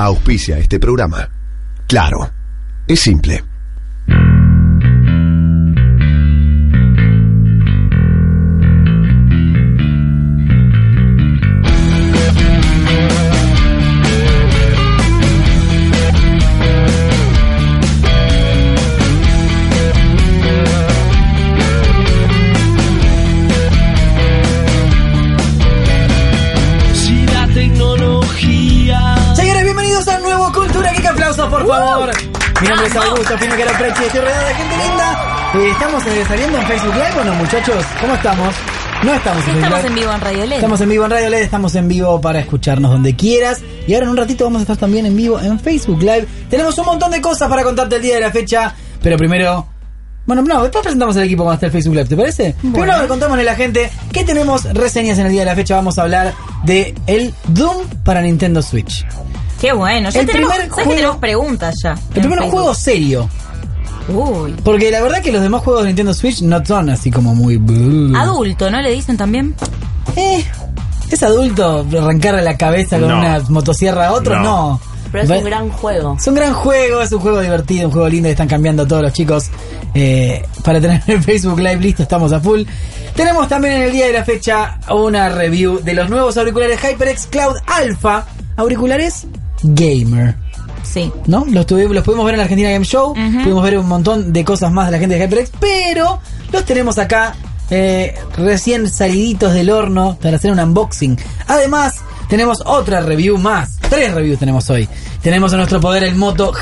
auspicia este programa. Claro, es simple. Por favor. Mi nombre es Augusto Fino Caraprechi, estoy rodeado de gente linda. ¿Estamos saliendo en Facebook Live o no, muchachos? ¿Cómo estamos? No estamos en Facebook Live. Estamos en vivo en Radio LED. Estamos en vivo en Radio LED, estamos en vivo para escucharnos donde quieras. Y ahora en un ratito vamos a estar también en vivo en Facebook Live. Tenemos un montón de cosas para contarte el día de la fecha, pero primero... Bueno, no, después presentamos el equipo cuando esté el Facebook Live, ¿te parece? Bueno. Primero contámosle a la gente que tenemos reseñas en el día de la fecha. Vamos a hablar de el Doom para Nintendo Switch. Qué bueno, ya tenemos preguntas ya. El primer juego serio. Uy. Porque la verdad que los demás juegos de Nintendo Switch no son así como muy... Adulto, ¿no le dicen también? ¿Es adulto arrancarle la cabeza con una motosierra a otro? No. Pero es un gran juego. Es un gran juego, es un juego divertido, un juego lindo y están cambiando todos los chicos para tener el Facebook Live listo, estamos a full. Tenemos también en el día de la fecha una review de los nuevos auriculares HyperX Cloud Alpha. Auriculares gamer. Sí. ¿No? Los pudimos ver en la Argentina Game Show. Pudimos ver un montón de cosas más de la gente de HyperX, pero los tenemos acá recién saliditos del horno para hacer un unboxing. Además, tenemos otra review más. 3 reviews tenemos hoy. Tenemos a nuestro poder el Moto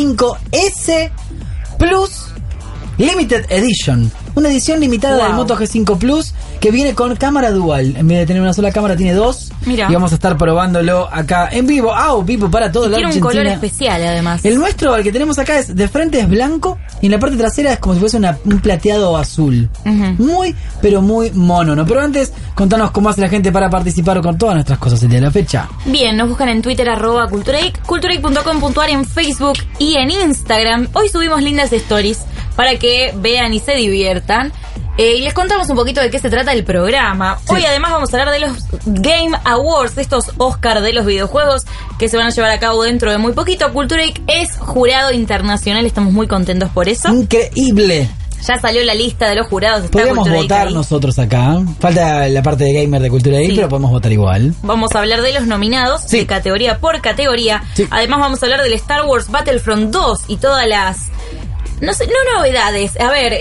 G5S Plus Limited Edition. Una edición limitada del Moto G5 Plus que viene con cámara dual. En vez de tener una sola cámara, tiene 2. Mira. Y vamos a estar probándolo acá en vivo. Vivo para todo la Argentina. Tiene un color especial, además. El nuestro, el que tenemos acá, es de frente es blanco y en la parte trasera es como si fuese un plateado azul. Muy, pero muy mono, ¿no? Pero antes, contanos cómo hace la gente para participar con todas nuestras cosas el día de la fecha. Bien, nos buscan en Twitter @culturageek, culturageek.com.ar, en Facebook y en Instagram. Hoy subimos lindas stories para que vean y se diviertan. Y les contamos un poquito de qué se trata el programa. Sí. Hoy además vamos a hablar de los Game Awards, de estos Oscar de los videojuegos que se van a llevar a cabo dentro de muy poquito. Culturageek es jurado internacional, estamos muy contentos por eso. ¡Increíble! Ya salió la lista de los jurados. Podríamos votar ahí nosotros acá. Falta la parte de gamer de Culturageek, pero podemos votar igual. Vamos a hablar de los nominados, de categoría por categoría. Sí. Además vamos a hablar del Star Wars Battlefront 2 y todas las... No novedades, a ver,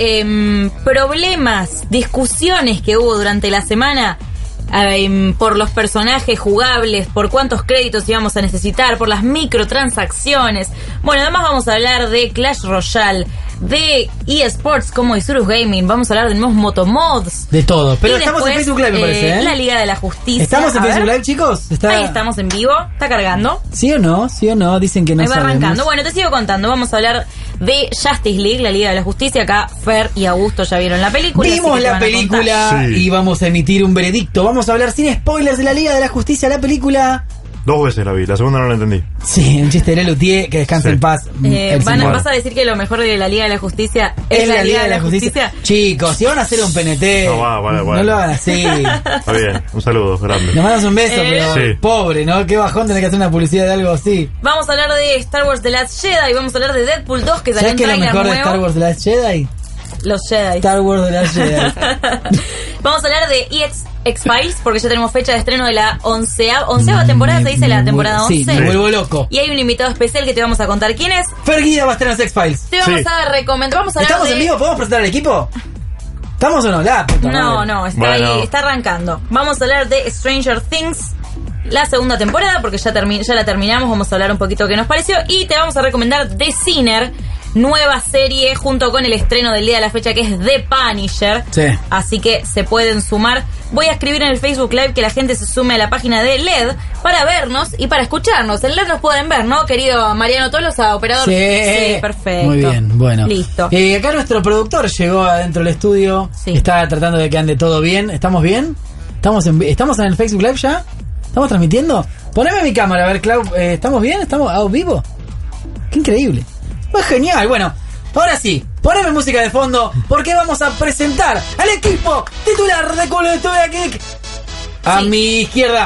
problemas, discusiones que hubo durante la semana por los personajes jugables, por cuántos créditos íbamos a necesitar, por las microtransacciones. Bueno, además vamos a hablar de Clash Royale, de eSports como Isurus Gaming, vamos a hablar de nuevos motomods. De todo, pero estamos después, en Facebook Live, me parece, la Liga de la Justicia. ¿Estamos en Facebook Live, chicos? Ahí estamos en vivo, está cargando. ¿Sí o no? ¿Sí o no? Dicen que no sabemos. Ahí va arrancando. Bueno, te sigo contando, vamos a hablar de Justice League, la Liga de la Justicia. Acá Fer y Augusto ya vieron la película. Vimos la película y vamos a emitir un veredicto. Vamos a hablar sin spoilers de la Liga de la Justicia, la película. 2 veces la vi, la segunda no la entendí. Sí, un chiste de Lelutier, que descanse en paz. ¿Vas a decir que lo mejor de la Liga de la Justicia es la Liga de la Justicia? Chicos, si van a hacer un PNT, no lo hagan así. Está bien, un saludo grande. Nos mandas un beso, pero pobre, ¿no? Qué bajón tener que hacer una publicidad de algo así. Vamos a hablar de Star Wars The Last Jedi, vamos a hablar de Deadpool 2, que salió en trailer nuevo. ¿Sabes qué es lo mejor de Star Wars The Last Jedi? Los Jedi. Star Wars The Last Jedi. Vamos a hablar de X-Files, porque ya tenemos fecha de estreno de la 11ª temporada, se dice la temporada 11. Sí, me vuelvo loco. Y hay un invitado especial que te vamos a contar quién es. Fer Guida va a estar en los X-Files. Te vamos a recomendar. Vamos a hablar ¿Estamos en vivo? ¿Podemos presentar al equipo? ¿Estamos o no? No, está ahí, está arrancando. Vamos a hablar de Stranger Things, la segunda temporada, porque ya la terminamos. Vamos a hablar un poquito de qué nos pareció. Y te vamos a recomendar The Sinner, nueva serie junto con el estreno del día de la fecha, que es The Punisher. Sí. Así que se pueden sumar. Voy a escribir en el Facebook Live que la gente se sume a la página de LED para vernos y para escucharnos. En LED nos pueden ver, ¿no, querido Mariano Tolosa, operador? Sí, perfecto. Muy bien, bueno. Listo. Acá nuestro productor llegó adentro del estudio. Sí. Está tratando de que ande todo bien. ¿Estamos bien? ¿Estamos en el Facebook Live ya? ¿Estamos transmitiendo? Poneme mi cámara, a ver, Clau. ¿Estamos bien? ¿Estamos a vivo? ¡Qué increíble! ¡Es genial! Bueno, ahora sí, poneme música de fondo, porque vamos a presentar al equipo titular de Culturageek. A mi izquierda,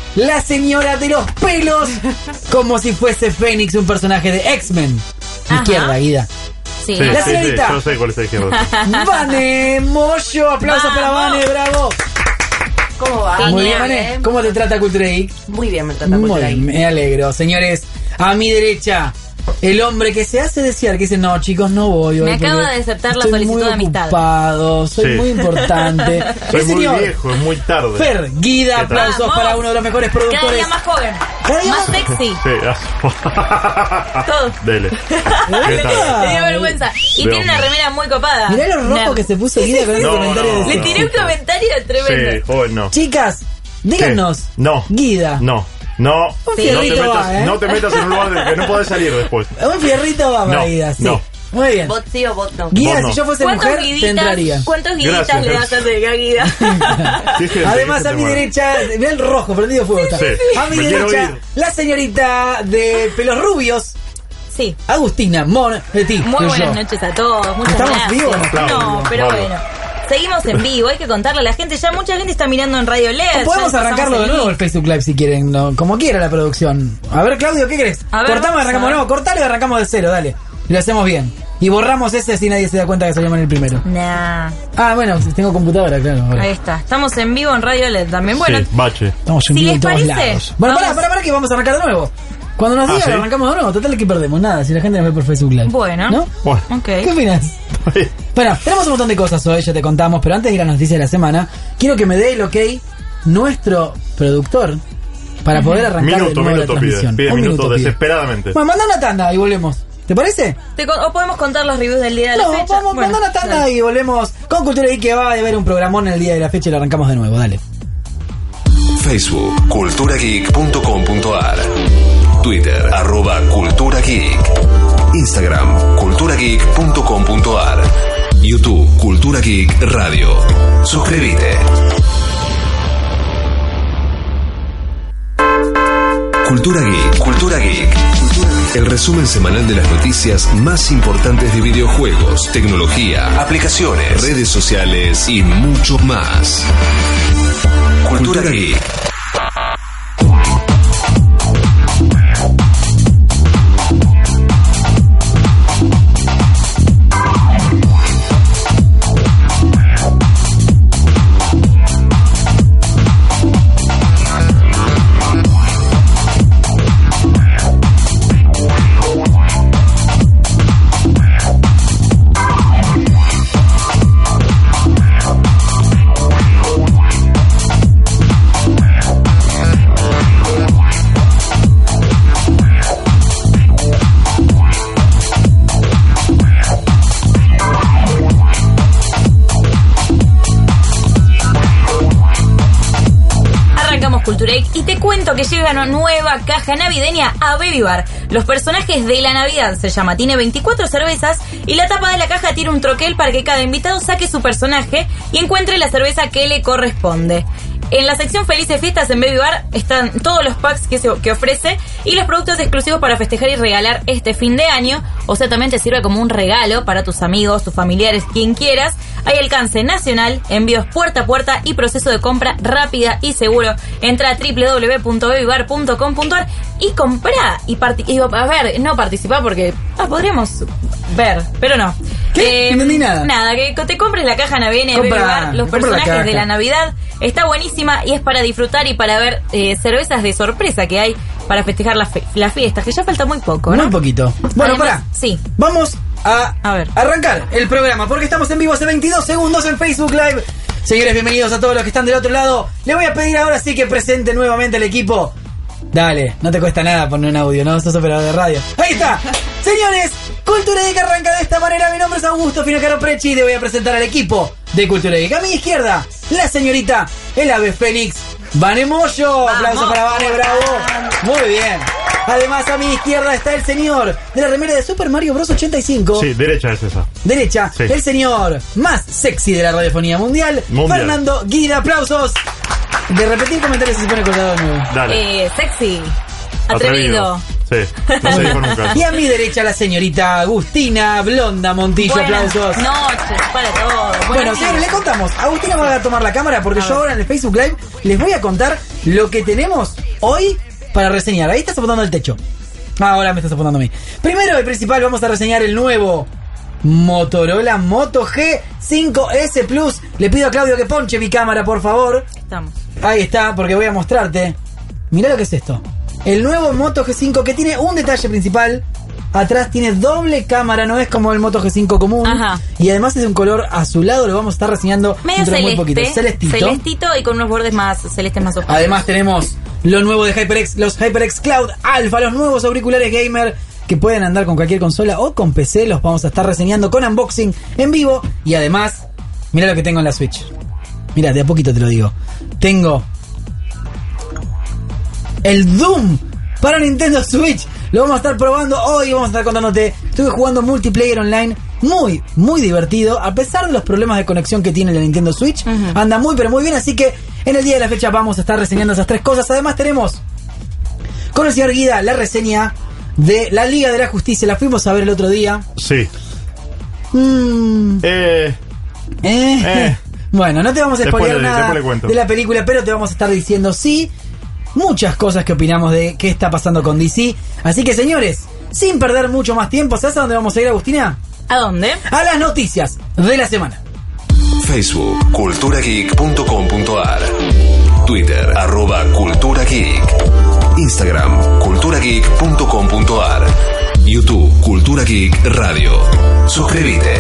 la señora de los pelos, como si fuese Fénix, un personaje de X-Men. Izquierda, Guida. Sí. La señorita. Yo sé cuál es la izquierda. Vane Moyo, aplausos para Vane, bravo. ¿Cómo va? Muy bien, Genial, Vane. ¿Cómo te trata Cultura Geek? Muy bien me trata Cultura Muy Geek. me alegro. Señores, a mi derecha, el hombre que se hace desear, que dice, no, chicos, no voy hoy Me acaba porque de aceptar la estoy solicitud muy de amistad. ocupado, soy Sí. muy importante. Soy El muy señor viejo, es muy tarde. Fer Guida, ¿Qué tal? aplausos Vamos. para uno de los mejores Cada productores. día más joven. Cada día Más más- sexy. Sí. Todo. Dele. ¿Qué Le tal? dio vergüenza. Y De tiene una hombre. remera muy copada. Mirá lo rojo Nerd. que se puso Guida con ese No, comentario no. de Le sexy. tiré un comentario tremendo. Sí, joven no. Chicas, díganos. ¿Qué? No. Guida. No. No. Un No te, fierrito metas, va, ¿eh? no te metas en un lugar del que no podés salir después. Un fierrito va para No, Guida, sí. no. Muy bien. ¿Bot sí o bot no? Guida, Vos no. si yo fuese mujer, te entraría. ¿Cuántos guiditas Gracias, le das a ese Guida? Qué gente, Además, qué a mi gente derecha, mirá el rojo, prendido fuego está. Sí. A mi Me quiero derecha, ir. la señorita de pelos rubios, Sí. Agustina Monetti. Muy buenas noches a todos. Muchas ¿Estamos gracias. vivos? No, pero Vamos. bueno. Seguimos en vivo, hay que contarle a la gente. Ya mucha gente está mirando en Radio LED. Podemos ya arrancarlo de pasamos nuevo el Facebook Live si quieren, no, como quiera la producción. A ver, Claudio, ¿qué crees? A ver, Cortamos y vamos arrancamos a de ver. nuevo. Cortalo y arrancamos de cero, dale. Y lo hacemos bien. Y borramos ese si nadie se da cuenta que salimos en el primero. Nah, Ah, bueno, si tengo computadora, claro. ahora. ahí está. Estamos en vivo en Radio LED también. Bueno, Sí, bache. Estamos en Si vivo les en todos parece, lados. Bueno, vamos- para que vamos a arrancar de nuevo. Cuando nos digan, ¿sí? arrancamos de nuevo. Total, que perdemos nada si la gente nos ve por Facebook Live. Bueno. ¿No? Bueno. ok. ¿Qué opinas? Bueno, tenemos un montón de cosas hoy, ya te contamos, pero antes de ir a las noticias de la semana, quiero que me dé el ok nuestro productor para poder arrancar de Minuto, nuevo la minuto pide. transmisión. Pide Un minuto pide. desesperadamente. Bueno, manda una tanda y volvemos. ¿Te parece? O podemos contar los reviews del día de la No, fecha. vamos, Bueno, manda una tanda dale. y volvemos con Cultura Geek, que va a haber un programón en el día de la fecha y lo arrancamos de nuevo, dale. Facebook, culturageek.com.ar. Twitter, @culturageek. Instagram, culturageek.com.ar. YouTube, Cultura Geek Radio. Suscríbete. Cultura Geek. Cultura Geek. El resumen semanal de las noticias más importantes de videojuegos, tecnología, aplicaciones, redes sociales y mucho más. Cultura Geek. Arrancamos Cultura Geek y te cuento que llega una nueva caja navideña a Baby Bar. Los personajes de la Navidad se llama. Tiene 24 cervezas y la tapa de la caja tiene un troquel para que cada invitado saque su personaje y encuentre la cerveza que le corresponde. En la sección Felices Fiestas en Baby Bar están todos los packs que ofrece y los productos exclusivos para festejar y regalar este fin de año. O sea, también te sirve como un regalo para tus amigos, tus familiares, quien quieras. Hay alcance nacional, envíos puerta a puerta y proceso de compra rápida y seguro. Entra a www.babybar.com.ar y comprá. Y a ver, no participá porque podríamos ver, pero no. ¿Qué? No entendí nada. Nada, que te compres la caja navideña de Baby Bar, los compra la personajes caja. de la Navidad. Está buenísima y es para disfrutar y para ver cervezas de sorpresa que hay para festejar las fiestas, que ya falta muy poco, ¿no? Muy poquito. Bueno, Además, pará. sí. Vamos a ver. arrancar el programa porque estamos en vivo hace 22 segundos en Facebook Live. Señores, bienvenidos a todos los que están del otro lado. Le voy a pedir ahora sí que presente nuevamente al equipo. Dale, no te cuesta nada poner un audio, ¿no? Sos operador de radio. ¡Ahí está! Señores, Cultura Geek arranca de esta manera. Mi nombre es Augusto Finocaro Prechi y le voy a presentar al equipo de Cultura Geek. A mi izquierda, la señorita, el ave fénix, Vane Moyo. Aplausos para Vane, bravo. Muy bien. Además, a mi izquierda está el señor de la remera de Super Mario Bros. 85. Sí, derecha es esa. Derecha, Sí. el señor más sexy de la radiofonía mundial, Fernando Guida. Aplausos. De repetir comentarios se pone colgado de nuevo. Dale. Sexy, atrevido. Sí, no se dijo nunca. Y a mi derecha la señorita Agustina Blonda Montillo. Buenas Aplausos. noches para todos. Bueno, señores, les contamos. Agustina va a tomar la cámara porque yo ahora en el Facebook Live les voy a contar lo que tenemos hoy para reseñar. Ahí estás apuntando al techo. Ahora me estás apuntando a mí. Primero y principal vamos a reseñar el nuevo Motorola Moto G5S Plus. Le pido a Claudio que ponche mi cámara, por favor. Estamos. Ahí está, porque voy a mostrarte. Mirá lo que es esto. El nuevo Moto G5 que tiene un detalle principal. Atrás tiene doble cámara, no es como el Moto G5 común. Ajá. Y además es de un color azulado, lo vamos a estar reseñando Medio dentro de muy poquito. celestito y con unos bordes más celestes más oscuros. Además tenemos lo nuevo de HyperX, los HyperX Cloud Alpha, los nuevos auriculares gamer que pueden andar con cualquier consola o con PC. Los vamos a estar reseñando con unboxing en vivo. Y además, mira lo que tengo en la Switch. Mira, de a poquito te lo digo. Tengo el Doom para Nintendo Switch. Lo vamos a estar probando hoy, vamos a estar contándote. Estuve jugando multiplayer online, muy, muy divertido. A pesar de los problemas de conexión que tiene la Nintendo Switch, anda muy, pero muy bien. Así que en el día de la fecha vamos a estar reseñando esas tres cosas. Además tenemos con el señor Guida la reseña de la Liga de la Justicia. La fuimos a ver el otro día. Sí. Bueno, no te vamos a spoilear nada cuento. de la película, pero te vamos a estar diciendo muchas cosas que opinamos de qué está pasando con DC. Así que, señores, sin perder mucho más tiempo, ¿sabes a dónde vamos a ir, Agustina? ¿A dónde? A las noticias de la semana. Facebook, culturageek.com.ar. Twitter, @culturageek. Instagram, culturageek.com.ar. YouTube, Cultura Geek Radio. Suscríbete.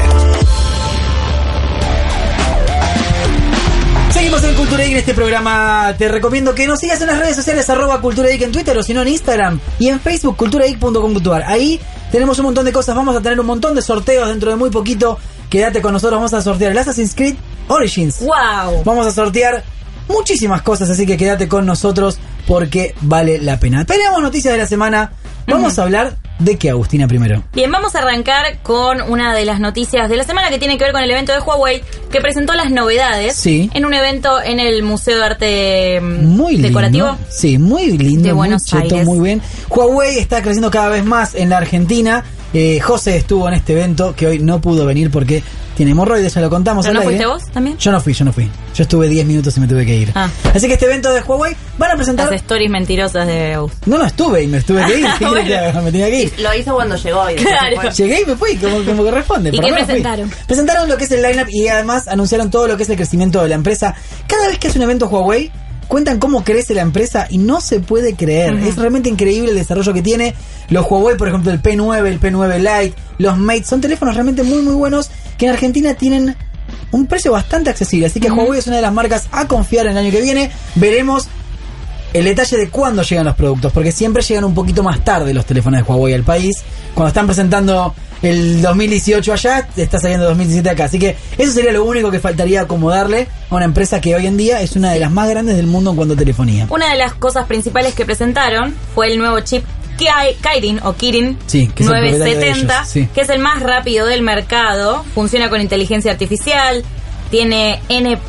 Seguimos en Cultura Geek en este programa. Te recomiendo que nos sigas en las redes sociales @Cultura Geek en Twitter o si no en Instagram y en Facebook culturageek.com.ar. Ahí tenemos un montón de cosas. Vamos a tener un montón de sorteos dentro de muy poquito. Quédate con nosotros. Vamos a sortear el Assassin's Creed Origins. ¡Wow! Vamos a sortear muchísimas cosas, así que quédate con nosotros porque vale la pena. Tenemos noticias de la semana. Vamos a hablar de qué, Agustina, primero. Bien, vamos a arrancar con una de las noticias de la semana que tiene que ver con el evento de Huawei, que presentó las novedades en un evento en el Museo de Arte muy Decorativo. Lindo. Sí, muy lindo, de Buenos Aires. Muy bien. Huawei está creciendo cada vez más en la Argentina. José estuvo en este evento, que hoy no pudo venir porque tiene hemorroides, ya lo contamos. ¿Pero al no aire. fuiste vos también? Yo no fui. Yo estuve 10 minutos y me tuve que ir. Así que este evento de Huawei van a presentar... Las stories mentirosas de Augusto. No estuve y me tuve que ir. Bueno. Me tenía que ir. Lo hizo cuando llegó. Y claro. Llegué y me fui, como corresponde. ¿Y qué presentaron? Presentaron lo que es el lineup y además anunciaron todo lo que es el crecimiento de la empresa. Cada vez que hace un evento Huawei, cuentan cómo crece la empresa y no se puede creer. Es realmente increíble el desarrollo que tiene. Los Huawei, por ejemplo, el P9, el P9 Lite, los Mate, son teléfonos realmente muy, muy buenos que en Argentina tienen un precio bastante accesible. Así que Huawei es una de las marcas a confiar en el año que viene. Veremos el detalle de cuándo llegan los productos, porque siempre llegan un poquito más tarde los teléfonos de Huawei al país. Cuando están presentando el 2018 allá, está saliendo 2017 acá. Así que eso sería lo único que faltaría acomodarle a una empresa que hoy en día es una de las más grandes del mundo en cuanto a telefonía. Una de las cosas principales que presentaron fue el nuevo chip Kirin o Kirin que 970, que es el más rápido del mercado. Funciona con inteligencia artificial, tiene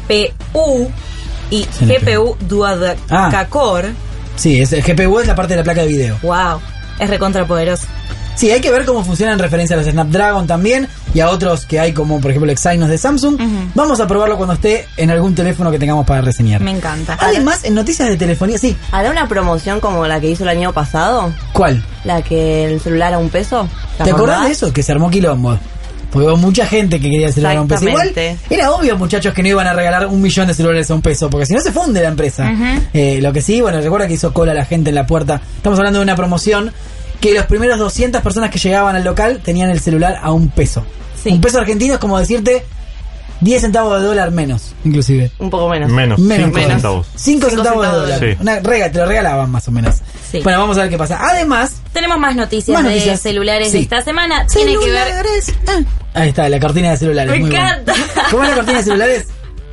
NPU y GPU dual-core. Sí, el GPU es la parte de la placa de video. Wow, es recontrapoderoso. Sí, hay que ver cómo funciona en referencia a los Snapdragon también y a otros que hay como por ejemplo el Exynos de Samsung. Vamos a probarlo cuando esté en algún teléfono que tengamos para reseñar. Me encanta. Además, en noticias de telefonía, ¿hará una promoción como la que hizo el año pasado? ¿Cuál? La que el celular a $1. ¿Te acordás de eso? Que se armó quilombo. Porque hubo mucha gente que quería el celular a $1. Igual era obvio, muchachos, que no iban a regalar 1 millón de celulares a $1, porque si no se funde la empresa. Lo que sí, bueno, recuerda que hizo cola la gente en la puerta. Estamos hablando de una promoción que los primeros 200 personas que llegaban al local tenían el celular a $1. Sí. $1 argentino es como decirte 10 centavos de dólar menos, inclusive. Un poco menos. Menos. 5 centavos. 5 centavos de dólar. Sí. Te lo regalaban más o menos. Sí. Bueno, vamos a ver qué pasa. Además, tenemos más noticias de celulares de esta semana. Tiene que ver... Ahí está, la cortina de celulares. Me encanta. Bueno. ¿Cómo es la cortina de celulares?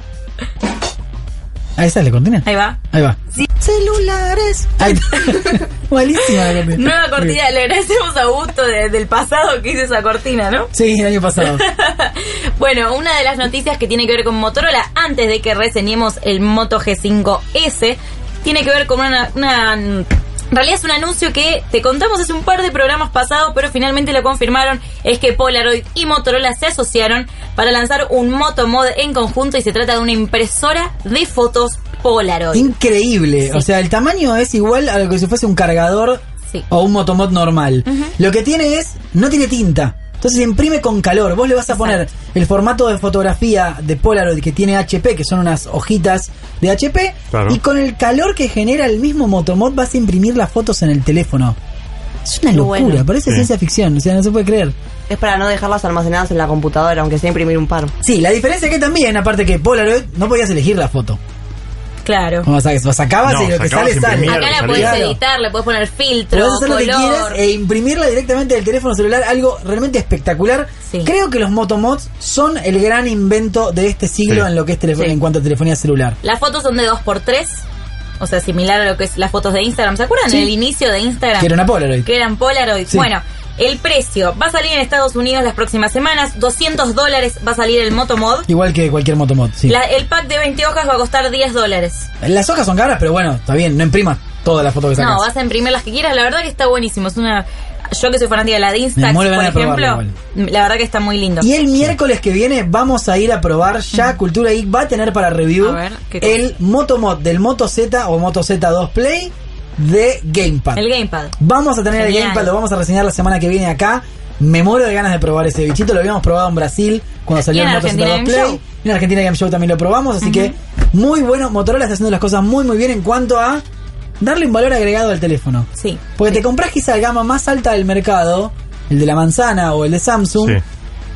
Ahí está la cortina. Ahí va. Sí. Celulares. Ahí está. Malísima la cortina. Nueva cortina. Le agradecemos a Augusto del pasado que hizo esa cortina, ¿no? Sí, el año pasado. Bueno, una de las noticias que tiene que ver con Motorola, antes de que reseñemos el Moto G5S, tiene que ver con en realidad es un anuncio que te contamos hace un par de programas pasados, pero finalmente lo confirmaron. Es que Polaroid y Motorola se asociaron para lanzar un Moto Mod en conjunto y se trata de una impresora de fotos Polaroid. Increíble. Sí. O sea, el tamaño es igual a lo que si fuese un cargador Sí. o un motomod normal. Lo que tiene no tiene tinta. Entonces imprime con calor. Vos le vas a poner el formato de fotografía de Polaroid que tiene HP, que son unas hojitas de HP, Claro. y con el calor que genera el mismo motomod vas a imprimir las fotos en el teléfono. Es una Qué locura, bueno. parece Sí. ciencia ficción, o sea, no se puede creer. Es para no dejarlas almacenadas en la computadora, aunque sea imprimir un par. Sí, la diferencia es que también, aparte que Polaroid, no podías elegir la foto. Claro. O sea, sacabas No, y lo que sacabas, sale, sale. imprimías. Acá la Salía. puedes Claro. editar, le puedes poner filtro, Podés hacer lo que quieras color. e imprimirla directamente del teléfono celular, algo realmente espectacular. Sí. Creo que los motomods son el gran invento de este siglo Sí. en lo que es Sí. en cuanto a telefonía celular. Las fotos son de 2x3, o sea, similar a lo que es las fotos de Instagram. ¿Se acuerdan Sí. del inicio de Instagram? Que era una Polaroid. Que eran Polaroid. Sí. Bueno, el precio va a salir en Estados Unidos las próximas semanas. $200 va a salir el Motomod. Igual que cualquier motomod, sí. El pack de 20 hojas va a costar $10. Las hojas son caras, pero bueno, está bien, no imprimas todas las fotos que sacas. No, vas a imprimir las que quieras. La verdad que está buenísimo. Es una... Yo que soy fanática de la de Me Instax, muero por ganas de ejemplo, probarlo la verdad que está muy lindo. Y el miércoles que viene vamos a ir a probar ya. Cultura Geek va a tener para review A ver, ¿qué cosa? el Motomod del Moto Z o Moto Z2 Play de Gamepad. El Gamepad. Vamos a tener el Genial. Gamepad, lo vamos a reseñar la semana que viene acá. Me muero de ganas de probar ese bichito. Lo habíamos probado en Brasil cuando salió Y en el Moto Argentina Z2 Game Play. Show. Y en Argentina Game Show también lo probamos. Así que muy bueno. Motorola está haciendo las cosas muy muy bien en cuanto a darle un valor agregado al teléfono. Sí. Porque te compras quizá la gama más alta del mercado, el de la manzana o el de Samsung. Sí.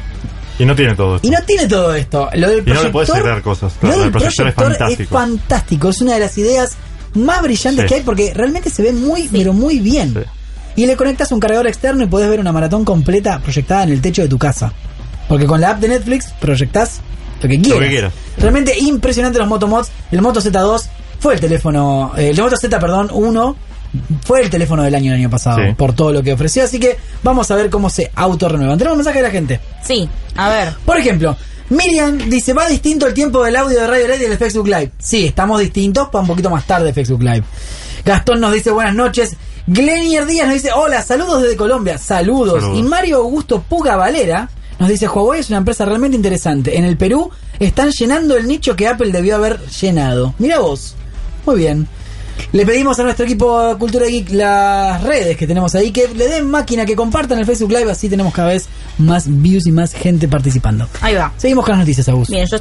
Y no tiene todo esto. Y no tiene todo esto. Lo del Y no le podés proyector, agregar cosas. lo Claro, del el proyector es fantástico. fantástico. Es una de las ideas más brillantes Sí. que hay porque realmente se ve muy, pero muy bien. Sí. Y le conectas un cargador externo y podés ver una maratón completa proyectada en el techo de tu casa. Porque con la app de Netflix proyectás lo que quieras. quieras. Realmente impresionante los motomods. El Moto Z2 fue el teléfono, el Moto Z, perdón, 1 fue el teléfono del año pasado, Sí. por todo lo que ofreció. Así que vamos a ver cómo se autorrenuevan. Tenemos mensaje de la gente. Sí, a ver. Por ejemplo, Miriam dice, va distinto el tiempo del audio de Radio Red y del Facebook Live. Sí, estamos distintos, para un poquito más tarde Facebook Live. Gastón nos dice buenas noches. Glenier Díaz nos dice, hola, saludos desde Colombia. Saludos. Saludos. Y Mario Augusto Puga Valera nos dice, Huawei es una empresa realmente interesante. En el Perú están llenando el nicho que Apple debió haber llenado. Mira vos. Muy bien. Le pedimos a nuestro equipo Cultura Geek las redes que tenemos ahí, que le den máquina, que compartan el Facebook Live, así tenemos cada vez más views y más gente participando. Ahí va. Seguimos con las noticias, Augusto. Bien,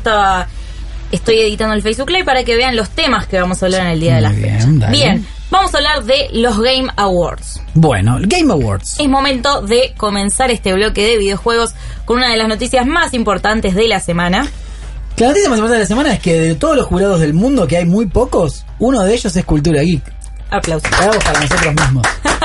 estoy editando el Facebook Live para que vean los temas que vamos a hablar en el día de la Muy fecha. bien, dale. Bien, vamos a hablar de los Game Awards. Bueno, Game Awards. Es momento de comenzar este bloque de videojuegos con una de las noticias más importantes de la semana. La noticia más importante de la semana es que de todos los jurados del mundo, que hay muy pocos, uno de ellos es Cultura Geek. Aplausos. Hagamos para nosotros mismos.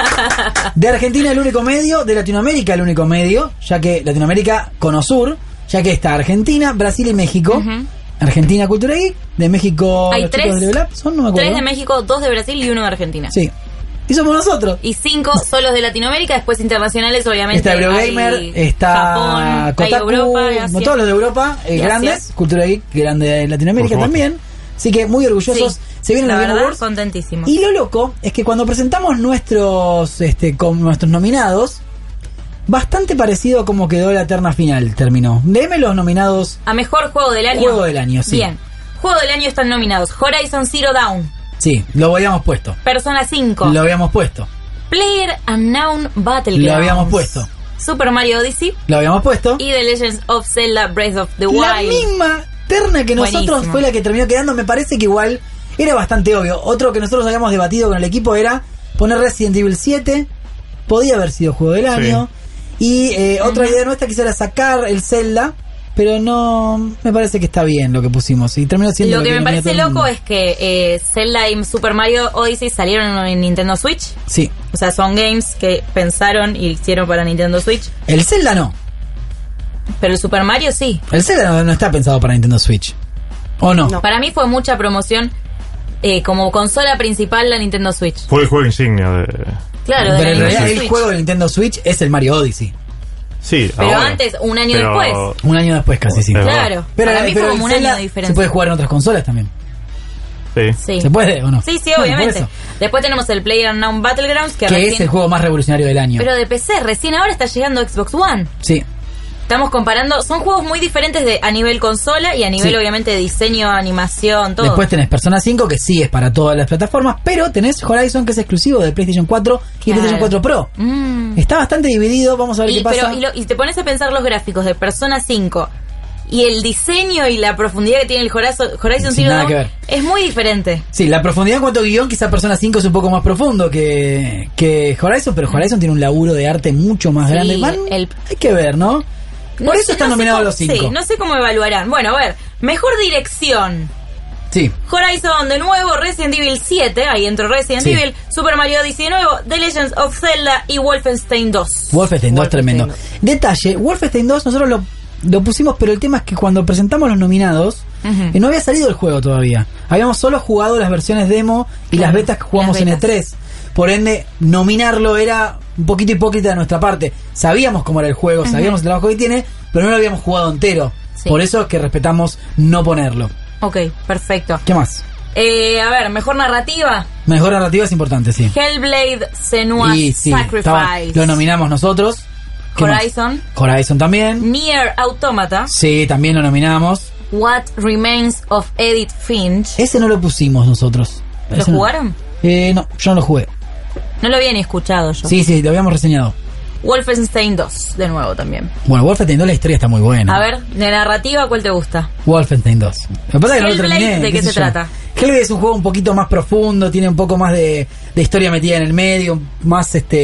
De Argentina el único medio, de Latinoamérica el único medio, ya que Latinoamérica Cono Sur, ya que está Argentina, Brasil y México. Ujú. Argentina Cultura Geek, de México Hay los chicos de Level Up, son, no me acuerdo. 3 de México, 2 de Brasil y 1 de Argentina. Sí. Y somos nosotros. Y 5 solos de Latinoamérica, después internacionales, obviamente. Está Eurogamer, hay está Japón, hay Kotaku, Europa, y Asia. todos los de Europa, Y grandes, Asia. Cultura Geek, grande de Latinoamérica Por supuesto. también. Así que muy orgullosos. Sí, Se vienen la los Game verdad, Awards. contentísimos. Y lo loco es que cuando presentamos nuestros nominados, bastante parecido a como quedó la terna final, terminó. Léeme los nominados. A mejor juego del año. Juego del año, sí. Bien. Juego del año están nominados Horizon Zero Dawn, Sí, lo habíamos puesto. Persona 5, Lo habíamos puesto. Player Unknown Battlegrounds, Lo habíamos puesto. Super Mario Odyssey Lo habíamos puesto. y The Legends of Zelda Breath of the La Wild. misma terna que nosotros Buenísimo. fue la que terminó quedando. Me parece que igual era bastante obvio. Otro que nosotros habíamos debatido con el equipo era poner Resident Evil 7. Podía haber sido juego del año. Y otra idea nuestra quisiera sacar el Zelda. Pero no, me parece que está bien lo que pusimos. Y terminó siendo Lo que me nominó parece todo el loco mundo. es que Zelda y Super Mario Odyssey salieron en Nintendo Switch. Sí. O sea, son games que pensaron y hicieron para Nintendo Switch. El Zelda no. Pero el Super Mario sí. El Zelda no está pensado para Nintendo Switch. ¿O no? No. Para mí fue mucha promoción como consola principal la Nintendo Switch. Fue el juego insignia de... Claro, de Pero la en realidad Nintendo el Switch. juego de Nintendo Switch es el Mario Odyssey. Sí, Pero ahora. antes, un año Pero- después. Un año después casi, sí. Es verdad. Claro. Pero, para mí pero fue como el un Zelda año de diferencia. se puede jugar en otras consolas también. Sí. Sí. ¿Se puede o no? Sí, sí, Bueno, obviamente. por eso. Después tenemos el PlayerUnknown Battlegrounds que Que recién... es el juego más revolucionario del año. Pero de PC, recién ahora está llegando Xbox One. Sí. Estamos comparando, son juegos muy diferentes a nivel consola y a nivel obviamente de diseño, animación, todo. Después tenés Persona 5, que sí es para todas las plataformas, pero tenés Horizon, que es exclusivo de PlayStation 4 y PlayStation 4 Pro. Está bastante dividido, vamos a ver qué pasa. Y te pones a pensar los gráficos de Persona 5 y el diseño y la profundidad que tiene el Horizon Zero Dawn es muy diferente. Sí, la profundidad en cuanto a guión, quizá Persona 5 es un poco más profundo que Horizon, pero Horizon tiene un laburo de arte mucho más grande. Hay que ver, ¿no? Por eso están nominados los 5. Sí, no sé cómo evaluarán. Bueno, a ver, mejor dirección. Sí. Horizon de nuevo, Resident Evil 7, ahí entró Resident Evil, Super Mario Odyssey de nuevo, The Legend of Zelda y Wolfenstein 2. Wolfenstein 2, tremendo. Detalle, Wolfenstein 2 nosotros lo pusimos, pero el tema es que cuando presentamos los nominados, no había salido el juego todavía. Habíamos solo jugado las versiones demo y las betas que jugamos en E3. Por ende, nominarlo era un poquito hipócrita de nuestra parte. Sabíamos cómo era el juego, sabíamos el trabajo que tiene, pero no lo habíamos jugado entero. Sí. Por eso es que respetamos no ponerlo. Ok, perfecto. ¿Qué más? A ver, mejor narrativa. Mejor narrativa es importante, sí. Hellblade Senua's Sacrifice. Lo nominamos nosotros. Horizon. Horizon también. Nier Automata. Sí, también lo nominamos. What Remains of Edith Finch. Ese no lo pusimos nosotros. ¿Lo jugaron? No, yo no lo jugué. No lo había ni escuchado yo. Sí, lo habíamos reseñado. Wolfenstein 2, de nuevo también. Bueno, Wolfenstein 2 la historia está muy buena. A ver, de narrativa, ¿cuál te gusta? Wolfenstein 2. Lo que pasa es que no lo terminé. ¿De qué se trata? Hellblade es un juego un poquito más profundo, tiene un poco más de historia metida en el medio, más es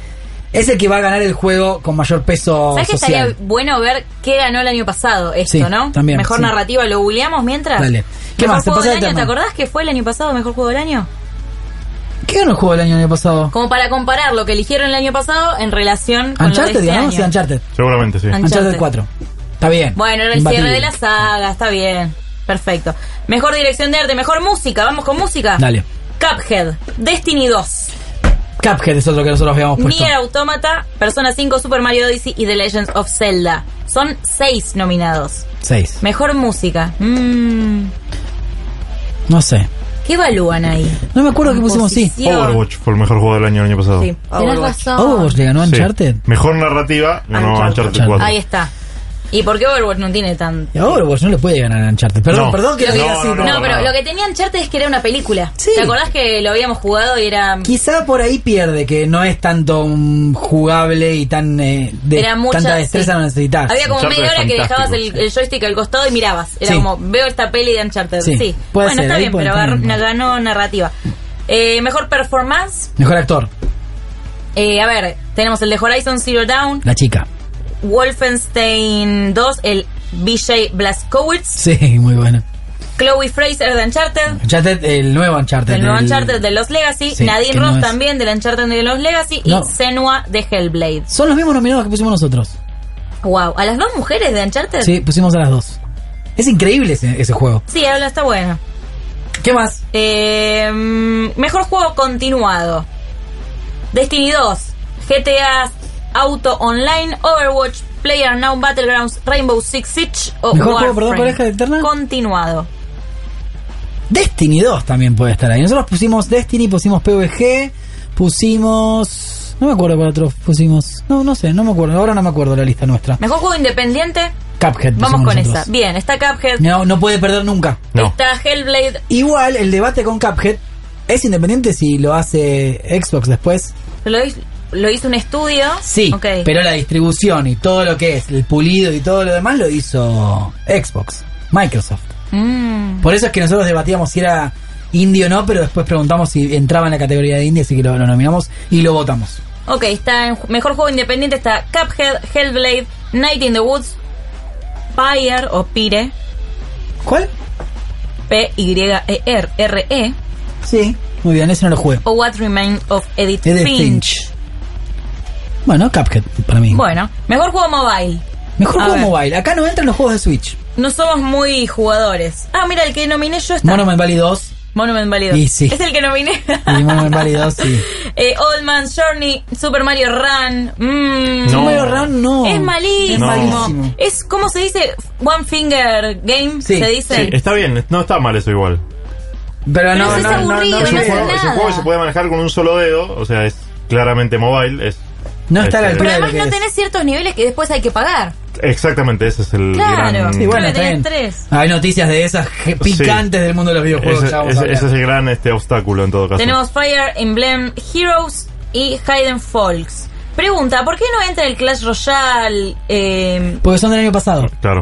el que va a ganar el juego con mayor peso ¿Sabes social. Que estaría bueno ver qué ganó el año pasado esto, sí, ¿no? También, mejor narrativa, ¿lo googleamos mientras? Dale. ¿Qué mejor más? Juego del año, ¿te acordás que fue el año pasado mejor juego del año? ¿Qué ganó el juego del año pasado? Como para comparar lo que eligieron el año pasado en relación con Uncharted, lo de este año. Sí, Uncharted. Seguramente sí. Uncharted 4. Está bien. Bueno, era el cierre de la saga, está bien. Perfecto. Mejor dirección de arte, mejor música, vamos con música. Dale. Cuphead, Destiny 2. Cuphead es otro que nosotros habíamos puesto. Nier Automata, Persona 5, Super Mario Odyssey y The Legend of Zelda. Son 6 nominados. 6. Mejor música. No sé. ¿Qué evalúan ahí? No me acuerdo qué pusimos, sí. Overwatch fue el mejor juego del año pasado. Sí, tenés razón. Overwatch le ganó a Uncharted. Sí. Mejor narrativa ganó Uncharted 4. Ahí está. ¿Y por qué Overwatch no tiene tan...? Overwatch no le puede ganar a Uncharted. Perdón que lo diga así. No, pero lo que tenía Uncharted es que era una película. Sí. ¿Te acordás que lo habíamos jugado y era...? Quizá por ahí pierde, que no es tanto jugable y tan tanta destreza no necesitas. Había como media hora que dejabas el joystick al costado y mirabas. Era como, veo esta peli de Uncharted. Sí. Bueno, ser, está bien, pero ganó narrativa. Mejor performance. Mejor actor. A ver, tenemos el de Horizon Zero Dawn. La chica. Wolfenstein 2, el BJ Blazkowicz. Sí, muy bueno. Chloe Fraser de Uncharted. El nuevo Uncharted. El nuevo Uncharted de Lost Legacy. Sí, Nadine Ross también del Uncharted de Lost Legacy. Y Senua de Hellblade. Son los mismos nominados que pusimos nosotros. Wow, ¿a las dos mujeres de Uncharted? Sí, pusimos a las dos. Es increíble ese juego. Sí, está bueno. ¿Qué más? Mejor juego continuado. Destiny 2, GTA Auto Online, Overwatch, PlayerUnknown's Battlegrounds, Rainbow Six Siege o ¿mejor Warframe. juego, perdón, pareja eterna? Continuado. Destiny 2 también puede estar ahí. Nosotros pusimos Destiny, pusimos PvG, pusimos... No me acuerdo cuál otro pusimos. No sé, no me acuerdo. Ahora no me acuerdo la lista nuestra. Mejor juego independiente. Cuphead. Vamos con esa. Bien, está Cuphead. No puede perder nunca. No. Está Hellblade. Igual el debate con Cuphead es independiente si lo hace Xbox después. Lo hizo un estudio. Sí, pero la distribución y todo lo que es el pulido y todo lo demás lo hizo Xbox, Microsoft. Por eso es que nosotros debatíamos si era indie o no, pero después preguntamos si entraba en la categoría de indie, así que lo nominamos y lo votamos. Ok, está en mejor juego independiente, está Cuphead, Hellblade, Night in the Woods, Pyre o Pyre. ¿Cuál? P-Y-E-R-R-E. Sí, muy bien, ese no lo jugué. O What Remains of Edith Finch. Bueno, Cuphead para mí. Bueno, mejor juego mobile. Mejor juego mobile. Acá no entran los juegos de Switch. No somos muy jugadores. Mira, el que nominé yo está. Monument Valley 2. Monument Valley 2. Y sí. Es el que nominé. Y Monument Valley 2, sí. Old Man's Journey, Super Mario Run. Super Mario Run no. Es malísimo. Es, ¿cómo se dice? One Finger Game, se dice. Sí, está bien. No está mal eso igual. Pero no es aburrido, no hace nada. Es un juego que se puede manejar con un solo dedo. O sea, es claramente mobile. No está a la altura. Pero además no tenés ciertos niveles que después hay que pagar. Exactamente, ese es el gran... Sí, bueno, está bien. Hay noticias de esas picantes del mundo de los videojuegos. Ese es el gran obstáculo en todo caso. Tenemos Fire Emblem Heroes y Hidden Folks. Pregunta, ¿por qué no entra el Clash Royale? Porque son del año pasado. Claro.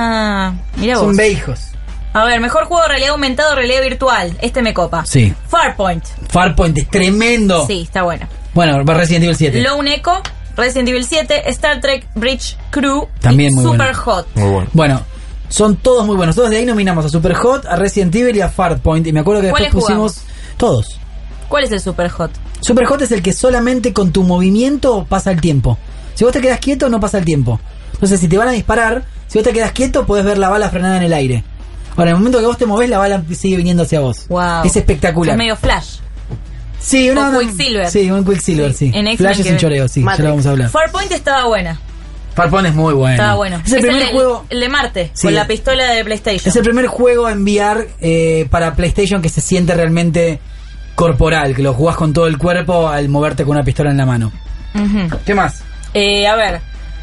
Mira vos. Son viejos. A ver, mejor juego de realidad aumentada o realidad virtual. Este me copa. Sí. Farpoint. Farpoint es tremendo. Sí, está bueno. Bueno, Resident Evil 7. Lone Echo, Resident Evil 7, Star Trek Bridge Crew también y muy Super bueno. Hot. Muy bueno. Bueno, son todos muy buenos. Todos de ahí nominamos a Super Hot, a Resident Evil y a Farpoint. Y me acuerdo que después pusimos todos. ¿Cuál es el Super Hot? Super Hot es el que solamente con tu movimiento pasa el tiempo. Si vos te quedas quieto, no pasa el tiempo. Entonces, si te van a disparar, si vos te quedas quieto, podés ver la bala frenada en el aire. Ahora, en el momento que vos te movés, la bala sigue viniendo hacia vos. Wow. Es espectacular. Es medio Flash. Sí, o Quicksilver. Sí, un Quicksilver, sí. Flash es un choreo, sí, Matrix. ya lo vamos a hablar. Farpoint estaba buena. Farpoint es muy bueno. Estaba bueno. Es el primer juego... El de Marte, Sí. con la pistola de PlayStation. Es el primer juego en VR para PlayStation que se siente realmente corporal, que lo jugás con todo el cuerpo al moverte con una pistola en la mano. ¿Qué más? A ver.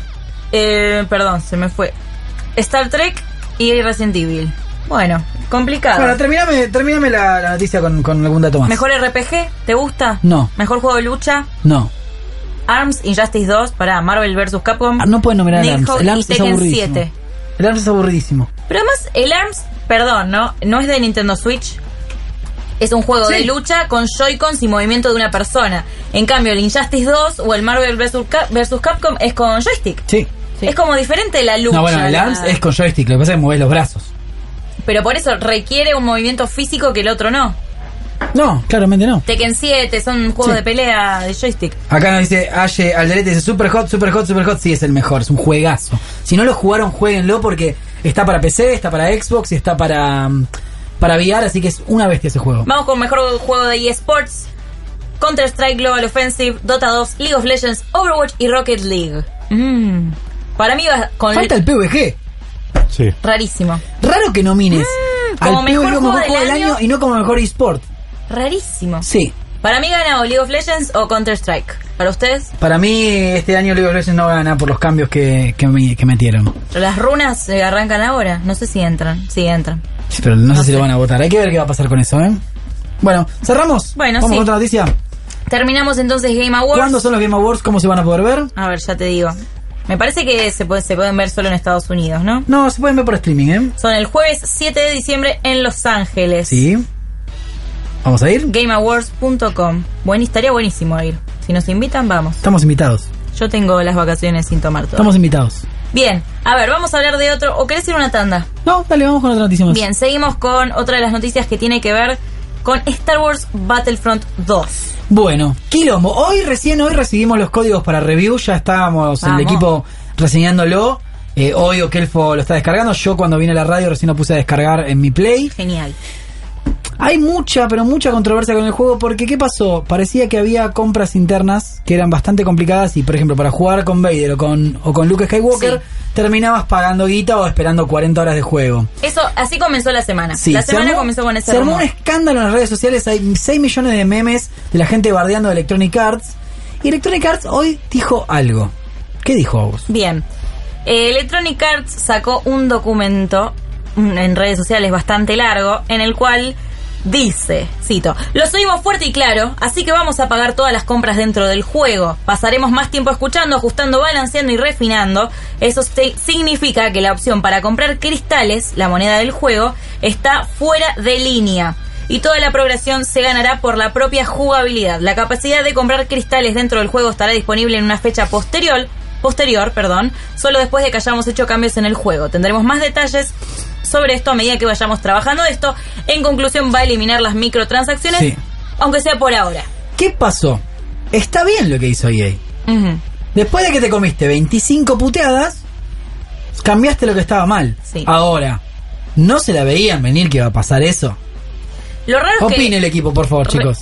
Perdón, se me fue. Star Trek y Resident Evil. Bueno, complicado. Bueno, terminame la noticia con algún dato más. ¿Mejor RPG? ¿Te gusta? No. ¿Mejor juego de lucha? No. ARMS, Injustice 2, para Marvel vs. Capcom. No pueden nominar a ARMS. El ARMS y es Tekken aburridísimo. 7. El ARMS es aburridísimo. Pero además, el ARMS, perdón, ¿no es de Nintendo Switch? Es un juego de lucha con Joy-Cons y movimiento de una persona. En cambio, el Injustice 2 o el Marvel vs. Capcom es con joystick. Sí. Es como diferente la lucha. No, bueno, el ARMS es con joystick, lo que pasa es que movés los brazos. Pero por eso requiere un movimiento físico que el otro no. No, claramente no. Tekken 7 son juegos de pelea de joystick. Acá nos dice Aye Alderete, dice Super Hot. Sí, es el mejor, es un juegazo. Si no lo jugaron, jueguenlo porque está para PC, está para Xbox y está para VR, así que es una bestia ese juego. Vamos con mejor juego de eSports: Counter-Strike Global Offensive, Dota 2, League of Legends, Overwatch y Rocket League. Para mí va con... Falta el PvG. Sí. Rarísimo. Raro que nomines como al mejor PvG como juego del año y no como mejor eSport. Rarísimo. Sí. Para mí gana o League of Legends o Counter-Strike. ¿Para ustedes? Para mí este año League of Legends no va a ganar por los cambios que metieron. Las runas arrancan ahora. No sé si entran. Sí, entran. Sí, pero no sé si lo van a votar. Hay que ver qué va a pasar con eso, ¿eh? Bueno, ¿cerramos? Bueno, ¿Vamos sí. con otra noticia? Terminamos entonces Game Awards. ¿Cuándo son los Game Awards? ¿Cómo se van a poder ver? A ver, ya te digo. Me parece que se pueden ver solo en Estados Unidos, ¿no? No, se pueden ver por streaming, ¿eh? Son el jueves 7 de diciembre en Los Ángeles. Sí. ¿Vamos a ir? GameAwards.com. Estaría buenísimo ir. Si nos invitan, vamos. Estamos invitados. Yo tengo las vacaciones sin tomar todo. Estamos invitados. Bien, a ver, vamos a hablar de otro. ¿O querés ir a una tanda? No, dale, vamos con otra noticia más. Bien, seguimos con otra de las noticias que tiene que ver con Star Wars Battlefront 2. Bueno, quilombo. Recién hoy recibimos los códigos para review. Ya estábamos el equipo reseñándolo. Hoy Okelfo lo está descargando. Yo cuando vine a la radio recién lo puse a descargar en mi Play. Genial. Hay mucha controversia con el juego porque ¿qué pasó? Parecía que había compras internas que eran bastante complicadas y, por ejemplo, para jugar con Vader o con Luke Skywalker, terminabas pagando guita o esperando 40 horas de juego. Eso, así comenzó la semana. Sí, la semana comenzó con ese Se armó rumor. un escándalo en las redes sociales, hay 6 millones de memes de la gente bardeando de Electronic Arts. Y Electronic Arts hoy dijo algo. ¿Qué dijo vos? Bien. Electronic Arts sacó un documento en redes sociales bastante largo en el cual dice, cito: "Los oímos fuerte y claro, así que vamos a pagar todas las compras dentro del juego. Pasaremos más tiempo escuchando, ajustando, balanceando y refinando. Eso significa que la opción para comprar cristales, la moneda del juego, está fuera de línea. Y toda la progresión se ganará por la propia jugabilidad. La capacidad de comprar cristales dentro del juego estará disponible en una fecha posterior, solo después de que hayamos hecho cambios en el juego. Tendremos más detalles sobre esto a medida que vayamos trabajando esto. En conclusión, va a eliminar las microtransacciones, aunque sea por ahora". ¿Qué pasó? Está bien lo que hizo EA. Después de que te comiste 25 puteadas, cambiaste lo que estaba mal. Sí. Ahora, ¿no se la veían venir que iba a pasar eso? Lo raro es que... Opine el equipo, por favor, chicos.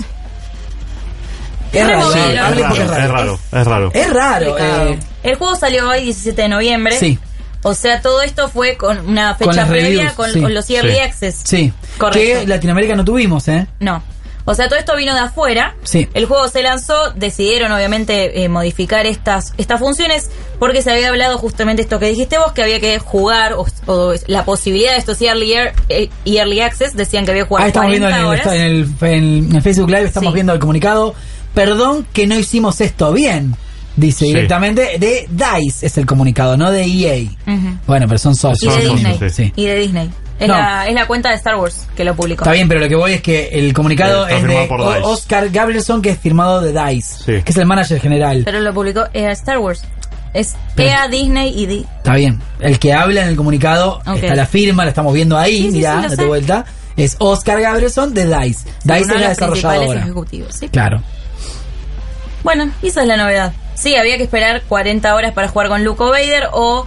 Es raro, Sí, es raro. Es raro. El juego salió hoy, 17 de noviembre. Sí. O sea, todo esto fue con una fecha las previa, reviews, con sí. los Early Access. Sí. Correcto. Que Latinoamérica no tuvimos, ¿eh? No. O sea, todo esto vino de afuera. Sí. El juego se lanzó, decidieron obviamente modificar estas funciones porque se había hablado justamente esto que dijiste vos, que había que jugar o la posibilidad de estos Early Access, decían que había que jugar. Ahí estamos 40 viendo horas. en el Facebook Live, estamos viendo el comunicado. Perdón que no hicimos esto bien. Dice directamente de DICE es el comunicado, no de EA. Bueno, pero son socios. Y de Disney. Sí. Y de Disney. Es la cuenta de Star Wars que lo publicó. Está bien, pero lo que voy es que el comunicado es de Oscar Gabrielson, que es firmado de DICE, que es el manager general. Pero lo publicó Star Wars. Es EA, Disney y Está bien. El que habla en el comunicado, está la firma, la estamos viendo ahí, mirá, date vuelta. Es Oscar Gabrielson de DICE. DICE es la desarrolladora. Ejecutivos, ¿sí? Claro. Bueno, esa es la novedad. Sí, había que esperar 40 horas para jugar con Luke o Vader o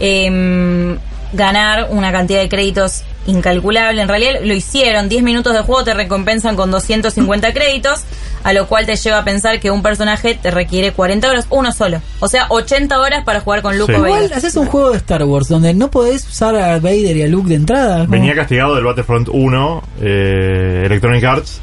ganar una cantidad de créditos incalculable. En realidad lo hicieron. 10 minutos de juego te recompensan con 250 créditos, a lo cual te lleva a pensar que un personaje te requiere 40 horas, uno solo. O sea, 80 horas para jugar con Luke o Vader. Igual haces un juego de Star Wars donde no podés usar a Vader y a Luke de entrada. Venía castigado del Battlefront 1, Electronic Arts,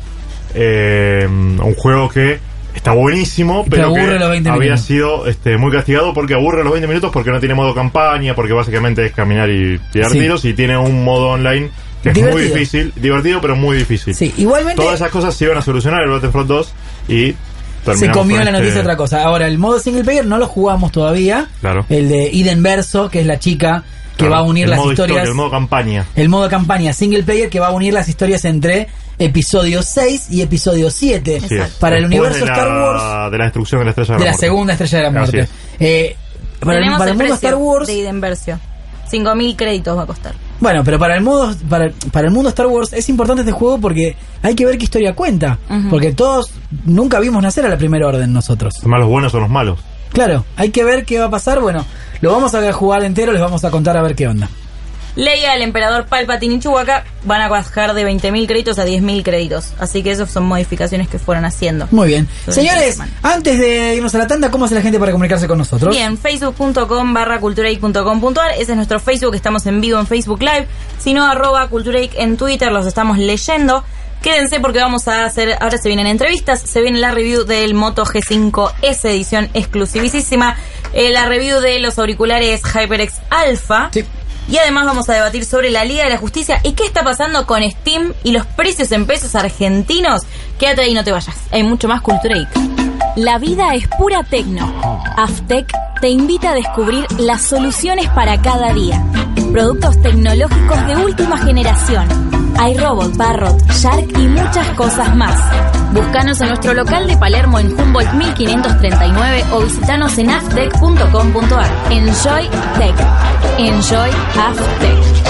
un juego que está buenísimo, pero que había sido muy castigado porque aburre los 20 minutos, porque no tiene modo campaña, porque básicamente es caminar y tirar tiros, y tiene un modo online que es muy difícil, divertido pero muy difícil. Sí, igualmente todas esas cosas se iban a solucionar en el Battlefront 2 y se comió la noticia otra cosa. Ahora, el modo single player no lo jugamos todavía. Claro. El de Eden Verso, que es la chica que va a unir las historias. El modo campaña. El modo campaña single player que va a unir las historias entre episodio 6 y episodio 7 para el universo Star Wars de la destrucción de la Estrella de la Muerte. De la segunda Estrella de la Muerte. Para el mundo Star Wars de Eden Versio 5.000 créditos va a costar. Bueno, pero para el mundo Star Wars es importante este juego porque hay que ver qué historia cuenta, porque todos nunca vimos nacer a la Primera Orden nosotros. Los malos buenos son los malos. Claro, hay que ver qué va a pasar. Bueno, lo vamos a jugar entero, les vamos a contar a ver qué onda. Leia, el emperador Palpatine y Chewbacca van a bajar de 20.000 créditos a 10.000 créditos. Así que esas son modificaciones que fueron haciendo. Muy bien. Señores, antes de irnos a la tanda, ¿cómo hace la gente para comunicarse con nosotros? Bien, facebook.com/culturageek.com.ar. Ese es nuestro Facebook, estamos en vivo en Facebook Live. Si no, @culturageek en Twitter, los estamos leyendo. Quédense porque vamos a hacer, ahora se vienen entrevistas, se viene la review del Moto G5S edición exclusivísima, la review de los auriculares HyperX Alpha. Sí. Y además vamos a debatir sobre la Liga de la Justicia y qué está pasando con Steam y los precios en pesos argentinos. Quédate ahí, no te vayas. Hay mucho más Cultura Geek. La vida es pura tecno. Aftec te invita a descubrir las soluciones para cada día. Productos tecnológicos de última generación. iRobot, Parrot, Shark y muchas cosas más. Búscanos en nuestro local de Palermo en Humboldt 1539 o visitanos en aftec.com.ar. Enjoy Tech. Enjoy Aftec.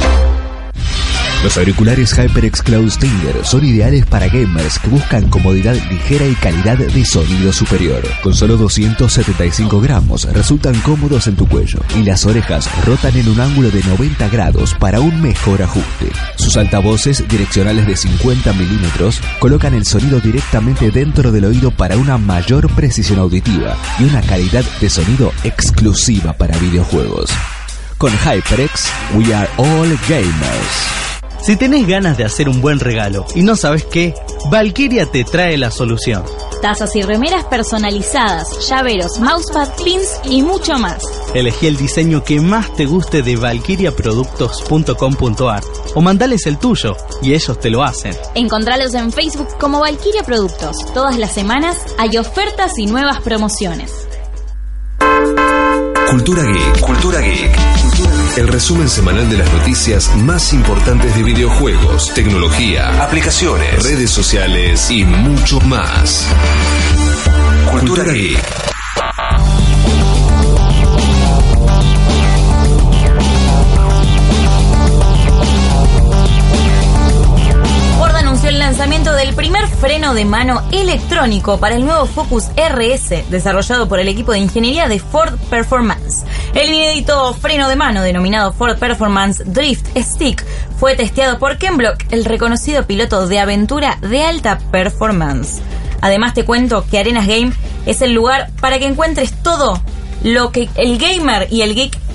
Los auriculares HyperX Cloud Stinger son ideales para gamers que buscan comodidad ligera y calidad de sonido superior. Con solo 275 gramos resultan cómodos en tu cuello y las orejas rotan en un ángulo de 90 grados para un mejor ajuste. Sus altavoces direccionales de 50 milímetros colocan el sonido directamente dentro del oído para una mayor precisión auditiva y una calidad de sonido exclusiva para videojuegos. Con HyperX, we are all gamers. Si tenés ganas de hacer un buen regalo y no sabes qué, Valkyria te trae la solución. Tazas y remeras personalizadas, llaveros, mousepad, pins y mucho más. Elegí el diseño que más te guste de valkyriaproductos.com.ar o mandales el tuyo y ellos te lo hacen. Encontralos en Facebook como Valkyria Productos. Todas las semanas hay ofertas y nuevas promociones. Cultura Geek. Cultura Geek. El resumen semanal de las noticias más importantes de videojuegos, tecnología, aplicaciones, redes sociales y mucho más. Cultura Geek. El lanzamiento del primer freno de mano electrónico para el nuevo Focus RS, desarrollado por el equipo de ingeniería de Ford Performance. El inédito freno de mano denominado Ford Performance Drift Stick fue testeado por Ken Block, el reconocido piloto de aventura de alta performance. Además te cuento que Arenas Game es el lugar para que encuentres todo lo que el gamer y el geek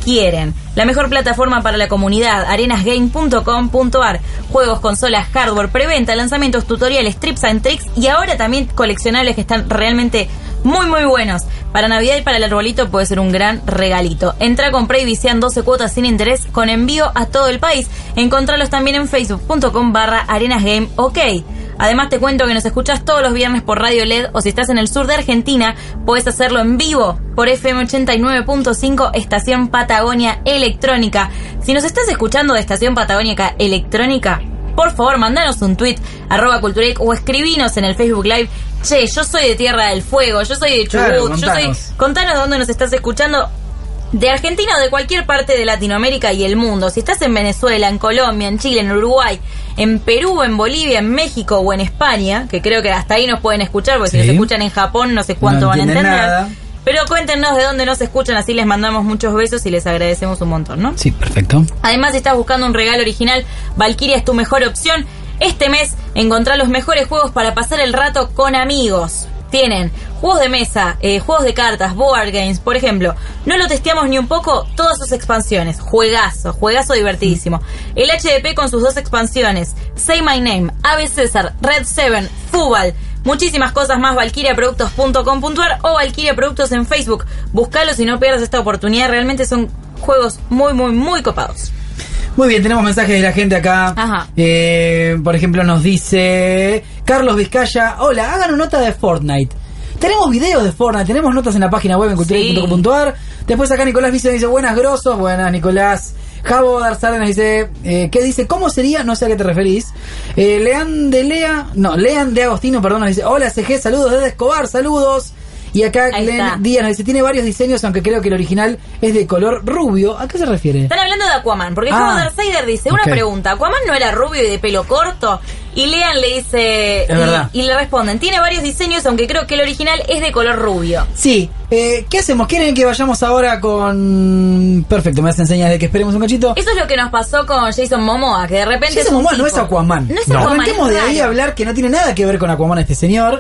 quieren. La mejor plataforma para la comunidad, arenasgame.com.ar. Juegos, consolas, hardware, preventa, lanzamientos, tutoriales, tips and tricks y ahora también coleccionables que están realmente muy muy buenos. Para Navidad y para el arbolito puede ser un gran regalito. Entra, compra y vician 12 cuotas sin interés con envío a todo el país. Encontralos también en facebook.com/arenasgame. Ok. Además te cuento que nos escuchas todos los viernes por Radio LED o si estás en el sur de Argentina, podés hacerlo en vivo por FM 89.5 Estación Patagonia Electrónica. Si nos estás escuchando de Estación Patagónica Electrónica, por favor, mandanos un tweet, @culturageek o escribinos en el Facebook Live. Che, yo soy de Tierra del Fuego, yo soy de Chubut, contanos de dónde nos estás escuchando, de Argentina o de cualquier parte de Latinoamérica y el mundo. Si estás en Venezuela, en Colombia, en Chile, en Uruguay, en Perú, en Bolivia, en México o en España, que creo que hasta ahí nos pueden escuchar, porque si nos escuchan en Japón no sé cuánto van a entender. Nada. Pero cuéntenos de dónde nos escuchan, así les mandamos muchos besos y les agradecemos un montón, ¿no? Sí, perfecto. Además, si estás buscando un regalo original, Valkyria es tu mejor opción. Este mes encontrá los mejores juegos para pasar el rato con amigos. Tienen juegos de mesa, juegos de cartas, board games, por ejemplo. No lo testeamos ni un poco, todas sus expansiones. Juegazo divertidísimo. El HDP con sus 2 expansiones. Say My Name, Ave César, Red 7, Fútbol. Muchísimas cosas más, valkyriaproductos.com.ar o Valkyria Productos en Facebook. Búscalos y no pierdas esta oportunidad. Realmente son juegos muy, muy, muy copados. Muy bien, tenemos mensajes de la gente acá. Ajá. Por ejemplo, nos dice Carlos Vizcaya: hola, hagan una nota de Fortnite. Tenemos videos de Fortnite, tenemos notas en la página web en cultura.com.ar. Después acá Nicolás Vice dice: buenas grosos. Buenas, Nicolás. Javo Darzale nos dice, ¿qué dice? ¿Cómo sería? No sé a qué te referís. Lean de Agostino, perdón, nos dice: hola CG, saludos desde Escobar, saludos. Y acá Glenn Díaz nos dice: tiene varios diseños, aunque creo que el original es de color rubio. ¿A qué se refiere? Están hablando de Aquaman, porque Javo Darksider dice, una pregunta, ¿Aquaman no era rubio y de pelo corto? Y Lean le dice, y le responden, tiene varios diseños, aunque creo que el original es de color rubio. Sí, ¿qué hacemos? ¿Quieren que vayamos ahora con...? Perfecto, me hacen señas de que esperemos un cachito. Eso es lo que nos pasó con Jason Momoa, que de repente Jason Momoa no es Aquaman. No es Aquaman. Arranquemos de ahí a hablar que no tiene nada que ver con Aquaman este señor.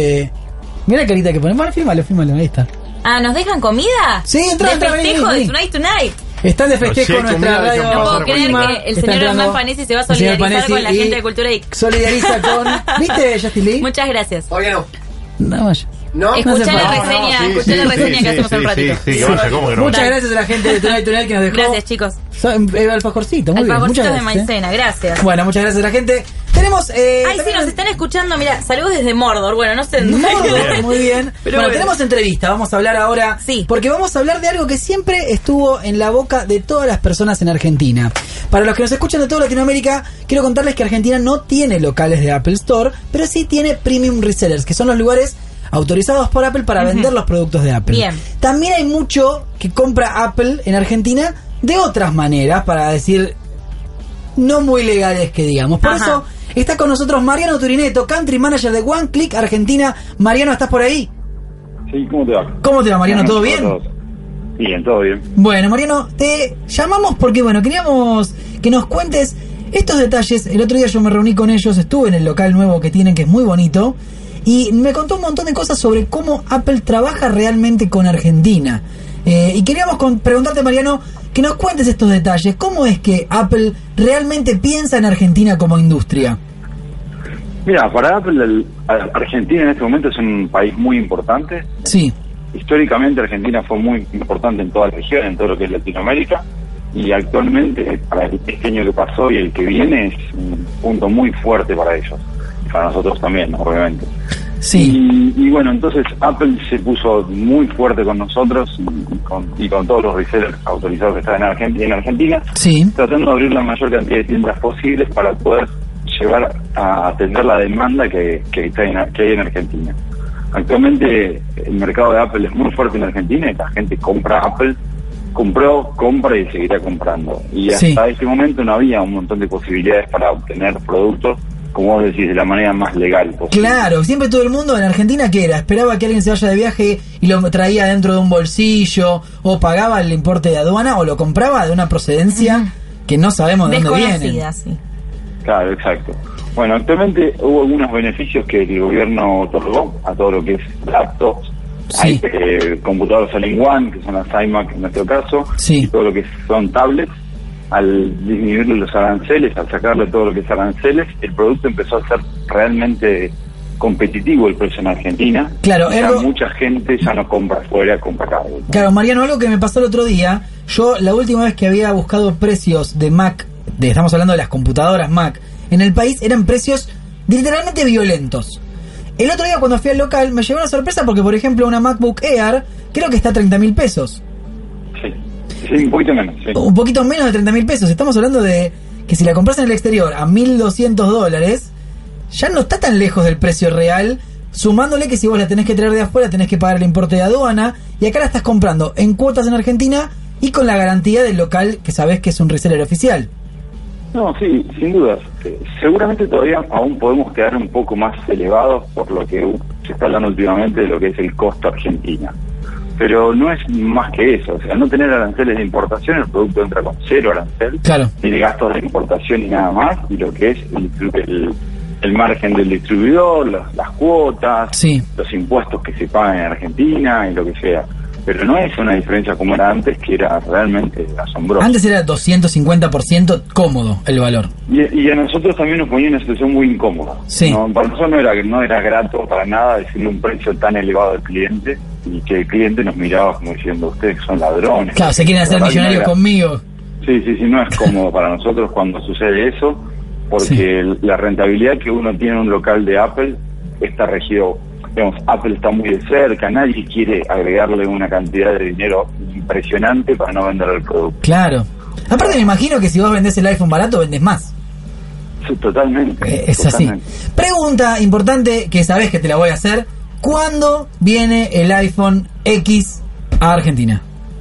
Mira la carita que pone. Bueno, fílmalo, ahí está. Ah, ¿nos dejan comida? Sí, entra. De festejo de Tonight. Están de festejo nuestra radio. No puedo creer que el señor Hernán Panesi se va a solidarizar con la gente de Cultura Geek. Solidariza con... ¿Viste, Justin Lee? Muchas gracias. Oye, no. No vaya. No, escuchá la reseña que hacemos un ratito. Sí, que vaya, ¿cómo que no? Muchas gracias a la gente de Tonight que nos dejó. Gracias, chicos. Alfajorcito, muy bien. Alfajorcitos de maicena, gracias. Bueno, muchas gracias a la gente. Tenemos... Ay, sí, nos están escuchando, mira, saludos desde Mordor. Bueno, no sé. Mordor, muy bien. Pero bueno, tenemos entrevista, vamos a hablar ahora. Sí. Porque vamos a hablar de algo que siempre estuvo en la boca de todas las personas en Argentina. Para los que nos escuchan de toda Latinoamérica, quiero contarles que Argentina no tiene locales de Apple Store, pero sí tiene Premium Resellers, que son los lugares autorizados por Apple para vender los productos de Apple. Bien. También hay mucho que compra Apple en Argentina de otras maneras, para decir, no muy legales que digamos. Por eso está con nosotros Mariano Turineto, Country Manager de One Click Argentina. Mariano, ¿estás por ahí? Sí, ¿cómo te va? ¿Cómo te va, Mariano? ¿Todo bien? Bien, todo bien. Bueno, Mariano, te llamamos porque, queríamos que nos cuentes estos detalles. El otro día yo me reuní con ellos, estuve en el local nuevo que tienen, que es muy bonito, y me contó un montón de cosas sobre cómo Apple trabaja realmente con Argentina. Y queríamos preguntarte, Mariano, que nos cuentes estos detalles. ¿Cómo es que Apple realmente piensa en Argentina como industria? Mira, para Apple, Argentina en este momento es un país muy importante. Sí. Históricamente Argentina fue muy importante en toda la región, en todo lo que es Latinoamérica. Y actualmente, para este año que pasó y el que viene, es un punto muy fuerte para ellos. Y para nosotros también, obviamente. Sí. Y bueno, entonces Apple se puso muy fuerte con nosotros y con todos los resellers autorizados que están en Argentina, sí, tratando de abrir la mayor cantidad de tiendas posibles para poder llevar a atender la demanda que hay en Argentina. Actualmente el mercado de Apple es muy fuerte en Argentina y la gente compra Apple, compra y seguirá comprando. Y hasta este momento no había un montón de posibilidades para obtener productos, como vos decís, de la manera más legal posible. Claro, siempre todo el mundo en Argentina, ¿qué era? Esperaba que alguien se vaya de viaje y lo traía dentro de un bolsillo, o pagaba el importe de aduana, o lo compraba de una procedencia que no sabemos de dónde viene. Sí. Claro, exacto. Bueno, actualmente hubo algunos beneficios que el gobierno otorgó a todo lo que es laptops Sí. Hay computadoras all-in-one, que son las iMac en nuestro caso, y todo lo que son tablets. Al disminuirle los aranceles, al sacarle todo lo que es aranceles, el producto empezó a ser realmente competitivo el precio en Argentina. Claro, mucha gente ya no compra afuera, compra acá. Claro, Mariano, algo que me pasó el otro día, yo la última vez que había buscado precios de Mac, estamos hablando de las computadoras Mac, en el país eran precios literalmente violentos. El otro día cuando fui al local me llevé una sorpresa porque, por ejemplo, una MacBook Air creo que está a 30.000 pesos. Sí, un poquito menos. Sí. Un poquito menos de 30.000 pesos. Estamos hablando de que si la compras en el exterior a $1.200, ya no está tan lejos del precio real, sumándole que si vos la tenés que traer de afuera tenés que pagar el importe de aduana, y acá la estás comprando en cuotas en Argentina y con la garantía del local que sabés que es un reseller oficial. No, sí, sin dudas. Seguramente todavía aún podemos quedar un poco más elevados por lo que se está hablando últimamente de lo que es el costo Argentina. Pero no es más que eso, o sea, no tener aranceles de importación, el producto entra con 0 arancel, ni de gastos de importación ni nada más, y lo que es el margen del distribuidor, las cuotas, los impuestos que se pagan en Argentina y lo que sea. Pero no es una diferencia como era antes, que era realmente asombroso. Antes era 250% cómodo el valor. Y a nosotros también nos ponía en una situación muy incómoda. ¿No? Para nosotros no era grato para nada decirle un precio tan elevado al cliente, y que el cliente nos miraba como diciendo, ustedes son ladrones. Claro, se quieren hacer millonarios conmigo. Sí, no es cómodo para nosotros cuando sucede eso, porque la rentabilidad que uno tiene en un local de Apple está regido. Digamos, Apple está muy de cerca, nadie quiere agregarle una cantidad de dinero impresionante para no vender el producto. Claro. Aparte me imagino que si vos vendés el iPhone barato, vendés más. Sí, totalmente. Es totalmente así. Pregunta importante que sabés que te la voy a hacer. ¿Cuándo viene el iPhone X a Argentina?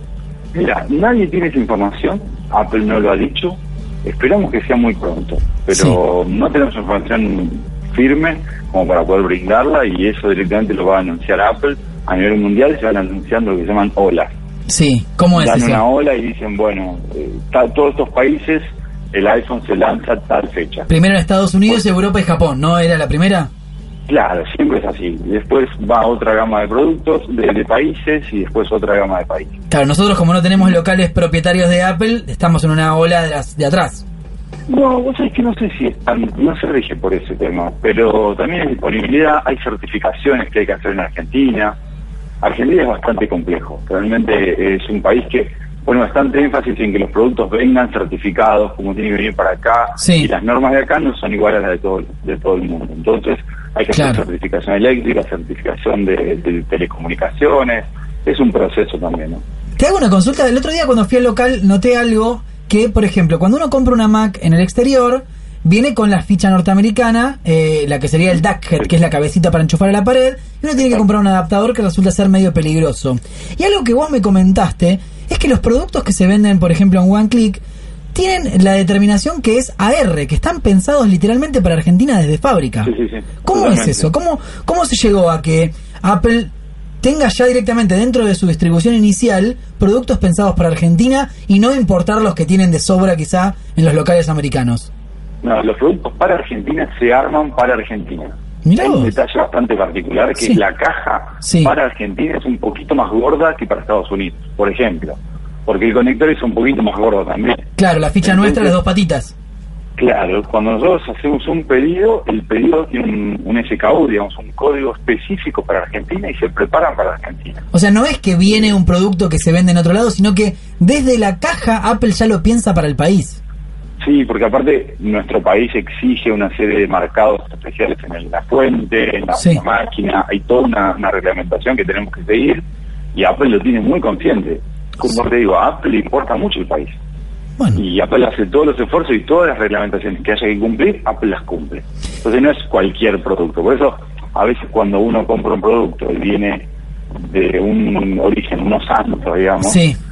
Mira, nadie tiene esa información, Apple no lo ha dicho, esperamos que sea muy pronto, pero no tenemos información firme como para poder brindarla, y eso directamente lo va a anunciar Apple. A nivel mundial se van anunciando lo que se llaman olas. Sí, ¿cómo es eso? Dan una ola y dicen, bueno, todos estos países el iPhone se lanza a tal fecha. Primero en Estados Unidos, Europa y Japón, ¿no era la primera? Claro, siempre es así. Después va otra gama de productos, de países, y después otra gama de países. Claro, nosotros como no tenemos locales propietarios de Apple, estamos en una ola de atrás. No, vos sabés que no sé si no se rige por ese tema, pero también hay disponibilidad, hay certificaciones que hay que hacer en Argentina. Argentina es bastante complejo, realmente es un país que pone bastante énfasis en que los productos vengan certificados como tienen que venir para acá, y las normas de acá no son iguales a las de todo el mundo. Entonces hay que hacer certificación eléctrica, certificación de telecomunicaciones, es un proceso también, ¿no? Te hago una consulta. El otro día cuando fui al local noté algo que, por ejemplo, cuando uno compra una Mac en el exterior, viene con la ficha norteamericana, la que sería el DAC, que es la cabecita para enchufar a la pared, y uno tiene que comprar un adaptador que resulta ser medio peligroso. Y algo que vos me comentaste es que los productos que se venden, por ejemplo, en OneClick, tienen la determinación que es AR, que están pensados literalmente para Argentina desde fábrica. Sí. ¿Cómo es eso? ¿Cómo se llegó a que Apple tenga ya directamente dentro de su distribución inicial productos pensados para Argentina y no importar los que tienen de sobra quizá en los locales americanos? No, los productos para Argentina se arman para Argentina. Mirá Hay vos. un detalle bastante particular, que la caja para Argentina es un poquito más gorda que para Estados Unidos, por ejemplo, porque el conector es un poquito más gordo también. Claro, la ficha nuestra, las dos patitas. Claro, cuando nosotros hacemos un pedido, el pedido tiene un SKU, digamos, un código específico para Argentina, y se preparan para Argentina. O sea, no es que viene un producto que se vende en otro lado, sino que desde la caja Apple ya lo piensa para el país. Sí, porque aparte nuestro país exige una serie de marcados especiales en la fuente, en la máquina, hay toda una reglamentación que tenemos que seguir, y Apple lo tiene muy consciente. Como te digo, a Apple le importa mucho el país. Bueno. Y Apple hace todos los esfuerzos, y todas las reglamentaciones que haya que cumplir, Apple las cumple. Entonces no es cualquier producto. Por eso, a veces cuando uno compra un producto y viene de un origen, unos santos, digamos,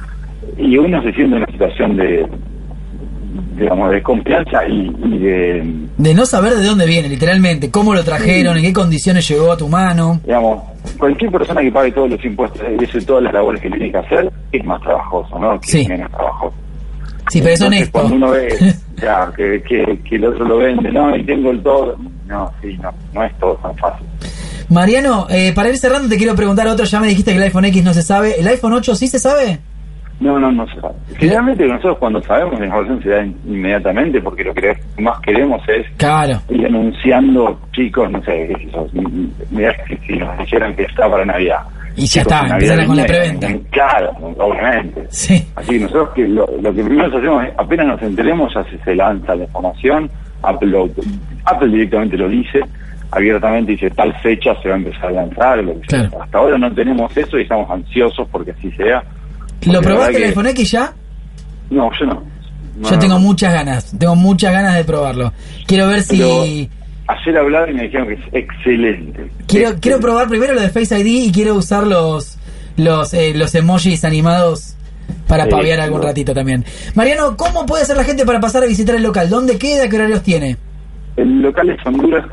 y uno se siente en una situación de confianza y de no saber de dónde viene, literalmente, cómo lo trajeron, en qué condiciones llegó a tu mano. Digamos, cualquier persona que pague todos los impuestos y hace todas las labores que tiene que hacer, es más trabajoso, ¿no? Que es menos trabajoso. Sí, pero es honesto. Cuando uno ve que el otro lo vende, no, y tengo el todo, no es todo tan fácil. Mariano, para ir cerrando te quiero preguntar otro. Ya me dijiste que el iPhone X no se sabe. ¿El iPhone 8 sí se sabe? No se sabe. Generalmente nosotros cuando sabemos la información se da inmediatamente, porque lo que más queremos es ir anunciando, chicos, no sé, mirá, si nos dijeran que está para Navidad. Y ya está, empezaron con la preventa. Claro, obviamente. Sí. Así que nosotros lo que primero hacemos es, apenas nos enteremos, ya se lanza la información, Apple directamente lo dice, abiertamente dice tal fecha se va a empezar a lanzar. Hasta ahora no tenemos eso y estamos ansiosos porque así sea. ¿Lo probaste el iPhone X ya? No, yo no. Yo tengo muchas ganas de probarlo. Quiero ver si... Ayer hablaron y me dijeron que es excelente. Quiero probar primero lo de Face ID y quiero usar los emojis animados para paviar algún ratito también. Mariano, ¿cómo puede hacer la gente para pasar a visitar el local? ¿Dónde queda? ¿Qué horarios tiene? El local es Honduras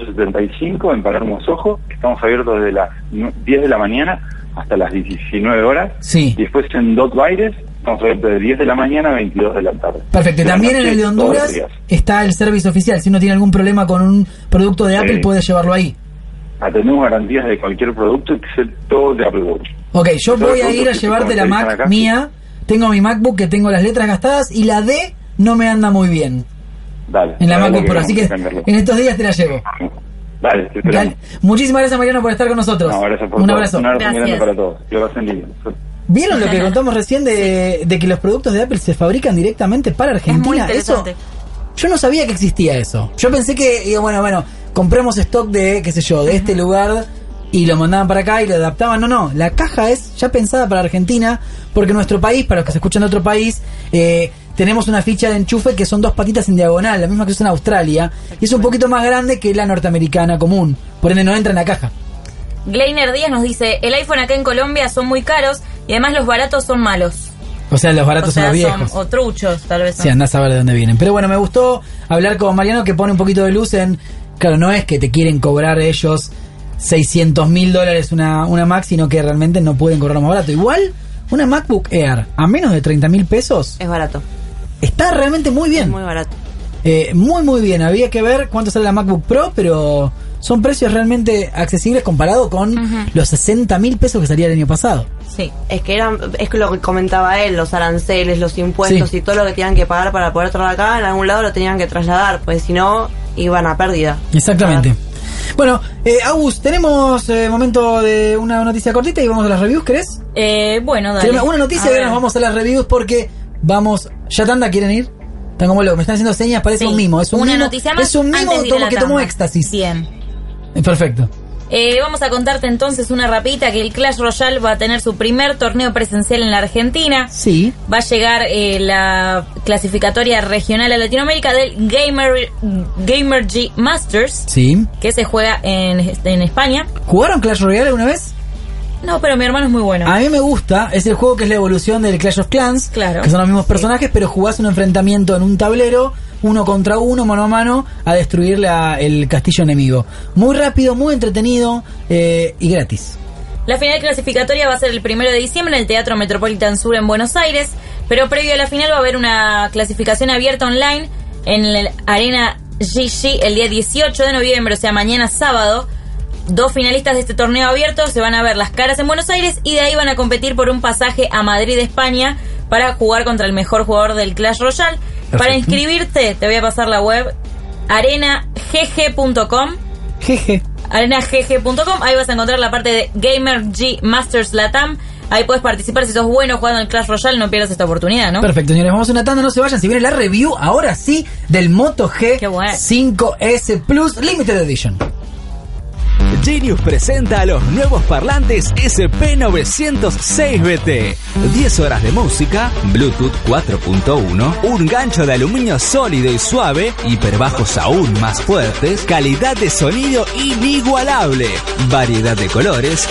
4875 en Palermo Sojo. Estamos abiertos desde las 10 de la mañana hasta las 19 horas. Sí. Y después en Dot Baires estamos abiertos de 10 de la mañana a 22 de la tarde. Perfecto. También en el de Honduras está el servicio oficial. Si uno tiene algún problema con un producto de Apple, puede llevarlo ahí. Tenemos garantías de cualquier producto excepto de Apple Watch. Ok, yo voy a ir a llevarte la Mac mía. Tengo mi MacBook que tengo las letras gastadas y la D no me anda muy bien. Dale. En la MacBook Pro, así que en estos días te la llevo. Dale, te esperamos. Muchísimas gracias, Mariano, por estar con nosotros. Un abrazo muy grande para todos. Que lo pasen bien. ¿Vieron lo que contamos recién de que los productos de Apple se fabrican directamente para Argentina? Es muy interesante. Eso, yo no sabía que existía eso. Yo pensé que, bueno, compremos stock de, qué sé yo, de este lugar y lo mandaban para acá y lo adaptaban. No, la caja es ya pensada para Argentina, porque nuestro país, para los que se escuchan de otro país, tenemos una ficha de enchufe que son 2 patitas en diagonal, la misma que usa en Australia, y es un poquito más grande que la norteamericana común, por ende no entra en la caja. Gleiner Díaz nos dice, el iPhone acá en Colombia son muy caros y además los baratos son malos. O sea, los baratos son los viejos. O truchos, tal vez. Sí, andás a ver de dónde vienen. Pero bueno, me gustó hablar con Mariano, que pone un poquito de luz en... Claro, no es que te quieren cobrar ellos $600,000 una Mac, sino que realmente no pueden cobrar más barato. Igual, una MacBook Air a menos de 30,000 pesos... Es barato. Está realmente muy bien. Es muy barato. Muy bien. Había que ver cuánto sale la MacBook Pro, pero son precios realmente accesibles comparado con los 60,000 pesos que salía el año pasado. Sí, es que lo que comentaba él, los aranceles, los impuestos y todo lo que tenían que pagar para poder traer acá, en algún lado lo tenían que trasladar, pues si no, iban a pérdida. Exactamente. Bueno, Agus, tenemos momento de una noticia cortita y vamos a las reviews, ¿querés? Bueno, dale. Una noticia y ahora nos vamos a las reviews porque vamos... ¿Ya tanda quieren ir? Están como locos, me están haciendo señas, parece un mimo. Es un una mimo, noticia más. Es un mimo que tomó éxtasis. Bien. Perfecto. Vamos a contarte entonces una rapidita que el Clash Royale va a tener su primer torneo presencial en la Argentina. Sí. Va a llegar la clasificatoria regional a Latinoamérica del Gamer G Masters. Sí. Que se juega en España. ¿Jugaron Clash Royale alguna vez? No, pero mi hermano es muy bueno. A mí me gusta, es el juego que es la evolución del Clash of Clans, claro, que son los mismos personajes, pero jugás un enfrentamiento en un tablero, 1 contra 1, mano a mano, a destruir el castillo enemigo. Muy rápido, muy entretenido y gratis. La final clasificatoria va a ser el 1 de diciembre en el Teatro Metropolitan Sur en Buenos Aires, pero previo a la final va a haber una clasificación abierta online en la Arena GG el día 18 de noviembre, o sea, mañana sábado. 2 finalistas de este torneo abierto se van a ver las caras en Buenos Aires y de ahí van a competir por un pasaje a Madrid, España, para jugar contra el mejor jugador del Clash Royale. Perfecto. Para inscribirte, te voy a pasar la web arenagg.com. arenagg.com. Ahí vas a encontrar la parte de Gamer G Masters Latam. Ahí puedes participar si sos bueno jugando en el Clash Royale, no pierdas esta oportunidad, ¿no? Perfecto, señores, vamos a una tanda, no se vayan. Si viene la review, ahora sí, del Moto G5S Plus Limited Edition. Genius presenta a los nuevos parlantes SP906BT. 10 horas de música, Bluetooth 4.1, un gancho de aluminio sólido y suave, hiperbajos aún más fuertes, calidad de sonido inigualable, variedad de colores.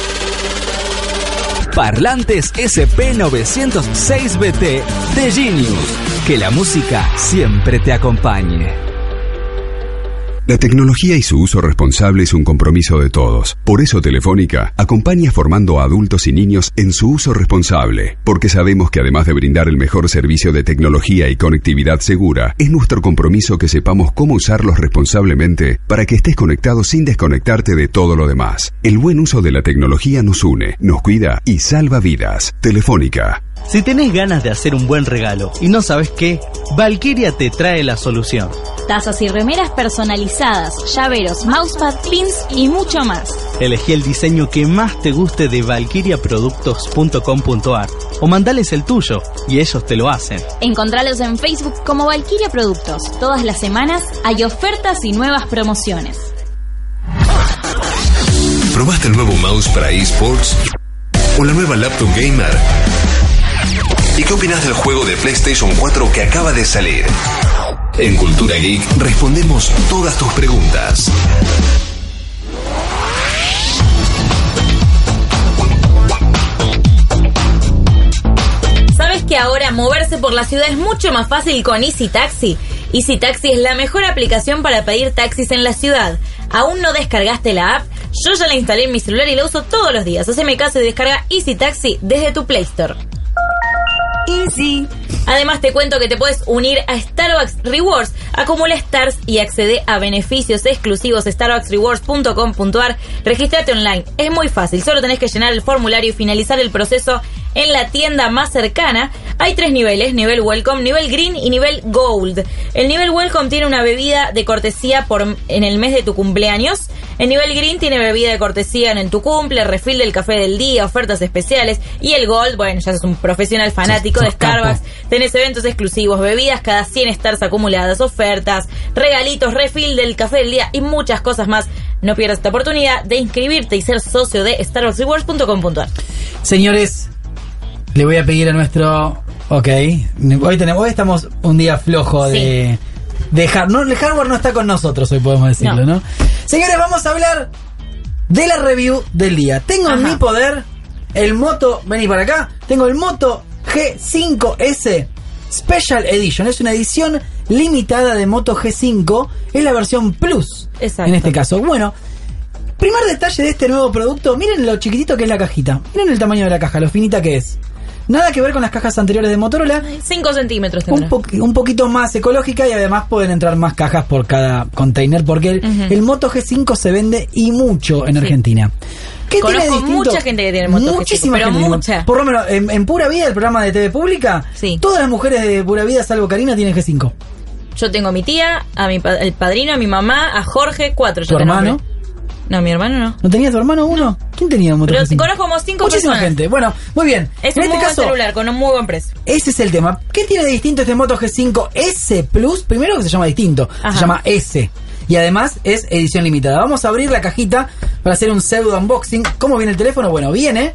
Parlantes SP906BT de Genius. Que la música siempre te acompañe. La tecnología y su uso responsable es un compromiso de todos. Por eso Telefónica acompaña formando a adultos y niños en su uso responsable, porque sabemos que además de brindar el mejor servicio de tecnología y conectividad segura, es nuestro compromiso que sepamos cómo usarlos responsablemente para que estés conectado sin desconectarte de todo lo demás. El buen uso de la tecnología nos une, nos cuida y salva vidas. Telefónica. Si tenés ganas de hacer un buen regalo y no sabes qué, Valkyria te trae la solución. Tazas y remeras personalizadas, llaveros, mousepad, pins y mucho más. Elegí el diseño que más te guste de valkyriaproductos.com.ar o mandales el tuyo y ellos te lo hacen. Encontralos en Facebook como Valkyria Productos. Todas las semanas hay ofertas y nuevas promociones. ¿Probaste el nuevo mouse para eSports? ¿O la nueva laptop gamer? ¿Y qué opinas del juego de PlayStation 4 que acaba de salir? En Cultura Geek respondemos todas tus preguntas. ¿Sabes que ahora moverse por la ciudad es mucho más fácil con Easy Taxi? Easy Taxi es la mejor aplicación para pedir taxis en la ciudad. ¿Aún no descargaste la app? Yo ya la instalé en mi celular y la uso todos los días. Haceme caso y descarga Easy Taxi desde tu Play Store. Easy. Además te cuento que te puedes unir a Starbucks Rewards, acumula stars y accede a beneficios exclusivos. starbucksrewards.com.ar. Regístrate online, es muy fácil, solo tenés que llenar el formulario y finalizar el proceso en la tienda más cercana. Hay 3 niveles, nivel Welcome, nivel Green y nivel Gold. El nivel Welcome tiene una bebida de cortesía en el mes de tu cumpleaños. El nivel Green tiene bebida de cortesía en tu cumple, refill del café del día, ofertas especiales. Y el Gold, bueno, ya sos un profesional fanático de Starbucks. Tenés eventos exclusivos, bebidas cada 100 stars acumuladas, ofertas, regalitos, refill del café del día y muchas cosas más. No pierdas esta oportunidad de inscribirte y ser socio de StarbucksRewards.com.ar. Señores, le voy a pedir a nuestro... Ok, hoy estamos un día flojo de no, el hardware no está con nosotros hoy, podemos decirlo, ¿no? Señores, vamos a hablar de la review del día. Tengo en mi poder el Moto, vení para acá, tengo el Moto G5S Special Edition. Es una edición limitada de Moto G5, es la versión Plus. Exacto. En este caso. Bueno, primer detalle de este nuevo producto, miren lo chiquitito que es la cajita, miren el tamaño de la caja, lo finita que es. Nada que ver con las cajas anteriores de Motorola. 5 centímetros tendrá. Un poquito más ecológica y además pueden entrar más cajas por cada container porque el Moto G5 se vende y mucho en Argentina. ¿Qué Conozco tiene distinto? Mucha gente que tiene Moto Muchísima G5, pero gente. mucha. Por lo menos en Pura Vida, el programa de TV Pública, todas las mujeres de Pura Vida, salvo Karina, tienen G5. Yo tengo a mi tía, el padrino, a mi mamá, a Jorge, 4. ¿Tu hermano? No, mi hermano no. ¿No tenía tu hermano uno? No. ¿Quién tenía un Moto Pero G5? conozco como 5 Muchísima personas. gente. Bueno, muy bien. Es en un este muy caso, buen celular, con un muy buen precio. Ese es el tema. ¿Qué tiene de distinto este Moto G5 S Plus? Primero que se llama distinto. Se llama S. Y además es edición limitada. Vamos a abrir la cajita para hacer un pseudo unboxing. ¿Cómo viene el teléfono? Bueno, viene,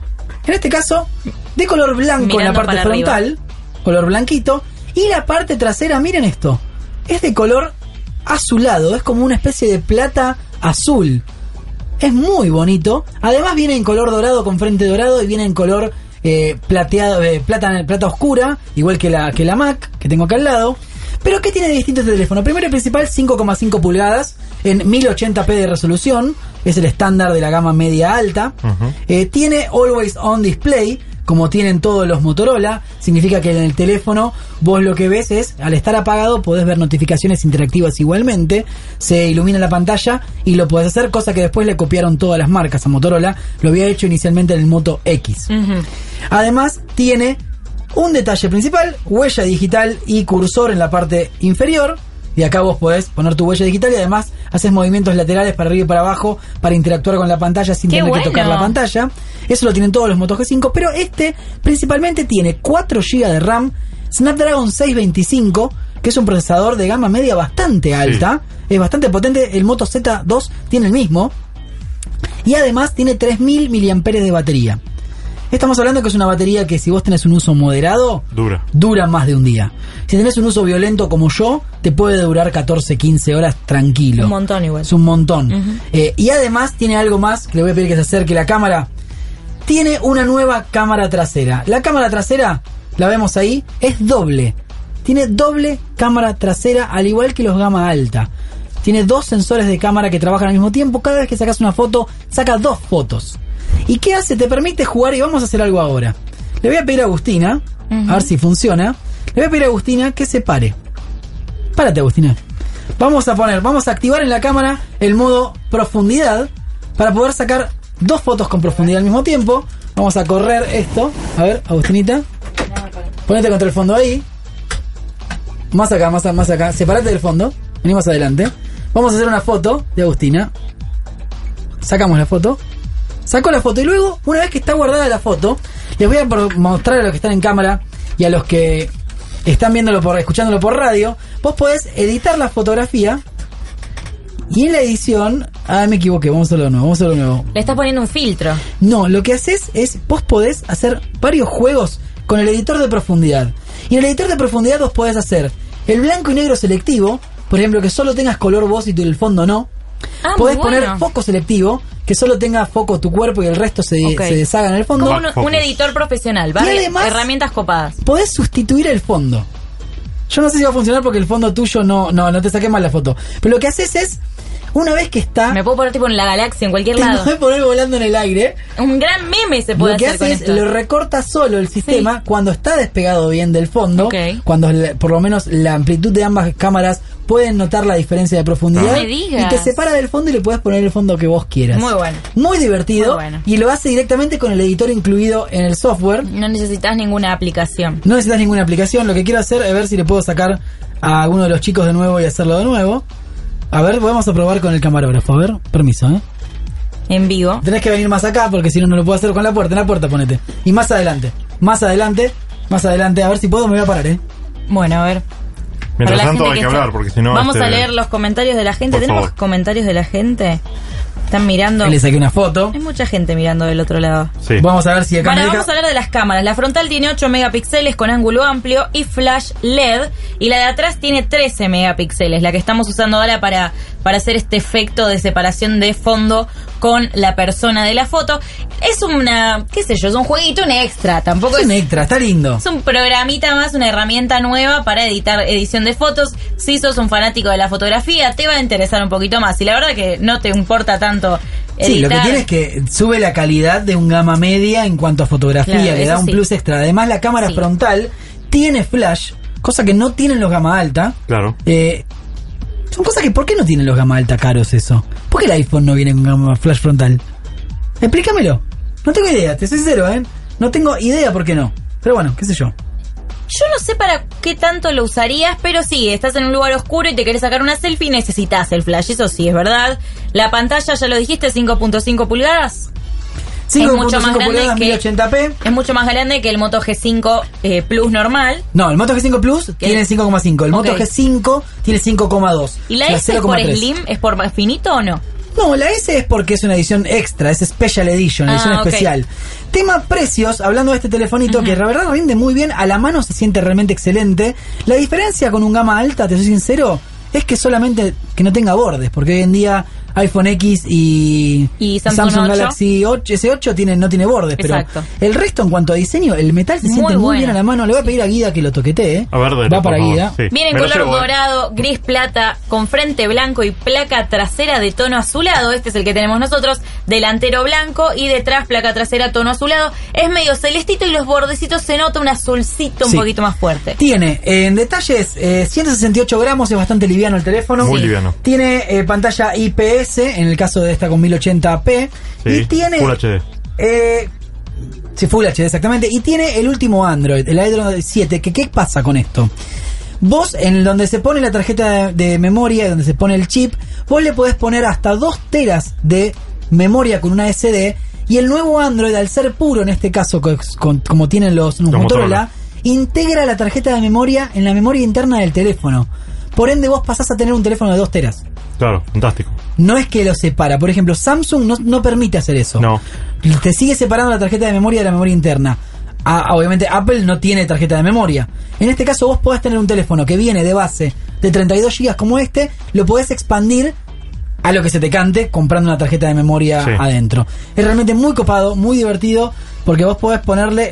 en este caso, de color blanco. Mirando en la parte frontal. Arriba. Color blanquito. Y la parte trasera, miren esto. Es de color azulado. Es como una especie de plata azul. Es muy bonito. Además viene en color dorado con frente dorado y viene en color plateado, plata oscura, igual que la Mac que tengo acá al lado. Pero ¿qué tiene de distinto este teléfono? Primero y principal, 5,5 pulgadas en 1080p de resolución. Es el estándar de la gama media alta. Tiene Always On Display, como tienen todos los Motorola. Significa que en el teléfono vos lo que ves es, al estar apagado, podés ver notificaciones interactivas igualmente. Se ilumina la pantalla y lo podés hacer, cosa que después le copiaron todas las marcas a Motorola. Lo había hecho inicialmente en el Moto X. Además, tiene un detalle principal, huella digital y cursor en la parte inferior. Y acá vos podés poner tu huella digital y además haces movimientos laterales para arriba y para abajo para interactuar con la pantalla sin tener que tocar la pantalla. Eso lo tienen todos los Moto G5, pero este principalmente tiene 4 GB de RAM, Snapdragon 625, que es un procesador de gama media bastante alta, es bastante potente. El Moto Z2 tiene el mismo y además tiene 3000 mAh de batería. Estamos hablando que es una batería que si vos tenés un uso moderado, dura más de un día. Si tenés un uso violento como yo, te puede durar 14, 15 horas tranquilo. Un montón igual. Es un montón. Y además tiene algo más, que le voy a pedir que se acerque la cámara. Tiene una nueva cámara trasera. La cámara trasera, la vemos ahí, es doble. Tiene doble cámara trasera, al igual que los gama alta. tiene 2 sensores de cámara que trabajan al mismo tiempo. Cada vez que sacas una foto, saca 2 fotos. ¿Y qué hace? Te permite jugar, y vamos a hacer algo ahora. Le voy a pedir a Agustina, a ver si funciona. Le voy a pedir a Agustina que se pare. Párate, Agustina. Vamos a activar en la cámara el modo profundidad para poder sacar 2 fotos con profundidad al mismo tiempo. Vamos a correr esto. A ver, Agustinita. Ponete contra el fondo ahí. Más acá. Separate del fondo. Vení más adelante. Vamos a hacer una foto de Agustina. Sacamos la foto. Sacó la foto y luego, una vez que está guardada la foto, les voy a mostrar a los que están en cámara y a los que están escuchándolo por radio. Vos podés editar la fotografía y en la edición... me equivoqué, vamos a hacerlo de nuevo. Le estás poniendo un filtro. No, lo que haces es, vos podés hacer varios juegos con el editor de profundidad. Y en el editor de profundidad vos podés hacer el blanco y negro selectivo, por ejemplo, que solo tengas color vos y el fondo no. Podés poner foco selectivo, que solo tenga foco tu cuerpo y el resto se deshaga en el fondo. Como un editor profesional, ¿vale? Y además, herramientas copadas. Podés sustituir el fondo. Yo no sé si va a funcionar porque el fondo tuyo no te saqué mal la foto. Pero lo que haces es, una vez que está... Me puedo poner tipo en la galaxia, en cualquier lado. Te puedes poner volando en el aire. Un gran meme se puede hacer con esto. Lo que hace es, lo recorta solo el sistema cuando está despegado bien del fondo. Cuando por lo menos la amplitud de ambas cámaras pueden notar la diferencia de profundidad. No me digas. Y te separa del fondo y le puedes poner el fondo que vos quieras. Muy bueno. Muy divertido. Muy bueno. Y lo hace directamente con el editor incluido en el software. No necesitas ninguna aplicación. Lo que quiero hacer es ver si le puedo sacar a alguno de los chicos de nuevo y hacerlo de nuevo. A ver, vamos a probar con el camarógrafo. A ver, permiso, En vivo. Tenés que venir más acá porque si no lo puedo hacer con la puerta. En la puerta ponete. Y más adelante. A ver si puedo, me voy a parar, Bueno, a ver. Mientras tanto hay que hablar porque si no... Vamos a leer los comentarios de la gente. ¿Tenemos comentarios de la gente? Están mirando. Le saqué una foto. Hay mucha gente mirando del otro lado. Sí. Vamos a ver si acá... Vamos a hablar de las cámaras. La frontal tiene 8 megapíxeles con ángulo amplio y flash LED. Y la de atrás tiene 13 megapíxeles. La que estamos usando ahora para hacer este efecto de separación de fondo con la persona de la foto. Es una... qué sé yo, es un jueguito, un extra. Tampoco es un extra, está lindo. Es un programita más, una herramienta nueva para edición de fotos. Si sos un fanático de la fotografía, te va a interesar un poquito más. Y la verdad que no te importa tanto editar. Sí, lo que tiene es que sube la calidad de un gama media en cuanto a fotografía. Claro, le da un plus extra. Además, la cámara frontal tiene flash, cosa que no tienen los gama alta. Claro. Son cosas que... ¿por qué no tienen los gama alta caros eso? ¿Por qué el iPhone no viene con gama flash frontal? Explícamelo. No tengo idea, te soy sincero, No tengo idea por qué no. Pero bueno, qué sé yo. Yo no sé para qué tanto lo usarías, pero sí, estás en un lugar oscuro y te querés sacar una selfie, necesitas el flash, eso sí, es verdad. La pantalla, ya lo dijiste, 5.5 pulgadas. 5.5 pulgadas, 1080p. Es mucho más grande que el Moto G5 Plus normal. No, el Moto G5 Plus tiene 5,5. El Moto G5 tiene 5,2. ¿Y la S es por Slim? ¿Es por más finito o no? No, la S es porque es una edición extra, es Special Edition, edición especial. Tema precios, hablando de este telefonito que la verdad rinde muy bien, a la mano se siente realmente excelente. La diferencia con un gama alta, te soy sincero, es que solamente que no tenga bordes, porque hoy en día iPhone X y Samsung Galaxy S8 no tiene bordes. Exacto. Pero el resto en cuanto a diseño, el metal se siente muy bien a la mano. Le voy a pedir a Guida que lo toquetee. A ver, va para Guida. Sí. Viene en color dorado, gris plata, con frente blanco y placa trasera de tono azulado. Este es el que tenemos nosotros, delantero blanco y detrás placa trasera tono azulado. Es medio celestito y los bordecitos se nota un azulcito un poquito más fuerte. Tiene en detalles 168 gramos, es bastante liviano el teléfono. Muy liviano. Tiene pantalla IPS, en el caso de esta con 1080p. Sí, y tiene Full HD. Sí, Full HD, exactamente. Y tiene el último Android, el Android 7. ¿Qué pasa con esto? Vos, en donde se pone la tarjeta de memoria, donde se pone el chip, vos le podés poner hasta 2 teras de memoria con una SD. Y el nuevo Android, al ser puro en este caso, como tienen los Motorola, integra la tarjeta de memoria en la memoria interna del teléfono. Por ende, vos pasás a tener un teléfono de 2 teras. Claro, fantástico. No es que lo separa. Por ejemplo, Samsung no permite hacer eso. No. Te sigue separando la tarjeta de memoria de la memoria interna. Obviamente, Apple no tiene tarjeta de memoria. En este caso, vos podés tener un teléfono que viene de base de 32 GB como este, lo podés expandir a lo que se te cante comprando una tarjeta de memoria adentro. Es realmente muy copado, muy divertido, porque vos podés ponerle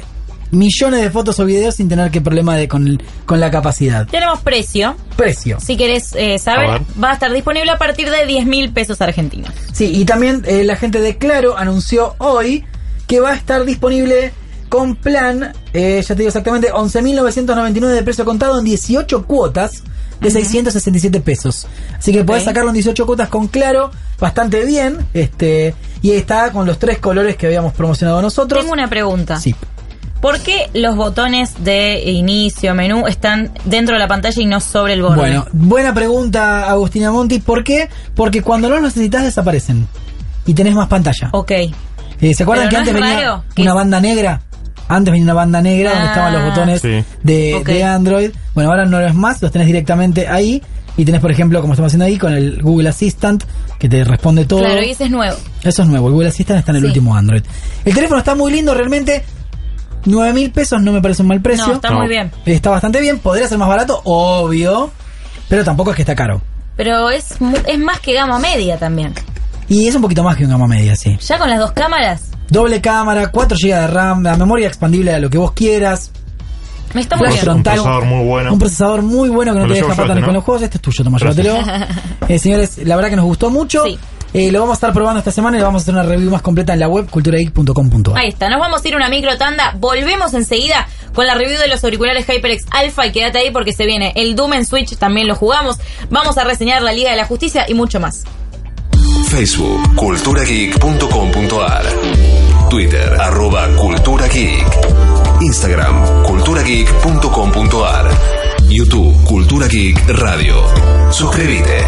millones de fotos o videos sin tener que problema con la capacidad. Tenemos precio. Si querés saber, va a estar disponible a partir de 10.000 pesos argentinos. Sí, y también la gente de Claro anunció hoy que va a estar disponible con plan, ya te digo exactamente, 11.999 de precio contado en 18 cuotas de 667 pesos. Así que podés sacarlo en 18 cuotas con Claro, bastante bien. Y está con los 3 colores que habíamos promocionado nosotros. Tengo una pregunta. Sí. ¿Por qué los botones de inicio, menú, están dentro de la pantalla y no sobre el borde? Bueno, buena pregunta, Agustina Monti. ¿Por qué? Porque cuando los necesitas desaparecen y tenés más pantalla. Ok. ¿Se acuerdan que antes venía una banda negra? Antes venía una banda negra donde estaban los botones de Android. Bueno, ahora no lo es más, los tenés directamente ahí. Y tenés, por ejemplo, como estamos haciendo ahí, con el Google Assistant, que te responde todo. Claro, y ese es nuevo. Eso es nuevo, el Google Assistant está en el último Android. El teléfono está muy lindo, realmente. 9.000 pesos no me parece un mal precio. No, está muy bien. Está bastante bien, podría ser más barato, obvio, pero tampoco es que está caro. Pero es más que gama media también. Y es un poquito más que una gama media, sí. ¿Ya con las 2 cámaras? Doble cámara, 4 GB de RAM, la memoria expandible a lo que vos quieras. Me está muy bien. Frontal, un procesador muy bueno. Un procesador muy bueno que no te deja patar con los juegos. Este es tuyo, toma, llévatelo. Señores, la verdad que nos gustó mucho. Sí. Lo vamos a estar probando esta semana y vamos a hacer una review más completa en la web culturageek.com.ar. Ahí está, nos vamos a ir a una micro tanda. Volvemos enseguida con la review de los auriculares HyperX Alpha y quédate ahí porque se viene el Doom en Switch, también lo jugamos. Vamos a reseñar la Liga de la Justicia y mucho más. Facebook, culturageek.com.ar. Twitter, @culturageek. Instagram, culturageek.com.ar. YouTube, Cultura Geek Radio. Suscríbete.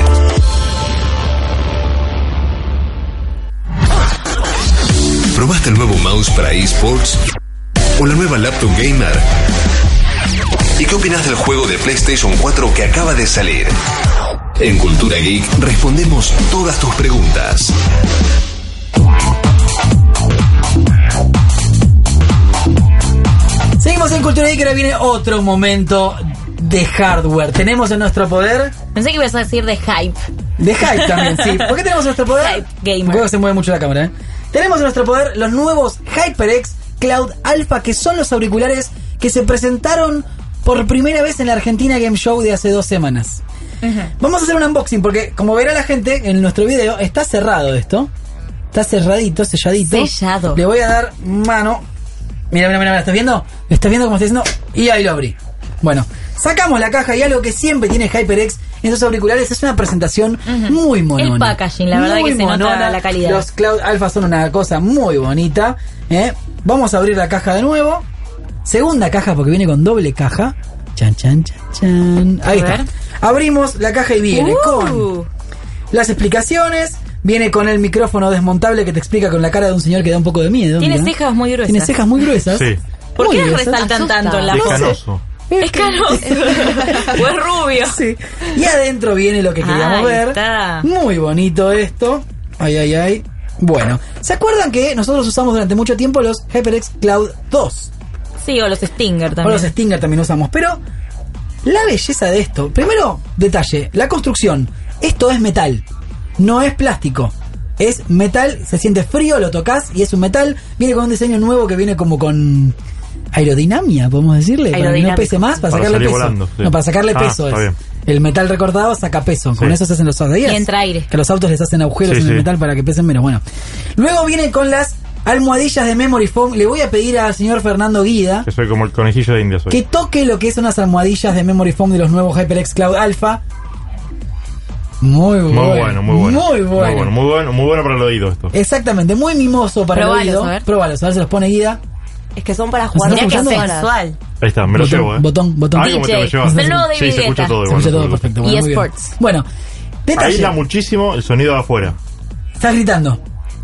¿Probaste el nuevo mouse para eSports? ¿O la nueva laptop gamer? ¿Y qué opinas del juego de PlayStation 4 que acaba de salir? En Cultura Geek respondemos todas tus preguntas. Seguimos en Cultura Geek, ahora viene otro momento de hardware. Tenemos en nuestro poder... Pensé que ibas a decir de hype. De hype también, sí. ¿Por qué tenemos en nuestro poder? Hype gamer. Porque se mueve mucho la cámara, Tenemos en nuestro poder los nuevos HyperX Cloud Alpha, que son los auriculares que se presentaron por primera vez en la Argentina Game Show de hace 2 semanas. Vamos a hacer un unboxing porque, como verá la gente en nuestro video, está cerrado esto. Está cerradito, selladito. Sellado. Le voy a dar mano. Mira, ¿estás viendo? ¿Estás viendo cómo está diciendo? Y ahí lo abrí. Bueno, sacamos la caja y algo que siempre tiene HyperX en sus auriculares es una presentación muy monona. El packaging, la verdad que se nota la calidad. Los Cloud Alpha son una cosa muy bonita. Vamos a abrir la caja de nuevo. Segunda caja porque viene con doble caja. Chan, chan, chan, chan. Ahí está. Abrimos la caja y viene con las explicaciones. Viene con el micrófono desmontable que te explica con la cara de un señor que da un poco de miedo. Tiene cejas muy gruesas. Tiene cejas muy gruesas. Sí. ¿Por qué resaltan tanto en la foto? Es canoso. O es rubio. Sí. Y adentro viene lo que queríamos ver. Está. Muy bonito esto. Ay. Bueno, ¿se acuerdan que nosotros usamos durante mucho tiempo los HyperX Cloud 2? Sí, o los Stinger también. O los Stinger también usamos. Pero la belleza de esto, primero, detalle, la construcción. Esto es metal, no es plástico. Es metal, se siente frío, lo tocas y es un metal. Viene con un diseño nuevo que viene como con aerodinámica, podemos decirle. Para que no pese más, para sacarle peso. Volando, sí. No, para sacarle peso es. Bien. El metal recortado saca peso. Con eso se hacen los autos. Y entra aire. Que los autos les hacen agujeros en el metal para que pesen menos. Bueno. Luego viene con las almohadillas de Memory Foam. Le voy a pedir al señor Fernando Guida, que soy como el conejillo de India, que toque lo que son unas almohadillas de Memory Foam de los nuevos HyperX Cloud Alpha. Muy bueno. Muy bueno para el oído esto. Exactamente, muy mimoso para el oído. Próbalos, a ver si los pone Guida. Es que son para jugar sensual. Ahí está, me lo llevo, Botón. Ay, como te lo llevas. El nuevo sí, se escucha todo igual. Se escucha todo perfecto. Bueno, y Sports. Bueno, detalle. Aísla muchísimo el sonido de afuera. Estás gritando.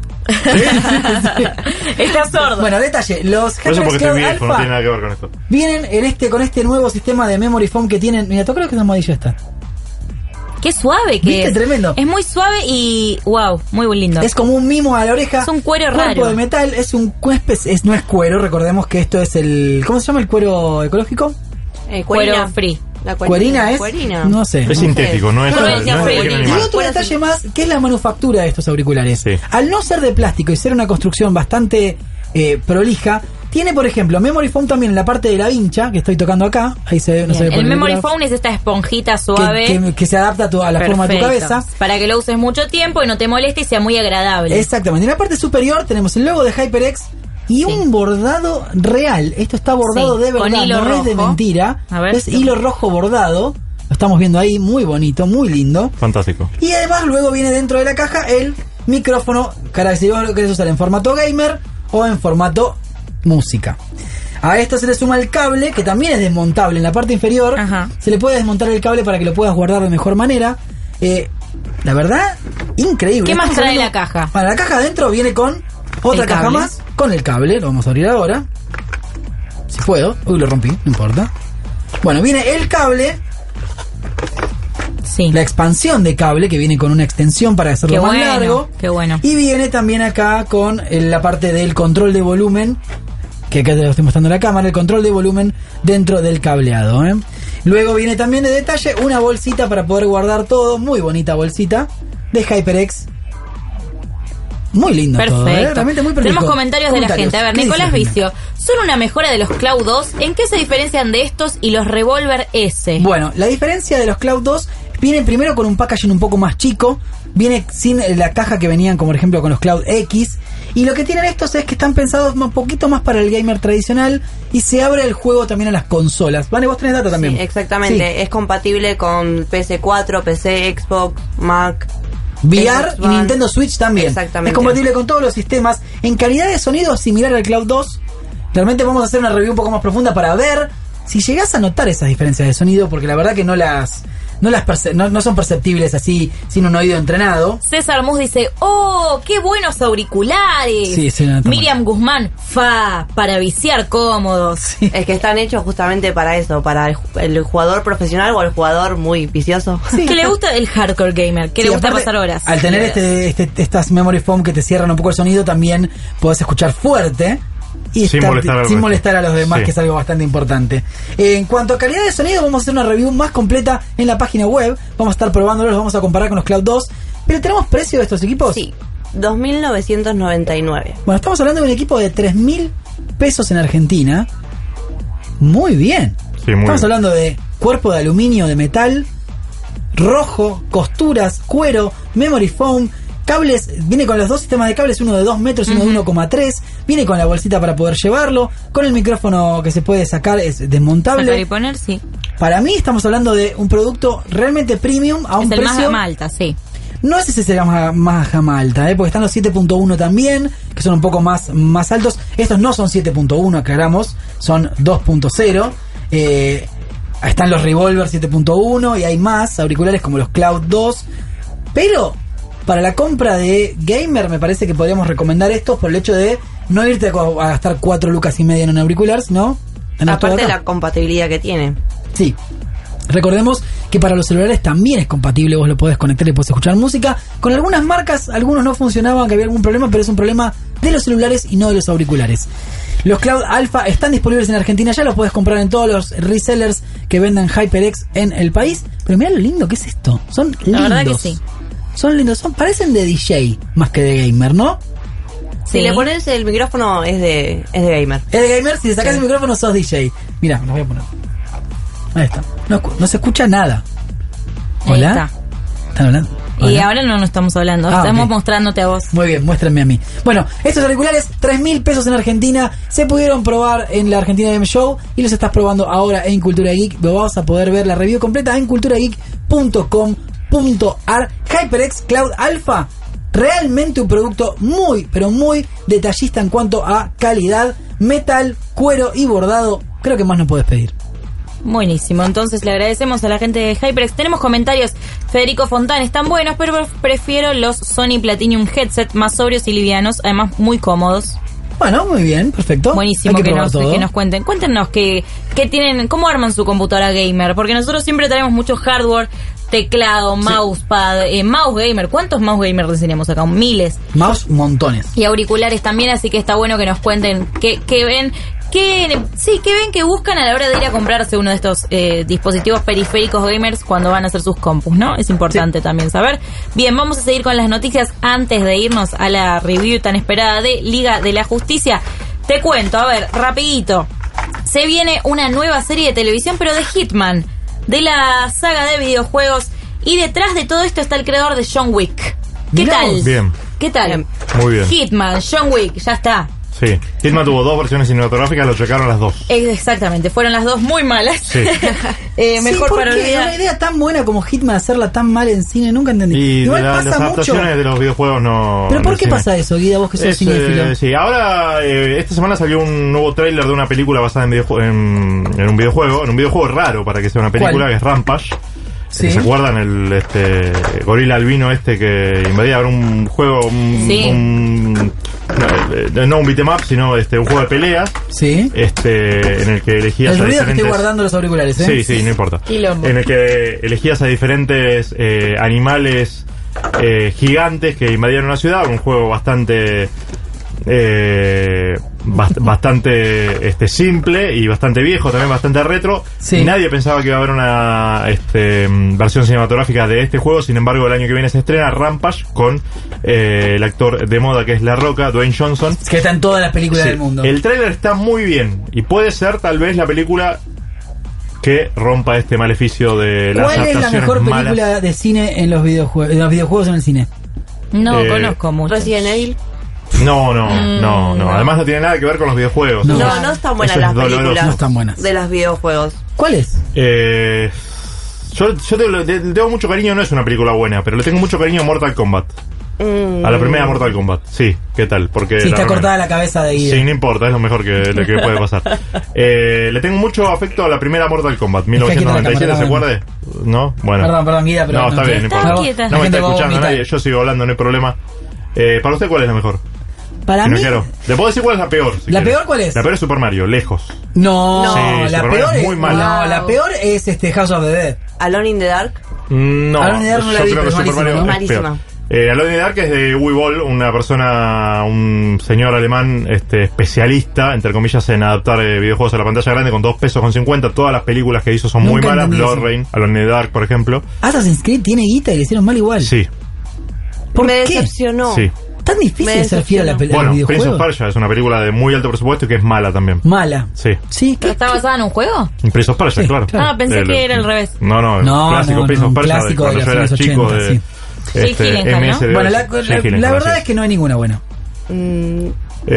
Está sordo. Bueno, detalle, los HyperX Cloud Alpha no tiene nada que ver con esto. Vienen con este nuevo sistema de Memory Foam que tienen. Mira, tú crees que esa almohadilla está. Qué suave que es. Tremendo. Es muy suave y wow, muy lindo. Es como un mimo a la oreja. Es un cuero cuerpo raro. De metal, es un no es cuero, recordemos que esto es el ¿cómo se llama el cuero ecológico? Cuero free. La cuerina es cuerina. No sé. Es sintético, no es y otro detalle más, que es la manufactura de estos auriculares. Sí. Al no ser de plástico y ser una construcción bastante prolija, Tiene, por ejemplo, Memory Foam también en la parte de la vincha, que estoy tocando acá. Ahí se ve, no se ve. El Memory Foam es esta esponjita suave. Que se adapta a la forma de tu cabeza. Para que lo uses mucho tiempo y no te moleste y sea muy agradable. Exactamente. En la parte superior tenemos el logo de HyperX y un bordado real. Esto está bordado de verdad, con hilo no rojo. Es de mentira. A ver, es hilo rojo bordado. Lo estamos viendo ahí, muy bonito, muy lindo. Fantástico. Y además luego viene dentro de la caja el micrófono, cara, si vos lo querés usar en formato gamer o en formato música. A esto se le suma el cable, que también es desmontable en la parte inferior. Se le puede desmontar el cable para que lo puedas guardar de mejor manera. La verdad, increíble. ¿Qué más trae la caja? Para la caja adentro viene con otra caja más, con el cable. Lo vamos a abrir ahora. Si puedo. Uy, lo rompí, no importa. Bueno, viene el cable. Sí. La expansión de cable, que viene con una extensión para hacerlo más largo. Qué bueno. Y viene también acá con la parte del control de volumen, que acá te lo estoy mostrando en la cámara, el control de volumen dentro del cableado. Luego viene también de detalle una bolsita para poder guardar todo, muy bonita bolsita de HyperX. Muy lindo. Perfecto. Todo, realmente muy perfecto. Tenemos comentarios de la gente. A ver, Nicolás Vicio, ¿son una mejora de los Cloud 2? ¿En qué se diferencian de estos y los Revolver S? Bueno, la diferencia de los Cloud 2 viene primero con un packaging un poco más chico, viene sin la caja que venían, como por ejemplo con los Cloud X, y lo que tienen estos es que están pensados un poquito más para el gamer tradicional y se abre el juego también a las consolas. Vale, vos tenés data también. Sí, exactamente, sí. Es compatible con PS4, PC, Xbox, Mac, VR y Nintendo Switch también. Exactamente. Es compatible con todos los sistemas. En calidad de sonido similar al Cloud 2. Realmente vamos a hacer una review un poco más profunda para ver si llegás a notar esas diferencias de sonido, porque la verdad que no son perceptibles así sin un oído entrenado. César Mus dice, ¡oh, qué buenos auriculares! Sí, Miriam Guzmán, para viciar cómodos. Sí. Es que están hechos justamente para eso, para el jugador profesional o el jugador muy vicioso. Sí. Que le gusta el hardcore gamer, que le gusta pasar horas. Al tener estas Memory Foam que te cierran un poco el sonido, también podés escuchar fuerte. Y sin molestar a los demás, que es algo bastante importante. En cuanto a calidad de sonido, vamos a hacer una review más completa en la página web. Vamos a estar probándolos, los vamos a comparar con los Cloud 2. ¿Pero tenemos precio de estos equipos? Sí, 2.999. Bueno, estamos hablando de un equipo de 3.000 pesos en Argentina. Muy bien. Sí, muy estamos bien. hablando de cuerpo de aluminio, de metal, rojo, costuras, cuero, Memory Foam, cables, viene con los dos sistemas de cables, uno de 2 metros y uno de 1,3, viene con la bolsita para poder llevarlo, con el micrófono que se puede sacar, es desmontable. Sacar y poner, sí. Para mí estamos hablando de un producto realmente premium a un precio... Es el más gama alta, sí. No sé si será más gama alta, porque están los 7.1 también, que son un poco más altos. Estos no son 7.1, aclaramos, son 2.0. Están los Revolver 7.1 y hay más auriculares como los Cloud 2, pero... Para la compra de gamer me parece que podríamos recomendar estos por el hecho de no irte a gastar 4 lucas y media en un auricular, sino... Aparte de la compatibilidad que tiene. Sí. Recordemos que para los celulares también es compatible, vos lo podés conectar y podés escuchar música. Con algunas marcas, algunos no funcionaban, que había algún problema, pero es un problema de los celulares y no de los auriculares. Los Cloud Alpha están disponibles en Argentina ya, los podés comprar en todos los resellers que vendan HyperX en el país. Pero mirá lo lindo que es esto, son lindos. La verdad que sí. Son lindos, parecen de DJ más que de gamer, ¿no? Si le pones el micrófono es de gamer. Es de gamer, si le sacás el micrófono sos DJ. Mirá, los voy a poner. Ahí está. No se escucha nada. ¿Hola? Ahí está. ¿Están hablando? ¿Hola? Y ahora no estamos hablando, estamos mostrándote a vos. Muy bien, muéstrenme a mí. Bueno, estos auriculares, 3.000 pesos en Argentina, se pudieron probar en la Argentina Game Show y los estás probando ahora en Cultura Geek. Lo vas a poder ver la review completa en culturageek.com.ar. HyperX Cloud Alpha, realmente un producto muy, pero muy detallista en cuanto a calidad, metal, cuero y bordado. Creo que más no puedes pedir. Buenísimo, entonces le agradecemos a la gente de HyperX. Tenemos comentarios. Federico Fontán, están buenos, pero prefiero los Sony Platinum Headset, más sobrios y livianos, además muy cómodos. Bueno, muy bien, perfecto. Buenísimo que nos cuenten. Cuéntenos qué tienen, cómo arman su computadora gamer, porque nosotros siempre traemos mucho hardware, teclado, mousepad, mouse gamer. ¿Cuántos mouse gamers enseñamos acá? Miles. Mouse, montones. Y auriculares también, así que está bueno que nos cuenten qué ven. ¿Qué ven que buscan a la hora de ir a comprarse uno de estos dispositivos periféricos gamers cuando van a hacer sus compus, ¿no? Es importante también saber. Bien, vamos a seguir con las noticias antes de irnos a la review tan esperada de Liga de la Justicia. Te cuento, a ver, rapidito. Se viene una nueva serie de televisión, pero de Hitman, de la saga de videojuegos. Y detrás de todo esto está el creador de John Wick. ¿Qué tal? Bien. ¿Qué tal? Muy bien. Hitman, John Wick, ya está. Sí, Hitman tuvo 2 versiones cinematográficas, lo checaron las 2. Exactamente, fueron las 2 muy malas. Sí. Mejor para olvidar. Una idea tan buena como Hitman hacerla tan mal en cine, nunca entendí. Y igual las adaptaciones mucho de los videojuegos no. ¿Pero por qué pasa eso, Guida, vos que sos cinéfilo? Sí, ahora esta semana salió un nuevo tráiler de una película basada en un videojuego raro para que sea una película. ¿Cuál? Que es Rampage. ¿Sí? ¿Se acuerdan el gorila albino que invadía un juego, no un beat'em up, sino un juego de peleas? Sí. En el que elegías el ruido que estoy guardando los auriculares, Sí, no importa. En el que elegías a diferentes animales gigantes que invadían una ciudad, un juego bastante simple y bastante viejo, también bastante retro. Sí. Nadie pensaba que iba a haber una versión cinematográfica de este juego. Sin embargo, el año que viene se estrena Rampage con el actor de moda que es La Roca, Dwayne Johnson, que está en todas las películas del mundo. El tráiler está muy bien y puede ser tal vez la película que rompa este maleficio de las adaptaciones. ¿Cuál es la mejor película malas de cine en los videojuegos en el cine? No conozco mucho. Resident Evil. No. Además no tiene nada que ver con los videojuegos. No están buenas las películas. No están buenas. De los videojuegos. ¿Cuáles? Yo tengo mucho cariño, no es una película buena, pero le tengo mucho cariño a Mortal Kombat. A la primera Mortal Kombat. Sí, ¿qué tal? Porque sí, está cortada la cabeza de Guida. Sí, no importa, es lo mejor que puede pasar. Le tengo mucho afecto a la primera Mortal Kombat, 1997, ¿se acuerda? ¿No? Bueno. Perdón, Guida, pero no, está bien, no importa. No me está escuchando nadie, yo sigo hablando, no hay problema. Para usted, ¿cuál es la mejor? Para mí. Le puedo decir cuál es la peor. ¿La peor cuál es? La peor es Super Mario, lejos. No, sí, la peor es muy mala. No, la peor es House of the Dead. Alone in the Dark. No, Alone in the Dark no la vi, creo que Super Mario es malísima. Alone in the Dark es de Uwe Boll, un señor alemán especialista, entre comillas, en adaptar videojuegos a la pantalla grande con $2.50 pesos. Todas las películas que hizo son muy malas. Blood Rain, Alone in the Dark, por ejemplo. Assassin's Creed tiene guita y le hicieron mal igual. Sí. ¿Por Me qué? Decepcionó. Sí. Tan difícil de ser fiel a la película. Bueno, Prince of Persia es una película de muy alto presupuesto y que es mala también. Mala. Sí. ¿Pero está basada en un juego? Prince of Persia, claro. Ah, pensé que era al revés. No, clásico Prince of Persia clásico cuando yo era chico de MS. Bueno, la verdad es que no hay ninguna buena. No.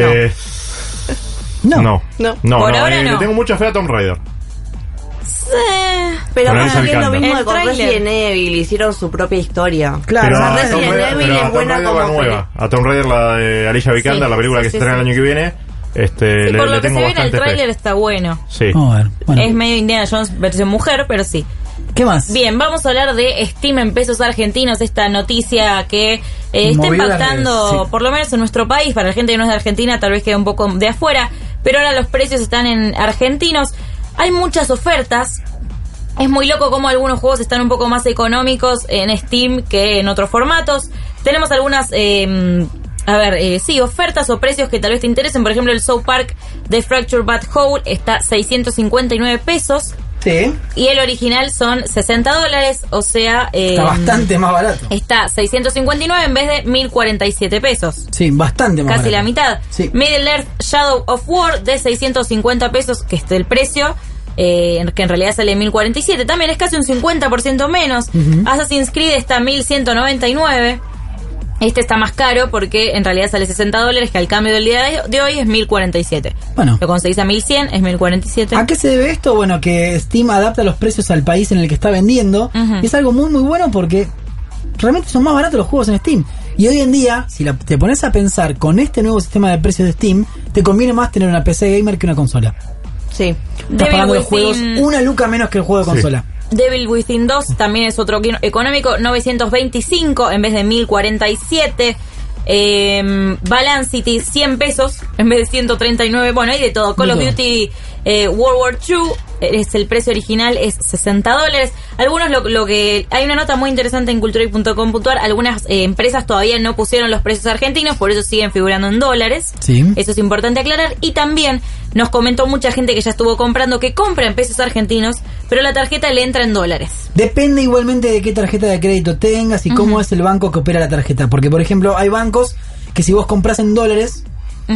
Por ahora no. Le tengo mucha fe a Tomb Raider. Pero pasa que es lo mismo con Resident Evil, hicieron su propia historia. Claro, Resident Evil es buena como nueva. A Tomb Raider, la de Alicia Vikander, la película que se estrena el año que viene. Por lo que se ve en el tráiler está bueno. Sí. Bueno. Es medio Indiana Jones versión mujer, pero sí. ¿Qué más? Bien, vamos a hablar de Steam en pesos argentinos, esta noticia que está impactando, por lo menos en nuestro país. Para la gente que no es de Argentina tal vez quede un poco de afuera, pero ahora los precios están en argentinos. Hay muchas ofertas. Es muy loco cómo algunos juegos están un poco más económicos en Steam que en otros formatos. Tenemos algunas ofertas o precios que tal vez te interesen. Por ejemplo, el South Park de Fractured But Whole está 659 pesos. Sí. Y el original son $60, o sea... está bastante más barato. Está 659 en vez de 1047 pesos. Sí, bastante más Casi barato. la mitad. Sí. Middle Earth Shadow of War de 650 pesos, que es el precio, que en realidad sale 1047. También es casi un 50% menos. Assassin's Creed está 1199. Este está más caro porque en realidad sale $60, que al cambio del día de hoy es 1047. Bueno. Lo conseguís a 1100, es 1047. ¿A qué se debe esto? Bueno, que Steam adapta los precios al país en el que está vendiendo. Y es algo muy muy bueno porque realmente son más baratos los juegos en Steam. Y hoy en día, si te pones a pensar con este nuevo sistema de precios de Steam, te conviene más tener una PC gamer que una consola. Sí. Estás pagando los juegos una luca menos que el juego de consola. Devil Within 2 también es otro económico, 925 en vez de 1047. Balancity 100 pesos en vez de 139. Bueno, hay de todo. Call of Duty World War II es el precio original, es $60. Algunos lo que hay una nota muy interesante en culturic.com.ar. Algunas empresas todavía no pusieron los precios argentinos, por eso siguen figurando en dólares. Sí. Eso es importante aclarar. Y también nos comentó mucha gente que ya estuvo comprando, que compra en pesos argentinos, pero la tarjeta le entra en dólares. Depende igualmente de qué tarjeta de crédito tengas y cómo es el banco que opera la tarjeta. Porque, por ejemplo, hay bancos que si vos compras en dólares,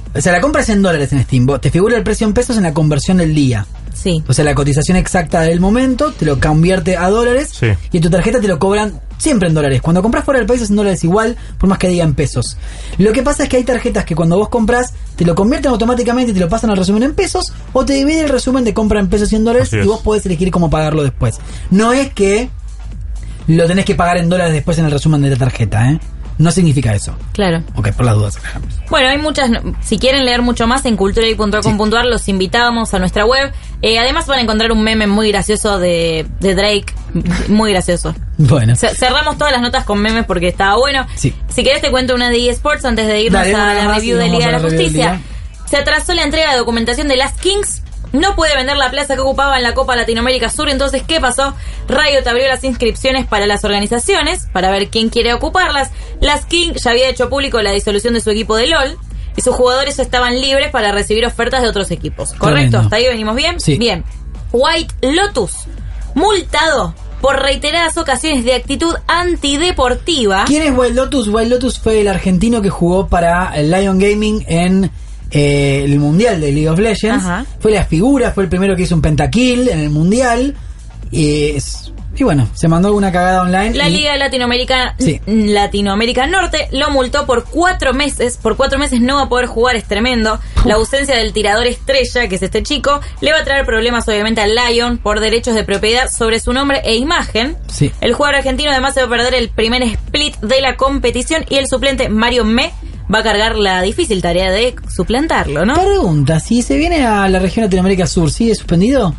O sea, la compra es en dólares en Steam. Te figura el precio en pesos en la conversión del día. Sí. O sea, la cotización exacta del momento te lo convierte a dólares. Sí. Y en tu tarjeta te lo cobran siempre en dólares. Cuando compras fuera del país es en dólares igual, por más que digan pesos. Lo que pasa es que hay tarjetas que cuando vos compras te lo convierten automáticamente y te lo pasan al resumen en pesos, o te divide el resumen de compra en pesos y en dólares y vos podés elegir cómo pagarlo después. No es que lo tenés que pagar en dólares después en el resumen de la tarjeta, ¿eh? No significa eso. Claro. Ok, por las dudas. Bueno, hay muchas. Si quieren leer mucho más en culturageek.com.ar, los invitamos a nuestra web. Además van a encontrar un meme muy gracioso de Drake. Muy gracioso. Bueno. Cerramos todas las notas con memes porque estaba bueno. Sí. Si querés te cuento una de eSports antes de irnos a la review del Día de la Justicia. Se atrasó la entrega de documentación de Last Kings. No puede vender la plaza que ocupaba en la Copa Latinoamérica Sur. Entonces, ¿qué pasó? Riot abrió las inscripciones para las organizaciones para ver quién quiere ocuparlas. Last King ya había hecho público la disolución de su equipo de LOL y sus jugadores estaban libres para recibir ofertas de otros equipos. ¿Correcto? Tremendo. ¿Hasta ahí venimos bien? Sí. Bien. White Lotus, multado por reiteradas ocasiones de actitud antideportiva. ¿Quién es White Lotus? White Lotus fue el argentino que jugó para el Lion Gaming en el mundial de League of Legends. Ajá. Fue la figura, fue el primero que hizo un pentakill en el mundial y bueno, se mandó alguna cagada online. La Liga Latinoamérica Norte lo multó por 4 meses. Por 4 meses no va a poder jugar, es tremendo. La ausencia del tirador estrella, que es este chico, le va a traer problemas obviamente al Lion por derechos de propiedad sobre su nombre e imagen. Sí. El jugador argentino además se va a perder el primer split de la competición y el suplente Mario Me va a cargar la difícil tarea de suplantarlo, ¿no? Pregunta, si se viene a la región Latinoamérica Sur, ¿sigue suspendido?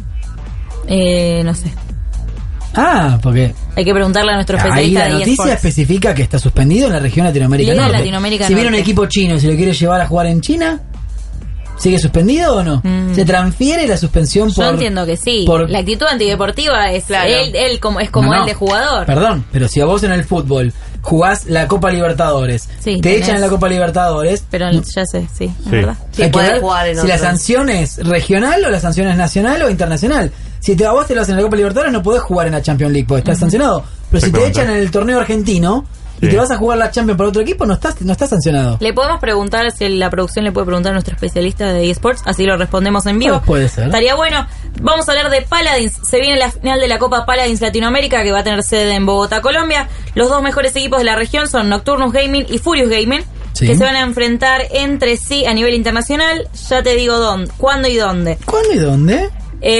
No sé. Ah, porque hay que preguntarle a nuestro ahí especialista la de noticia eSports. especifica que está suspendido en la región Latinoamérica Liga Norte. Latinoamérica Si viene un Norte. equipo chino y se lo quiere llevar a jugar en China, ¿sigue suspendido o no? ¿Se transfiere la suspensión por...? Yo entiendo que sí. La actitud antideportiva es Claro. él como es como No, el de jugador. Perdón, pero si a vos en el fútbol jugás la Copa Libertadores, Sí, te tenés- echan en la Copa Libertadores, Pero ya sé, sí, es Sí. verdad. Sí, hay que podés ver jugar en si la otro. sanción es regional o la sanción es nacional o internacional. Si a vos te lo hacen en la Copa Libertadores no podés jugar en la Champions League porque estás sancionado. Pero si te Exactamente. echan en el torneo argentino y Sí. te vas a jugar la Champions para otro equipo, no estás sancionado. Le podemos preguntar, si la producción le puede preguntar a nuestro especialista de eSports, así lo respondemos en vivo. Bueno, puede ser. Estaría bueno. Vamos a hablar de Paladins. Se viene la final de la Copa Paladins Latinoamérica, que va a tener sede en Bogotá, Colombia. Los dos mejores equipos de la región son Nocturnus Gaming y Furious Gaming, Sí. que se van a enfrentar entre sí a nivel internacional. Ya te digo dónde, cuándo y dónde. ¿Cuándo y dónde?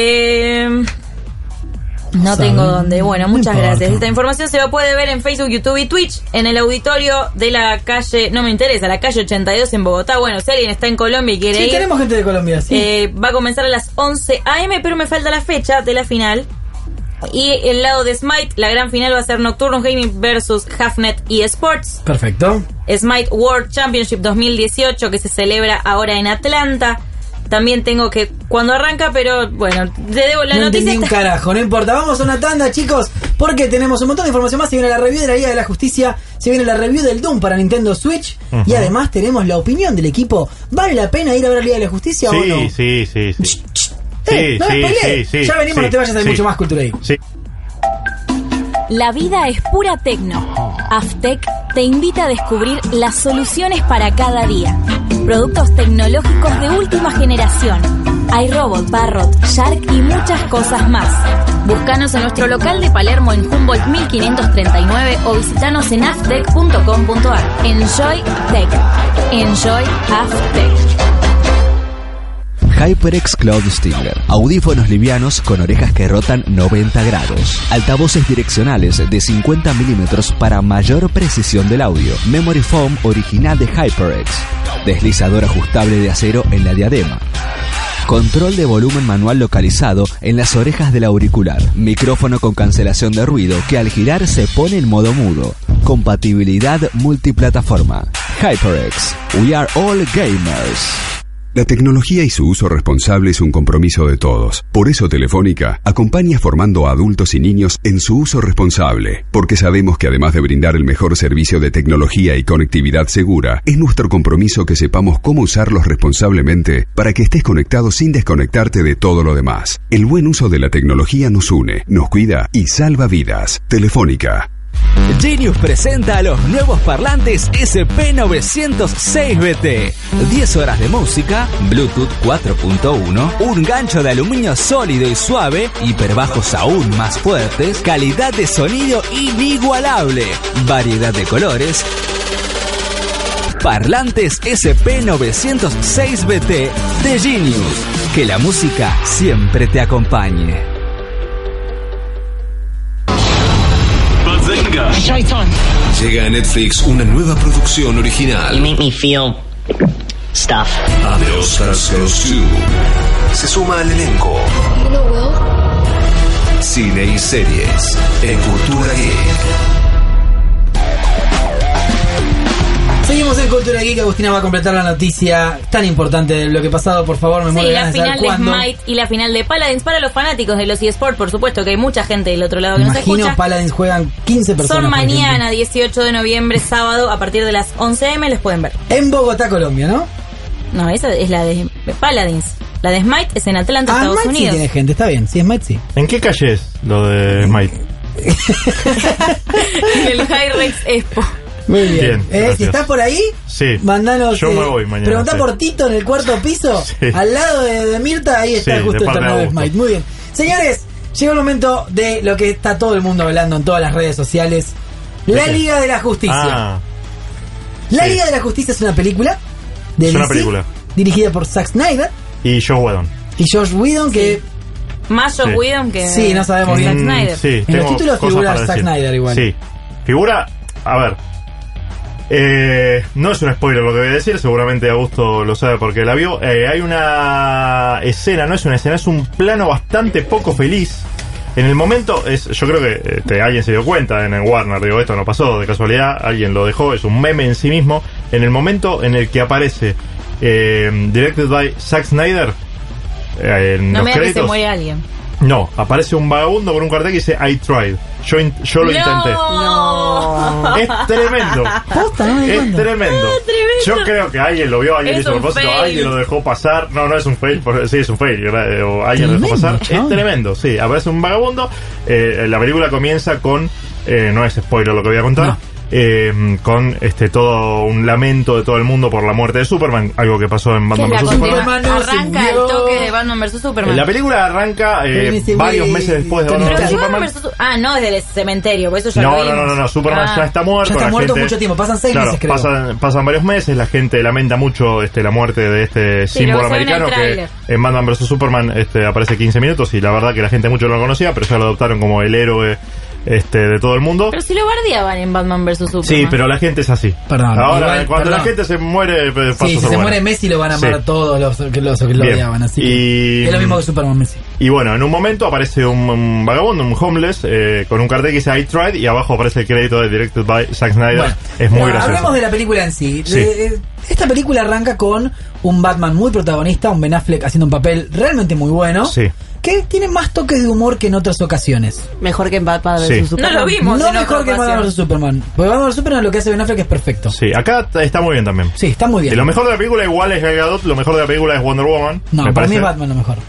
No Saben. tengo dónde. Bueno, No muchas importa. gracias. Esta información se puede ver en Facebook, YouTube y Twitch, en el auditorio de la calle, no me interesa, la calle 82 en Bogotá. Bueno, si alguien está en Colombia y quiere Sí, ir, tenemos gente de Colombia, sí. va a comenzar a las 11 a.m., pero me falta la fecha de la final. Y el lado de Smite, la gran final va a ser Nocturnus Gaming versus Halfnet eSports. Perfecto. Smite World Championship 2018, que se celebra ahora en Atlanta. También tengo que cuando arranca, pero bueno, te debo la No noticia. entendí un carajo, no importa. Vamos a una tanda, chicos, porque tenemos un montón de información más. Se viene la review de la Liga de la Justicia, se viene la review del Doom para Nintendo Switch y además tenemos la opinión del equipo. ¿Vale la pena ir a ver la Liga de la Justicia o no? Sí. No me spoilees. sí, Ya venimos, no te vayas, hay sí. mucho más Cultura Geek. Sí. La vida es pura tecno. Aftec te invita a descubrir las soluciones para cada día. Productos tecnológicos de última generación. iRobot, Parrot, Shark y muchas cosas más. Búscanos en nuestro local de Palermo en Humboldt 1539 o visitanos en aftec.com.ar. Enjoy Tech. Enjoy Aftec. HyperX Cloud Steamer. Audífonos livianos con orejas que rotan 90 grados. Altavoces direccionales de 50 milímetros para mayor precisión del audio. Memory foam original de HyperX. Deslizador ajustable de acero en la diadema. Control de volumen manual localizado en las orejas del auricular. Micrófono con cancelación de ruido que al girar se pone en modo mudo. Compatibilidad multiplataforma. HyperX. We are all gamers. La tecnología y su uso responsable es un compromiso de todos. Por eso Telefónica acompaña formando a adultos y niños en su uso responsable, porque sabemos que además de brindar el mejor servicio de tecnología y conectividad segura, es nuestro compromiso que sepamos cómo usarlos responsablemente para que estés conectado sin desconectarte de todo lo demás. El buen uso de la tecnología nos une, nos cuida y salva vidas. Telefónica. Genius presenta los nuevos parlantes SP906BT. 10 horas de música, Bluetooth 4.1, un gancho de aluminio sólido y suave, hiperbajos aún más fuertes, calidad de sonido inigualable, variedad de colores. Parlantes SP906BT de Genius. Que la música siempre te acompañe. Llega a Netflix una nueva producción original. You make me feel stuff. The Oscars Goes To. Se suma al elenco. Cine y series en Cultura Geek. Seguimos en Cultura Geek. Agustina va a completar la noticia tan importante del bloque pasado. Por favor, me muero de ganas de saber cuándo. La final de Smite y la final de Paladins para los fanáticos de los eSports. Por supuesto que hay mucha gente del otro lado que nos escucha. Paladins juegan 15 personas. Son mañana, 18 de noviembre, sábado, a partir de las 11 a.m. les pueden ver. En Bogotá, Colombia, ¿no? No, esa es la de Paladins. La de Smite es en Atlanta, Estados Smite Unidos. Sí tiene gente, está bien. Sí, Smite sí. ¿En qué calle es lo de Smite? En el Hyrex Expo. Muy bien. Si estás por ahí, sí. Mandanos. Yo me voy mañana. Preguntá por Tito en el cuarto piso, al lado de Mirta, ahí está justo el torneo de Smite. Muy bien. Señores, llegó el momento de lo que está todo el mundo hablando en todas las redes sociales. La Liga de la Justicia. La Liga de la Justicia es una película de DC, dirigida por Zack Snyder y Josh Whedon. Que más Josh Whedon que sí, no sabemos Zack Snyder. Sí, en los títulos figura Zack Snyder igual. Sí, figura, a ver, no es un spoiler lo que voy a decir, seguramente Augusto lo sabe porque la vio. Hay una escena, no es una escena, es un plano bastante poco feliz. En el momento, yo creo que alguien se dio cuenta en Warner, digo, esto no pasó de casualidad, alguien lo dejó, es un meme en sí mismo. En el momento en el que aparece Directed by Zack Snyder, en no los me créditos, que se muere alguien. No, aparece un vagabundo con un cartel que dice I tried. Yo lo intenté. No. Es tremendo. Es tremendo. Yo creo que alguien lo vio, alguien hizo propósito, alguien lo dejó pasar. No es un fail, sí es un fail. O alguien lo dejó pasar. Es tremendo, sí. Aparece un vagabundo. La película comienza con, no es spoiler lo que voy a contar. No. Con todo un lamento de todo el mundo por la muerte de Superman, algo que pasó en Batman vs Superman. Arranca el toque de Batman vs Superman. La película arranca varios meses después de Batman vs Superman. No es del cementerio, por eso ya lo vimos. No, Superman ya está muerto. Ya está muerto mucho tiempo, pasan 6 meses creo. Pasan varios meses, la gente lamenta mucho la muerte de este símbolo americano que en Batman vs Superman aparece 15 minutos y la verdad que la gente mucho no lo conocía, pero ya lo adoptaron como el héroe de todo el mundo. Pero si lo bardeaban en Batman vs Superman. Sí, pero la gente es así. Perdón. Ahora, cuando la gente se muere, si se muere Messi lo van a amar todos los que lo odiaban. Así que es lo mismo que Superman Messi. Y bueno, en un momento aparece un vagabundo, un homeless, con un cartel que dice I tried y abajo aparece el crédito de Directed by Zack Snyder. Bueno, es muy gracioso. Hablemos de la película en sí. Esta película arranca con un Batman muy protagonista, un Ben Affleck haciendo un papel realmente muy bueno. Sí. Que tiene más toques de humor que en otras ocasiones. Mejor que en Batman vs Superman. No lo vimos. No mejor que en Batman vs Superman. Porque Batman vs Superman lo que hace Ben Affleck es perfecto. Sí, acá está muy bien también. Sí, está muy bien. Y lo mejor de la película igual es Gal Gadot, lo mejor de la película es Wonder Woman. No, para mí es Batman lo mejor.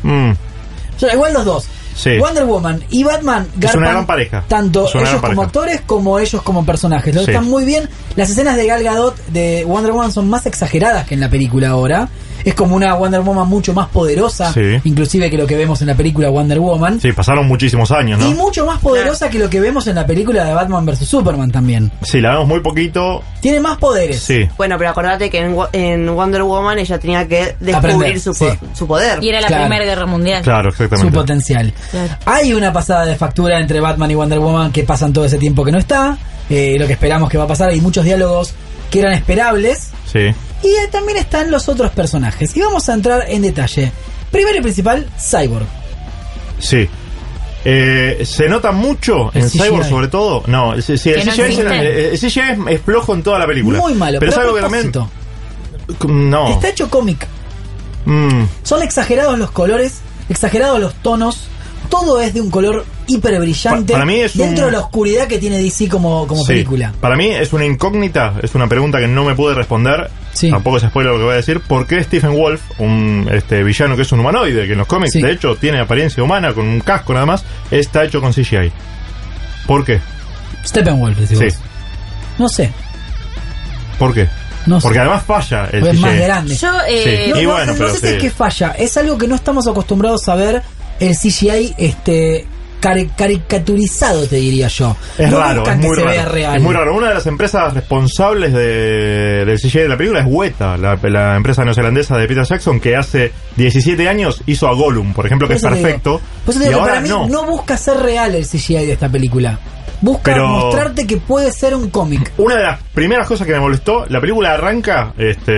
Igual los dos. Sí. Wonder Woman y Batman es una gran pareja. Tanto ellos como actores como ellos como personajes. Están muy bien. Las escenas de Gal Gadot de Wonder Woman son más exageradas que en la película ahora. Es como una Wonder Woman mucho más poderosa, inclusive que lo que vemos en la película Wonder Woman. Sí, pasaron muchísimos años, ¿no? Y mucho más poderosa que lo que vemos en la película de Batman vs Superman también. Sí, la vemos muy poquito. Tiene más poderes. Sí. Bueno, pero acordate que en Wonder Woman ella tenía que descubrir su poder. Y era la Primera Guerra Mundial. Claro, exactamente. Su potencial. Claro. Hay una pasada de factura entre Batman y Wonder Woman que pasan todo ese tiempo que no está. Lo que esperamos que va a pasar. Hay muchos diálogos que eran esperables. Sí. Y también están los otros personajes. Y vamos a entrar en detalle. Primero y principal, Cyborg. Sí. Se nota mucho en Cyborg, sobre todo. No, el CGI es flojo en toda la película. Muy malo. Pero es algo que también. No. Está hecho cómic. Son exagerados los colores, exagerados los tonos. Todo es de un color hiper brillante para mí es dentro de la oscuridad que tiene DC como película. Para mí es una incógnita, es una pregunta que no me pude responder. Tampoco es spoiler lo que voy a decir. ¿Por qué Stephen Wolf, un villano que es un humanoide, que en los cómics de hecho tiene apariencia humana con un casco nada más, está hecho con CGI? ¿Por qué? Steppenwolf, decís vos. No sé. ¿Por qué? No Porque sé. además falla el CGI. Es más grande. Yo, no sé si es que falla. Es algo que no estamos acostumbrados a ver el CGI caricaturizado, te diría yo. Es no raro, es muy se raro. vea real. Es muy raro. Una de las empresas responsables del CGI de la película es Weta, la empresa neozelandesa de Peter Jackson, que hace 17 años hizo a Gollum, por ejemplo, que es perfecto. Pues y ahora para mí no busca ser real el CGI de esta película. Busca mostrarte que puede ser un cómic. Una de las primeras cosas que me molestó, la película arranca,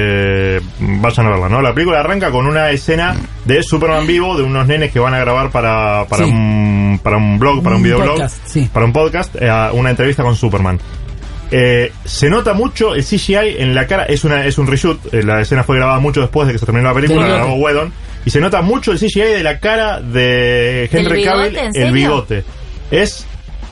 vayan a verla, ¿no? La película arranca con una escena de Superman vivo, de unos nenes que van a grabar para un blog, para un videoblog, para un podcast, una entrevista con Superman. Se nota mucho el CGI en la cara, es un reshoot, la escena fue grabada mucho después de que se terminó la película, la grabó Whedon, y se nota mucho el CGI de la cara de Henry Cavill, el bigote. Es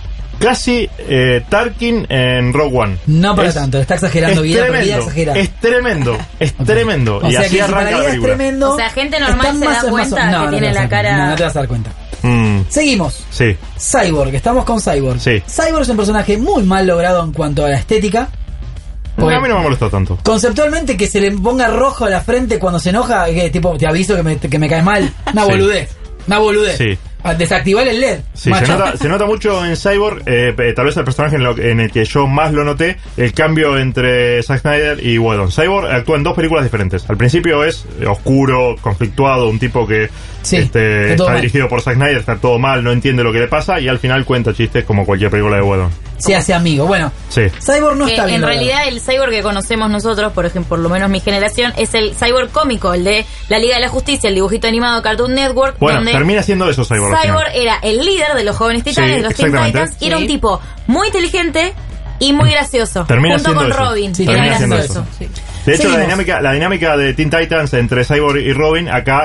casi Tarkin en Rogue One. No para tanto, está exagerando bien. Es tremendo. O y sea, así arranca la película. O sea, gente normal se da cuenta que tiene la cara. No te vas a dar cuenta. Seguimos. Sí. Cyborg, estamos con Cyborg. Sí. Cyborg es un personaje muy mal logrado en cuanto a la estética. A mí no me molestó tanto. Conceptualmente, que se le ponga rojo a la frente cuando se enoja, que tipo, te aviso que me caes mal. Una boludez. Sí. Desactivar el LED. Sí, se nota mucho en Cyborg, tal vez el personaje en el que yo más lo noté, el cambio entre Zack Snyder y Whedon. Cyborg actúa en dos películas diferentes. Al principio es oscuro, conflictuado, un tipo que está dirigido por Zack Snyder, está todo mal, no entiende lo que le pasa, y al final cuenta chistes como cualquier película de Whedon. Se hace amigo. Bueno, Cyborg no está bien. En realidad el Cyborg que conocemos nosotros, por ejemplo, por lo menos mi generación, es el Cyborg cómico, el de la Liga de la Justicia, el dibujito animado Cartoon Network. Bueno, termina siendo eso Cyborg. Cyborg era el líder de los jóvenes titanes, de los Teen Titans, y era un tipo muy inteligente y muy gracioso. Junto con Robin. Termina siendo eso. De hecho, la dinámica de Teen Titans entre Cyborg y Robin acá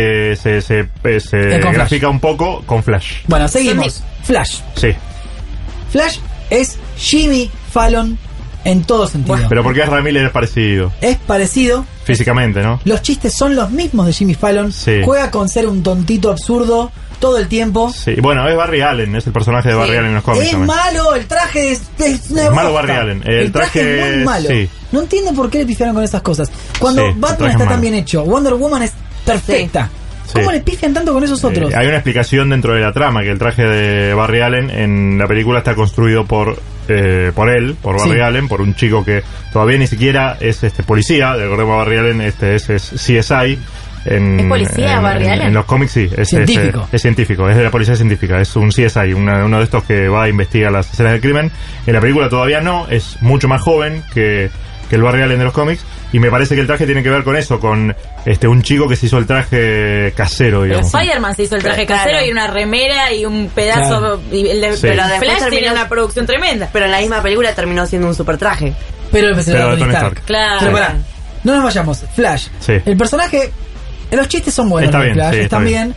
se grafica un poco con Flash. Bueno, seguimos. Flash. Sí. Flash es Jimmy Fallon en todo sentido. Bueno, pero porque Ezra Miller es parecido. Es parecido. Físicamente, ¿no? Los chistes son los mismos de Jimmy Fallon. Juega con ser un tontito absurdo todo el tiempo. Sí, bueno, es Barry Allen, es el personaje de Barry Allen en los cómics. Es malo, el traje es malo Barry Allen. El traje es muy malo. No entiendo por qué le pifiaron con esas cosas. Cuando Batman está tan bien hecho, Wonder Woman es perfecta. ¿Cómo le pifian tanto con esos otros? Hay una explicación dentro de la trama, que el traje de Barry Allen en la película está construido por Barry Allen, por un chico que todavía ni siquiera es policía, recordemos Barry Allen es CSI. ¿Es policía Barry Allen? En los cómics sí, es científico. Es científico, es de la policía científica, es un CSI, uno de estos que va a investigar las escenas del crimen. En la película todavía no, es mucho más joven que el Barry Allen de los cómics, y me parece que el traje tiene que ver con eso, con un chico que se hizo el traje casero, digamos. Pero Spider-Man se hizo el traje casero y una remera y un pedazo, y el de pero Flash tiene una producción tremenda. Pero en la misma película terminó siendo un super traje. Pero empezó a Tony Stark. Claro. Pero pará, no nos vayamos. Flash. El personaje, los chistes son buenos. Está bien, Flash, están bien.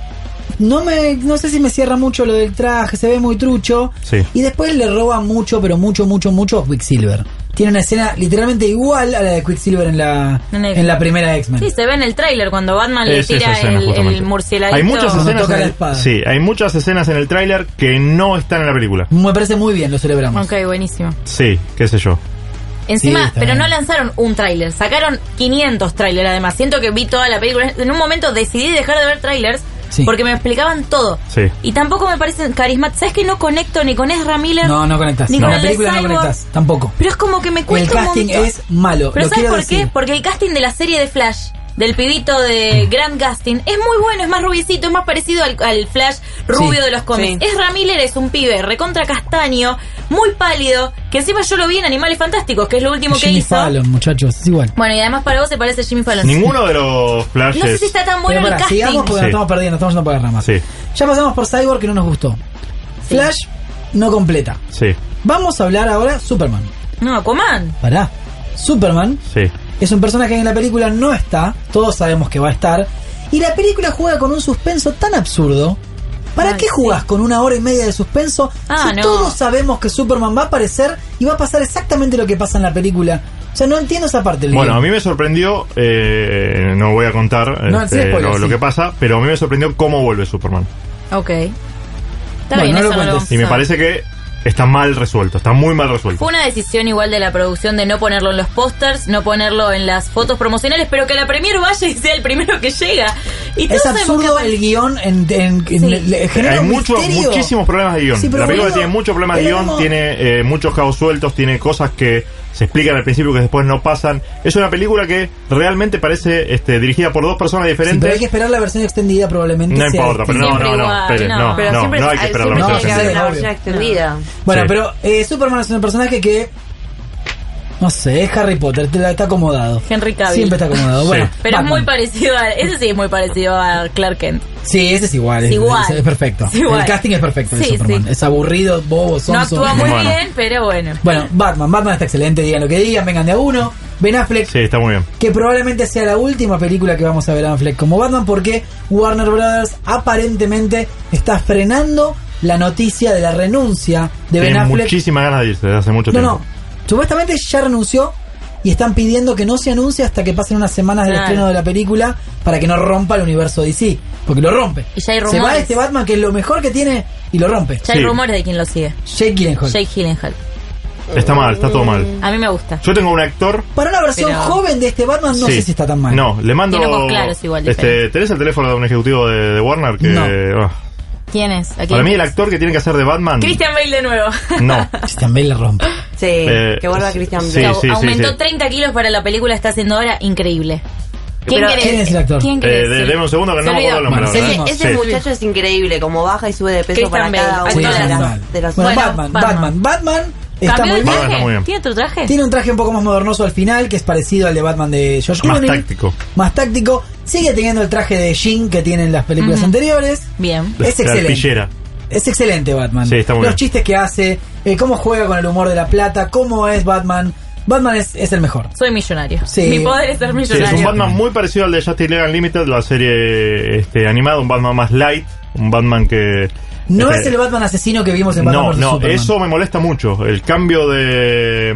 No sé si me cierra mucho lo del traje, se ve muy trucho. Y después le roba mucho, pero mucho a Quicksilver. Tiene una escena literalmente igual a la de Quicksilver en la primera X-Men. Sí, se ve en el tráiler cuando Batman le tira el murciélago. Hay muchas escenas hay muchas escenas en el tráiler que no están en la película. Me parece muy bien, lo celebramos. Ok, buenísimo. Sí, qué sé yo. Encima, pero no lanzaron un tráiler, sacaron 500 tráiler además. Siento que vi toda la película. En un momento decidí dejar de ver tráilers porque me explicaban todo. Y tampoco me parecen carismáticos. ¿Sabes que no conecto ni con Ezra Miller? No conectas. Ni con la película no conectas, tampoco. Pero es como que me cuesta un montón. El casting es malo. Pero ¿sabes por qué? Porque el casting de la serie de Flash, del pibito de Grant Gustin, es muy bueno, es más rubiecito, es más parecido al Flash rubio de los cómics. Ezra Miller es un pibe recontra castaño, muy pálido, que encima yo lo vi en Animales Fantásticos, que es lo último que hizo. Jimmy Fallon, muchachos, es igual. Bueno, y además para vos se parece a Jimmy Fallon. Ninguno de los Flashes. No sé si está tan bueno el casting. Sigamos porque nos estamos perdiendo, estamos yendo por las ramas. Ya pasamos por Cyborg, que no nos gustó. Flash no completa. Vamos a hablar ahora Superman. No, Aquaman. Pará. Superman es un personaje que en la película no está, todos sabemos que va a estar, y la película juega con un suspenso tan absurdo. ¿Para qué jugás con 1 hora y media de suspenso si todos sabemos que Superman va a aparecer y va a pasar exactamente lo que pasa en la película? O sea, no entiendo esa parte del Bueno, guión. a mí me sorprendió, no voy a contar lo que pasa, pero a mí me sorprendió cómo vuelve Superman. Ok. Está bien, y me parece que está mal resuelto, está muy mal resuelto. Fue una decisión igual de la producción de no ponerlo en los pósters, no ponerlo en las fotos promocionales, pero que la premier vaya y sea el primero que llega. Y es absurdo el guión genera hay muchísimos problemas de guión. La película tiene muchos problemas de guión, tiene muchos cabos sueltos, tiene cosas que se explican al principio que después no pasan. Es una película que realmente parece dirigida por dos personas diferentes. Pero hay que esperar la versión extendida probablemente. No importa, pero no hay que esperar la versión extendida. Bueno, pero Superman es un personaje que no sé, es Harry Potter, está acomodado. Henry Cavill. Siempre está acomodado. Sí. Bueno, pero Batman. es muy parecido a... Ese sí es muy parecido a Clark Kent. Sí, ese es igual. Es perfecto. Es igual. El casting es perfecto de Sí, Superman. sí. Es aburrido, bobo, sonso. No actúa muy bien, pero bueno. Bueno, Batman está excelente, digan lo que digan, vengan de a uno. Ben Affleck. Sí, está muy bien. Que probablemente sea la última película que vamos a ver a Ben Affleck como Batman, porque Warner Brothers aparentemente está frenando la noticia de la renuncia de Ben Affleck. Tiene muchísimas ganas de irse desde hace mucho tiempo. No, supuestamente ya renunció y están pidiendo que no se anuncie hasta que pasen unas semanas del estreno de la película para que no rompa el universo DC, porque lo rompe. Y ya hay rumores. Se va este Batman que es lo mejor que tiene y lo rompe. Ya hay rumores de quién lo sigue. Jake Gyllenhaal. Está mal, está todo mal. A mí me gusta. Yo tengo un actor. Para una versión joven de este Batman no sé si está tan mal. No, le mando. Tiene ojos claros igual. ¿Tenés el teléfono de un ejecutivo de Warner? Que, no. ¿Quién es? Para mí el actor que tiene que hacer de Batman. Christian Bale de nuevo. No. Christian Bale le rompe. Sí, que vuelva Christian Bale. Aumentó 30 kilos para la película que está haciendo ahora, increíble. ¿Quién es el actor? ¿Quién crees? Deme un segundo que no me acuerdo el nombre. Ese muchacho es increíble, como baja y sube de peso Christian para Bale. cada una de las... Bueno, Batman está muy bien. ¿Tiene otro traje? Tiene un traje un poco más modernoso al final, que es parecido al de Batman de George Clooney. Más táctico. Sigue teniendo el traje de Jean que tiene en las películas anteriores. Bien. Es excelente. Es excelente Batman. Sí, está muy Los chistes que hace, cómo juega con el humor de la plata, cómo es Batman. Batman es el mejor. Soy millonario. Sí. Mi poder es ser millonario. Sí, es un Batman muy parecido al de Justice League Unlimited, la serie animada, un Batman más light, un Batman que... No es el Batman asesino que vimos en Batman vs Superman. Eso me molesta mucho. El cambio de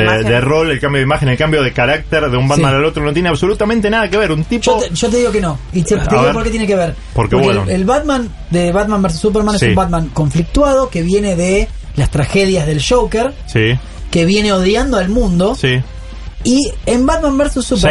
rol, el cambio de imagen, el cambio de carácter de un Batman al otro no tiene absolutamente nada que ver. Un tipo... Yo te digo que no. Y te digo por qué tiene que ver. Porque bueno. el Batman de Batman vs Superman es un Batman conflictuado que viene de las tragedias del Joker. Sí. Que viene odiando al mundo. Sí. Y en Batman vs Superman...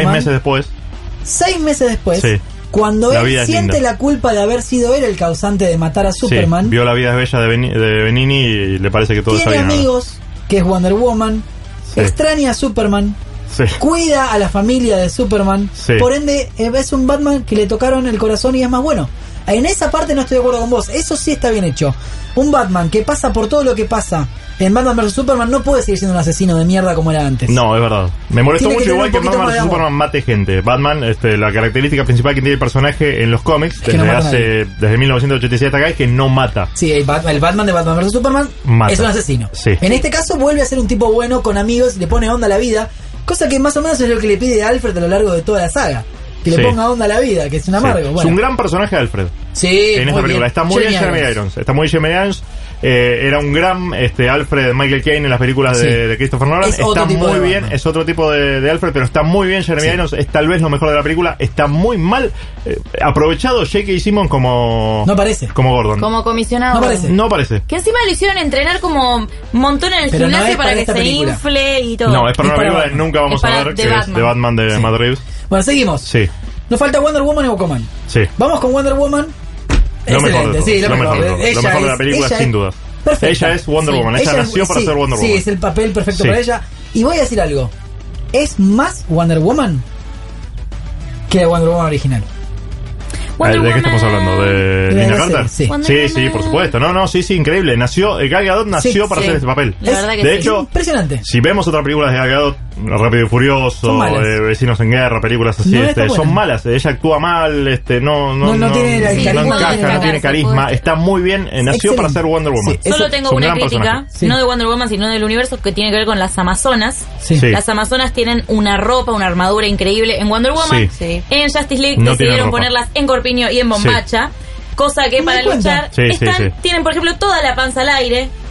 6 meses después... Sí. Cuando él siente la culpa de haber sido él el causante de matar a Superman, vio La vida es bella de Benigni y le parece que todo está bien. Tiene amigos, que es Wonder Woman, extraña a Superman, cuida a la familia de Superman, por ende es un Batman que le tocaron el corazón y es más bueno. En esa parte no estoy de acuerdo con vos, eso sí está bien hecho. Un Batman que pasa por todo lo que pasa en Batman vs Superman no puede seguir siendo un asesino de mierda como era antes. No, es verdad. Me molestó mucho igual que Batman vs Superman mate gente. Batman, la característica principal que tiene el personaje en los cómics desde 1987 acá es que no mata. Sí, el Batman de Batman vs Superman es un asesino. Sí. En este caso vuelve a ser un tipo bueno con amigos, le pone onda a la vida, cosa que más o menos es lo que le pide a Alfred a lo largo de toda la saga. Que le ponga onda a la vida, que es un amargo. Bueno. Es un gran personaje Alfred. Sí, en esta película. Está muy bien Jeremy Irons. Está muy bien Jeremy Irons. Era un gran Alfred Michael Caine en las películas de Christopher Nolan. Está muy bien. Es otro tipo de Alfred, pero está muy bien Jeremy Irons. Es tal vez lo mejor de la película. Está muy mal aprovechado J.K. Simmons como... No parece. Como Gordon. Como comisionado. No parece. Que encima lo hicieron entrenar como un montón en el gimnasio para que se infle y todo. No, es para una película que nunca vamos a ver, que es de Batman de Matt Reeves. Bueno, seguimos. Sí. Nos falta Wonder Woman y Aquaman. Sí. Vamos con Wonder Woman. Lo mejor de lo mejor de la película, sin duda. Perfecta. Ella es Wonder Woman. Ella nació para ser Wonder Woman. Sí, es el papel perfecto para ella. Y voy a decir algo. ¿Es más Wonder Woman que la Wonder Woman original? ¿De qué estamos hablando? ¿De Linda Carter? Sí, por supuesto. Sí, increíble. Gal Gadot nació para hacer este papel. De hecho, impresionante. Si vemos otras películas de Gal Gadot, Rápido y Furioso, Vecinos en Guerra, películas así, son malas. Ella actúa mal, no tiene carisma. Está muy bien. Nació para ser Wonder Woman. Solo tengo una crítica, no de Wonder Woman, sino del universo, que tiene que ver con las Amazonas. Las Amazonas tienen una ropa, una armadura increíble en Wonder Woman. En Justice League decidieron ponerlas en corpiño y en bombacha, cosa que para luchar tienen por ejemplo toda la panza al aire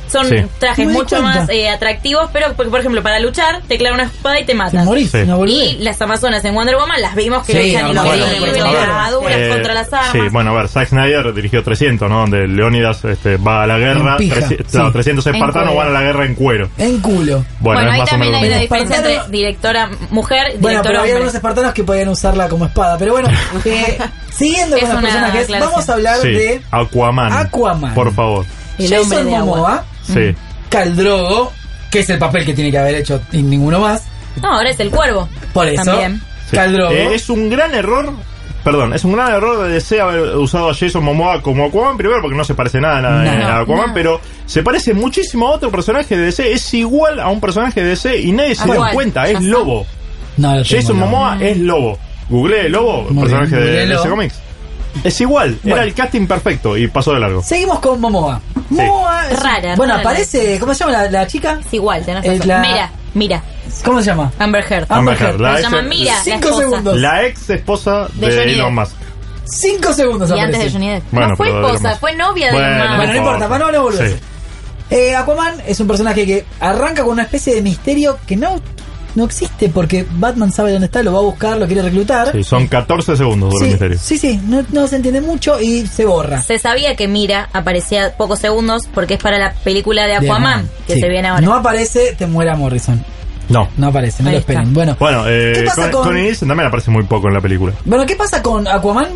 son trajes mucho más atractivos, pero por ejemplo, para luchar, te clavan una espada y te matan. Morís, y las amazonas en Wonder Woman las vimos que luchan y las armaduras contra las armas. Sí, bueno, a ver, Zack Snyder dirigió 300, ¿no? Donde Leónidas va a la guerra, 300 espartanos van a la guerra en cuero. En culo. Bueno ahí también hay una diferencia entre directora mujer y director pero hombre. había algunos espartanos que podían usarla como espada. Pero bueno, siguiendo con los personajes, vamos a hablar de Aquaman. Por favor. Jason Momoa, Khal Drogo, que es el papel que tiene que haber hecho y ninguno más. No, ahora es el Cuervo. Por eso, también. Khal Drogo. Es un gran error. Perdón, es un gran error de DC haber usado a Jason Momoa como Aquaman, primero porque no se parece nada a Aquaman, pero se parece muchísimo a otro personaje de DC, es igual a un personaje de DC y nadie se da cuenta, es Lobo. Jason Momoa es Lobo. Googleé Lobo, personaje de DC Comics. Es igual, era el casting perfecto y pasó de largo. Seguimos con Momoa. Momoa es rara. Bueno, aparece, ¿cómo se llama la chica? Es igual, Mira. ¿Cómo se llama? Amber Heard. Se llama Mira. 5 segundos. La ex esposa de Elon Musk. 5 segundos. Y antes de Johnny Depp. Bueno, no fue esposa, fue novia de Elon Musk. Bueno, no importa, para no volver. Aquaman es un personaje que arranca con una especie de misterio que no existe porque Batman sabe dónde está, lo va a buscar, lo quiere reclutar. Sí, son 14 segundos dura el misterio. Sí, no se entiende mucho y se borra. Se sabía que Mira aparecía pocos segundos porque es para la película de Aquaman que se viene ahora. No aparece Temuera Morrison. No aparece, no lo esperen. Bueno, ¿qué pasa con Nielsen también aparece muy poco en la película. Bueno, ¿qué pasa con Aquaman?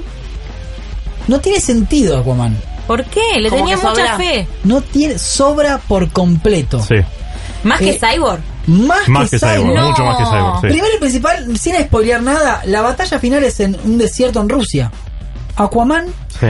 No tiene sentido Aquaman. ¿Por qué? Le tenía mucha fe. No tiene, sobra por completo. Sí. Más que Cyborg. Más que Cyborg, no. Mucho más que Cyborg. Sí. Primero y principal, sin spoilear nada, la batalla final es en un desierto en Rusia. Aquaman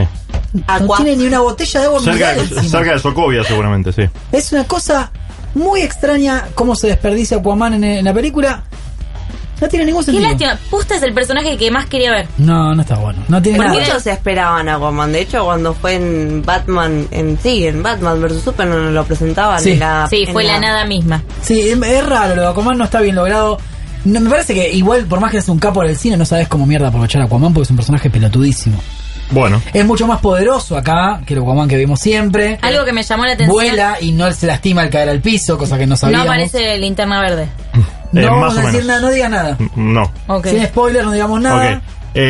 no tiene ni una botella de agua cerca de Sokovia seguramente, sí. Es una cosa muy extraña cómo se desperdicia Aquaman en la película. No tiene ningún sentido. Qué lástima. Pusta es el personaje que más quería ver. No está bueno. No tiene nada. Muchos se esperaban a Aquaman. De hecho, cuando fue en Batman, en Batman vs Superman lo presentaban. Sí, fue la nada misma. Sí, es raro. Lo de Aquaman no está bien logrado. No, me parece que igual, por más que seas un capo del cine, no sabes cómo mierda aprovechar a Aquaman porque es un personaje pelotudísimo. Bueno. Es mucho más poderoso acá que el Aquaman que vimos siempre. Algo que me llamó la atención. Vuela y no se lastima al caer al piso, cosa que no sabíamos. No aparece Linterna Verde. No vamos a decir nada, no diga nada. No. Okay. Sin spoilers, no digamos nada.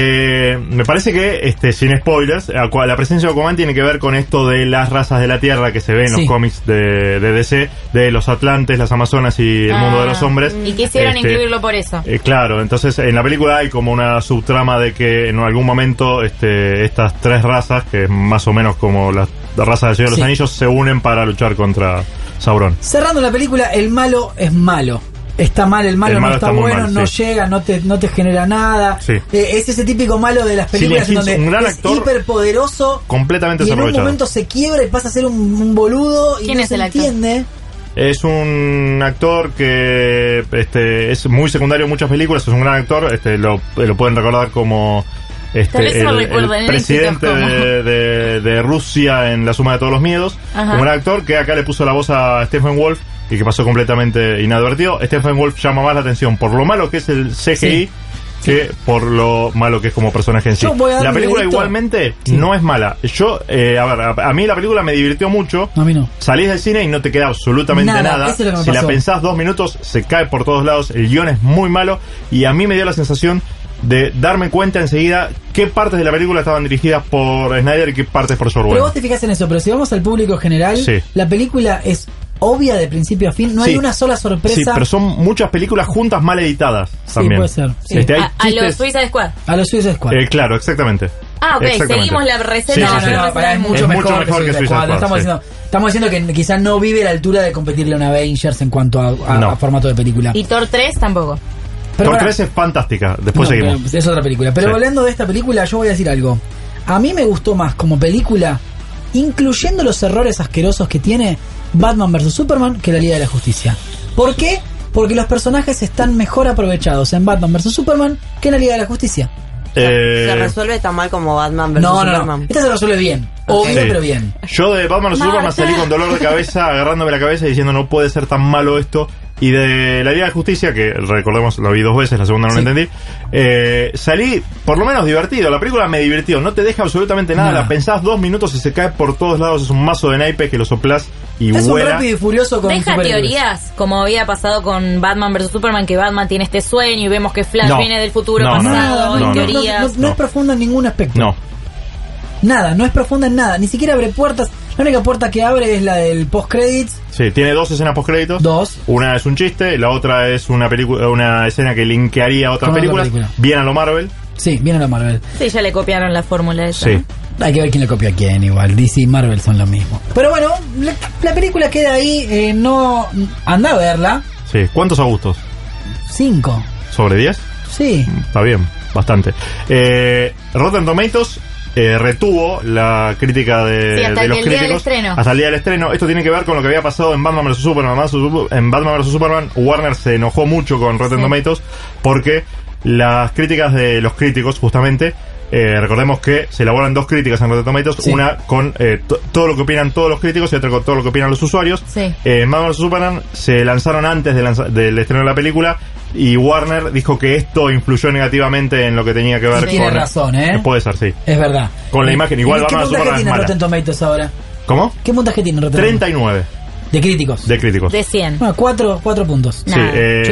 Me parece que, sin spoilers, la presencia de Aquaman tiene que ver con esto de las razas de la Tierra que se ve en los cómics de DC, de los Atlantes, las Amazonas y el mundo de los hombres. Y quisieron incluirlo por eso. Claro, entonces en la película hay como una subtrama de que en algún momento estas tres razas, que es más o menos como la raza del Señor de los Anillos, se unen para luchar contra Sauron. Cerrando la película, el malo es malo. Está mal, el malo no está bueno, mal, no llega, no te genera nada. Es ese típico malo de las películas en donde es hiperpoderoso, completamente y en un momento se quiebra y pasa a ser un boludo y no se entiende. Es un actor que es muy secundario en muchas películas, es un gran actor, lo pueden recordar como el presidente de Rusia en La Suma de Todos los Miedos. Ajá. Un gran actor que acá le puso la voz a Stephen Wolf y que pasó completamente inadvertido. Stephen Wolf llama más la atención por lo malo que es el CGI que por lo malo que es como personaje en sí. La película igualmente no es mala. A mí la película me divirtió mucho. A mí no. Salís del cine y no te queda absolutamente nada. Si la pensás 2 minutos, se cae por todos lados. El guión es muy malo y a mí me dio la sensación de darme cuenta enseguida qué partes de la película estaban dirigidas por Snyder y qué partes por Sorwell. Pero vos te fijas en eso, pero si vamos al público general, la película es obvia de principio a fin, no hay una sola sorpresa. Sí, pero son muchas películas juntas mal editadas también. Puede ser. A los Suicide Squad. A los Suicide Squad. Claro, exactamente. Seguimos la receta. Es mucho mejor que Suicide Squad. Estamos diciendo que quizás no vive la altura de competirle a un Avengers en cuanto a formato de película. Y Thor 3 tampoco. Thor 3 es fantástica, después seguimos. Es otra película. Pero hablando de esta película, yo voy a decir algo. A mí me gustó más como película, incluyendo los errores asquerosos que tiene Batman vs Superman, que la Liga de la Justicia. ¿Por qué? Porque los personajes están mejor aprovechados en Batman vs Superman que en la Liga de la Justicia. Se resuelve tan mal como Batman vs Superman. No. Esta se resuelve bien. Obvio, pero bien. Yo de Batman vs Superman salí con dolor de cabeza, agarrándome la cabeza y diciendo no puede ser tan malo esto. Y de la Liga de Justicia, que recordemos, lo vi 2 veces, la segunda no la entendí, salí por lo menos divertido. La película me divirtió, no te deja absolutamente nada. La pensás 2 minutos y se cae por todos lados. Es un mazo de naipes que lo soplás y es vuela. Un Rápido y Furioso con deja teorías, como había pasado con Batman vs Superman, que Batman tiene este sueño y vemos que Flash viene del futuro pasado, en teoría. No es profunda en ningún aspecto. No. Nada, no es profunda en nada. Ni siquiera abre puertas. La única puerta que abre es la del post-credits. Sí, tiene 2 escenas post-créditos. 2. Una es un chiste, la otra es una escena que linkearía a otras películas. Bien a lo Marvel. Sí, bien a lo Marvel. Sí, ya le copiaron la fórmula esa. Sí. Hay que ver quién le copió a quién igual. DC y Marvel son lo mismo. Pero bueno, la película queda ahí. No anda a verla. Sí. ¿Cuántos Augustos? 5. ¿Sobre 10? Sí. Está bien, bastante. Rotten Tomatoes retuvo la crítica de los críticos hasta el día del estreno. Esto tiene que ver con lo que había pasado en Batman vs Superman. En Batman vs Superman, Warner se enojó mucho con Rotten Tomatoes porque las críticas de los críticos, justamente, recordemos que se elaboran 2 críticas en Rotten Tomatoes, una con todo lo que opinan todos los críticos y otra con todo lo que opinan los usuarios. En Batman vs Superman se lanzaron antes del estreno de la película y Warner dijo que esto influyó negativamente en lo que tenía que ver con... Tiene razón, puede ser, sí. Es verdad. Con la imagen, igual Batman vs Superman es mala. ¿Qué puntaje tiene Rotten Tomatoes ahora? ¿Cómo? ¿Qué puntaje tiene Rotten Tomatoes? 39. ¿De críticos? De críticos. De 100. Bueno, 4 puntos. Sí,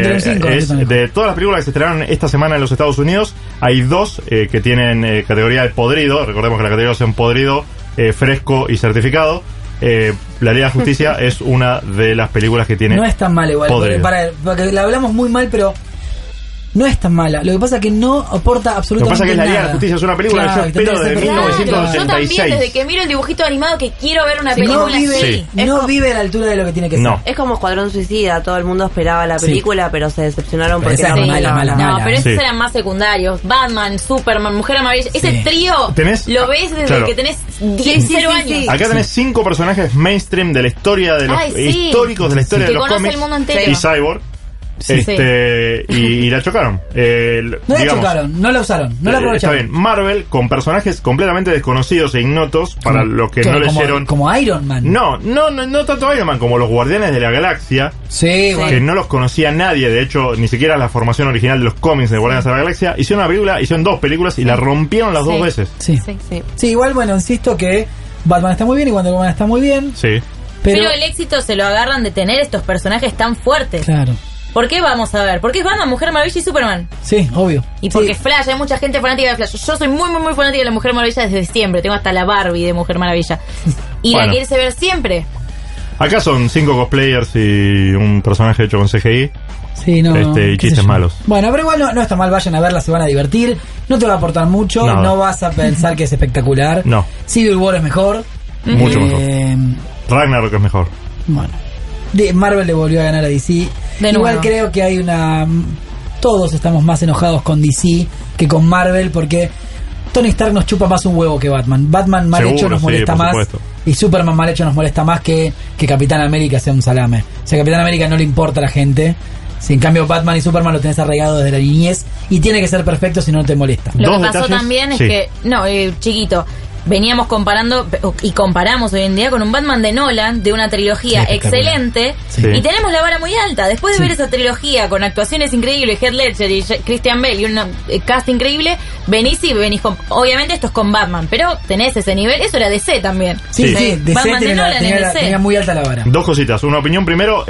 de todas las películas que se estrenaron esta semana en los Estados Unidos, hay 2 que tienen categoría de podrido. Recordemos que la categoría es en podrido, fresco y certificado. La Liga de Justicia es una de las películas que tiene. No es tan mala igual, porque la hablamos muy mal, pero no es tan mala. Lo que pasa es que no aporta absolutamente nada. Lo que pasa es que la Liga de la Justicia es una película que yo espero desde 1986. Yo también, desde que miro el dibujito animado, que quiero ver una película así. No vive a la altura de lo que tiene que ser. Es como Escuadrón Suicida. Todo el mundo esperaba la película, pero se decepcionaron porque era mala. No, pero esos eran más secundarios. Batman, Superman, Mujer Maravilla. Ese trío lo ves desde que tenés 0 años. Acá tenés 5 personajes mainstream de la historia de los históricos de la historia de los cómics. El mundo entero. Y Cyborg. Y la chocaron. No la chocaron, no la usaron, no la aprovecharon. Está bien, Marvel con personajes completamente desconocidos e ignotos para los que no leyeron. Como Iron Man. No tanto Iron Man como los Guardianes de la Galaxia. Que no los conocía nadie. De hecho, ni siquiera la formación original de los cómics de Guardianes de la Galaxia. Hicieron una película, hicieron 2 películas y la rompieron las 2 veces. Sí, igual, bueno, insisto que Batman está muy bien y Wonder Woman está muy bien. Sí. Pero el éxito se lo agarran de tener estos personajes tan fuertes. Claro. ¿Por qué vamos a ver? Porque es Batman, Mujer Maravilla y Superman. Sí, obvio. Y porque Flash, hay mucha gente fanática de Flash. Yo soy muy fanática de la Mujer Maravilla desde siempre. Tengo hasta la Barbie de Mujer Maravilla. Y la quieres ver siempre. Acá son 5 cosplayers y un personaje hecho con CGI. Sí, y chistes malos. Bueno, pero igual no está mal, vayan a verla, se van a divertir. No te va a aportar mucho, no vas a pensar que es espectacular. No. Civil War es mejor. Mucho mejor. Ragnarok es mejor. Bueno. Marvel le volvió a ganar a DC. Igual creo que hay todos estamos más enojados con DC que con Marvel, porque Tony Stark nos chupa más un huevo que Batman. Batman mal hecho nos molesta más, y Superman mal hecho nos molesta más que Capitán América sea un salame. O sea, Capitán América no le importa a la gente. Si en cambio Batman y Superman lo tenés arraigado desde la niñez y tiene que ser perfecto si no te molesta. Lo que pasó también es que chiquito, veníamos comparando y comparamos hoy en día con un Batman de Nolan, de una trilogía excelente, y tenemos la vara muy alta. Después de ver esa trilogía con actuaciones increíbles, Heath Ledger y Christian Bale y un cast increíble, venís con, obviamente esto es con Batman, pero tenés ese nivel. Eso era DC también. DC Batman de Nolan tenía muy alta la vara. 2 cositas, una opinión primero.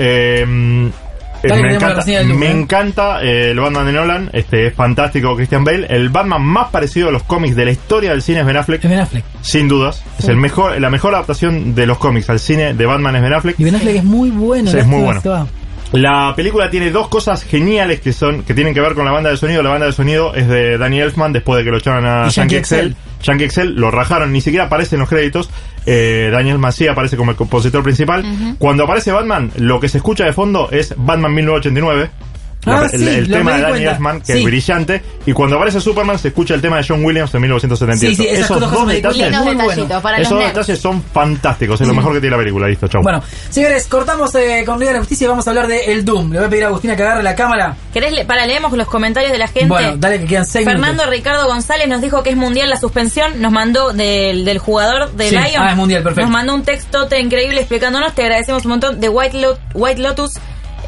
Me encanta el Batman de Nolan, es fantástico Christian Bale. El Batman más parecido a los cómics de la historia del cine es Ben Affleck. Sin dudas, es la mejor adaptación de los cómics al cine de Batman es Ben Affleck. Y Ben Affleck es muy bueno. Es muy bueno. La película tiene 2 cosas geniales que tienen que ver con la banda de sonido. La banda de sonido es de Danny Elfman después de que lo echaron a Yankee Excel. Yankee Excel lo rajaron, ni siquiera aparece en los créditos. Daniel Elfman sí aparece como el compositor principal. Cuando aparece Batman, lo que se escucha de fondo es Batman 1989. El tema de Danny Elfman, que es brillante, y cuando aparece Superman se escucha el tema de John Williams en 1978. Esos dos detalles son fantásticos, es lo mejor que tiene la película. Listo, chau. Bueno, señores, cortamos con Liga de la Justicia y vamos a hablar de El Doom. Le voy a pedir a Agustina que agarre la cámara. Leemos los comentarios de la gente. Bueno, dale, que quedan 6 Fernando minutos. Ricardo González nos dijo que es mundial la suspensión, nos mandó del jugador de Lion. Es mundial, perfecto. Nos mandó un textote increíble explicándonos, te agradecemos un montón. De White Lotus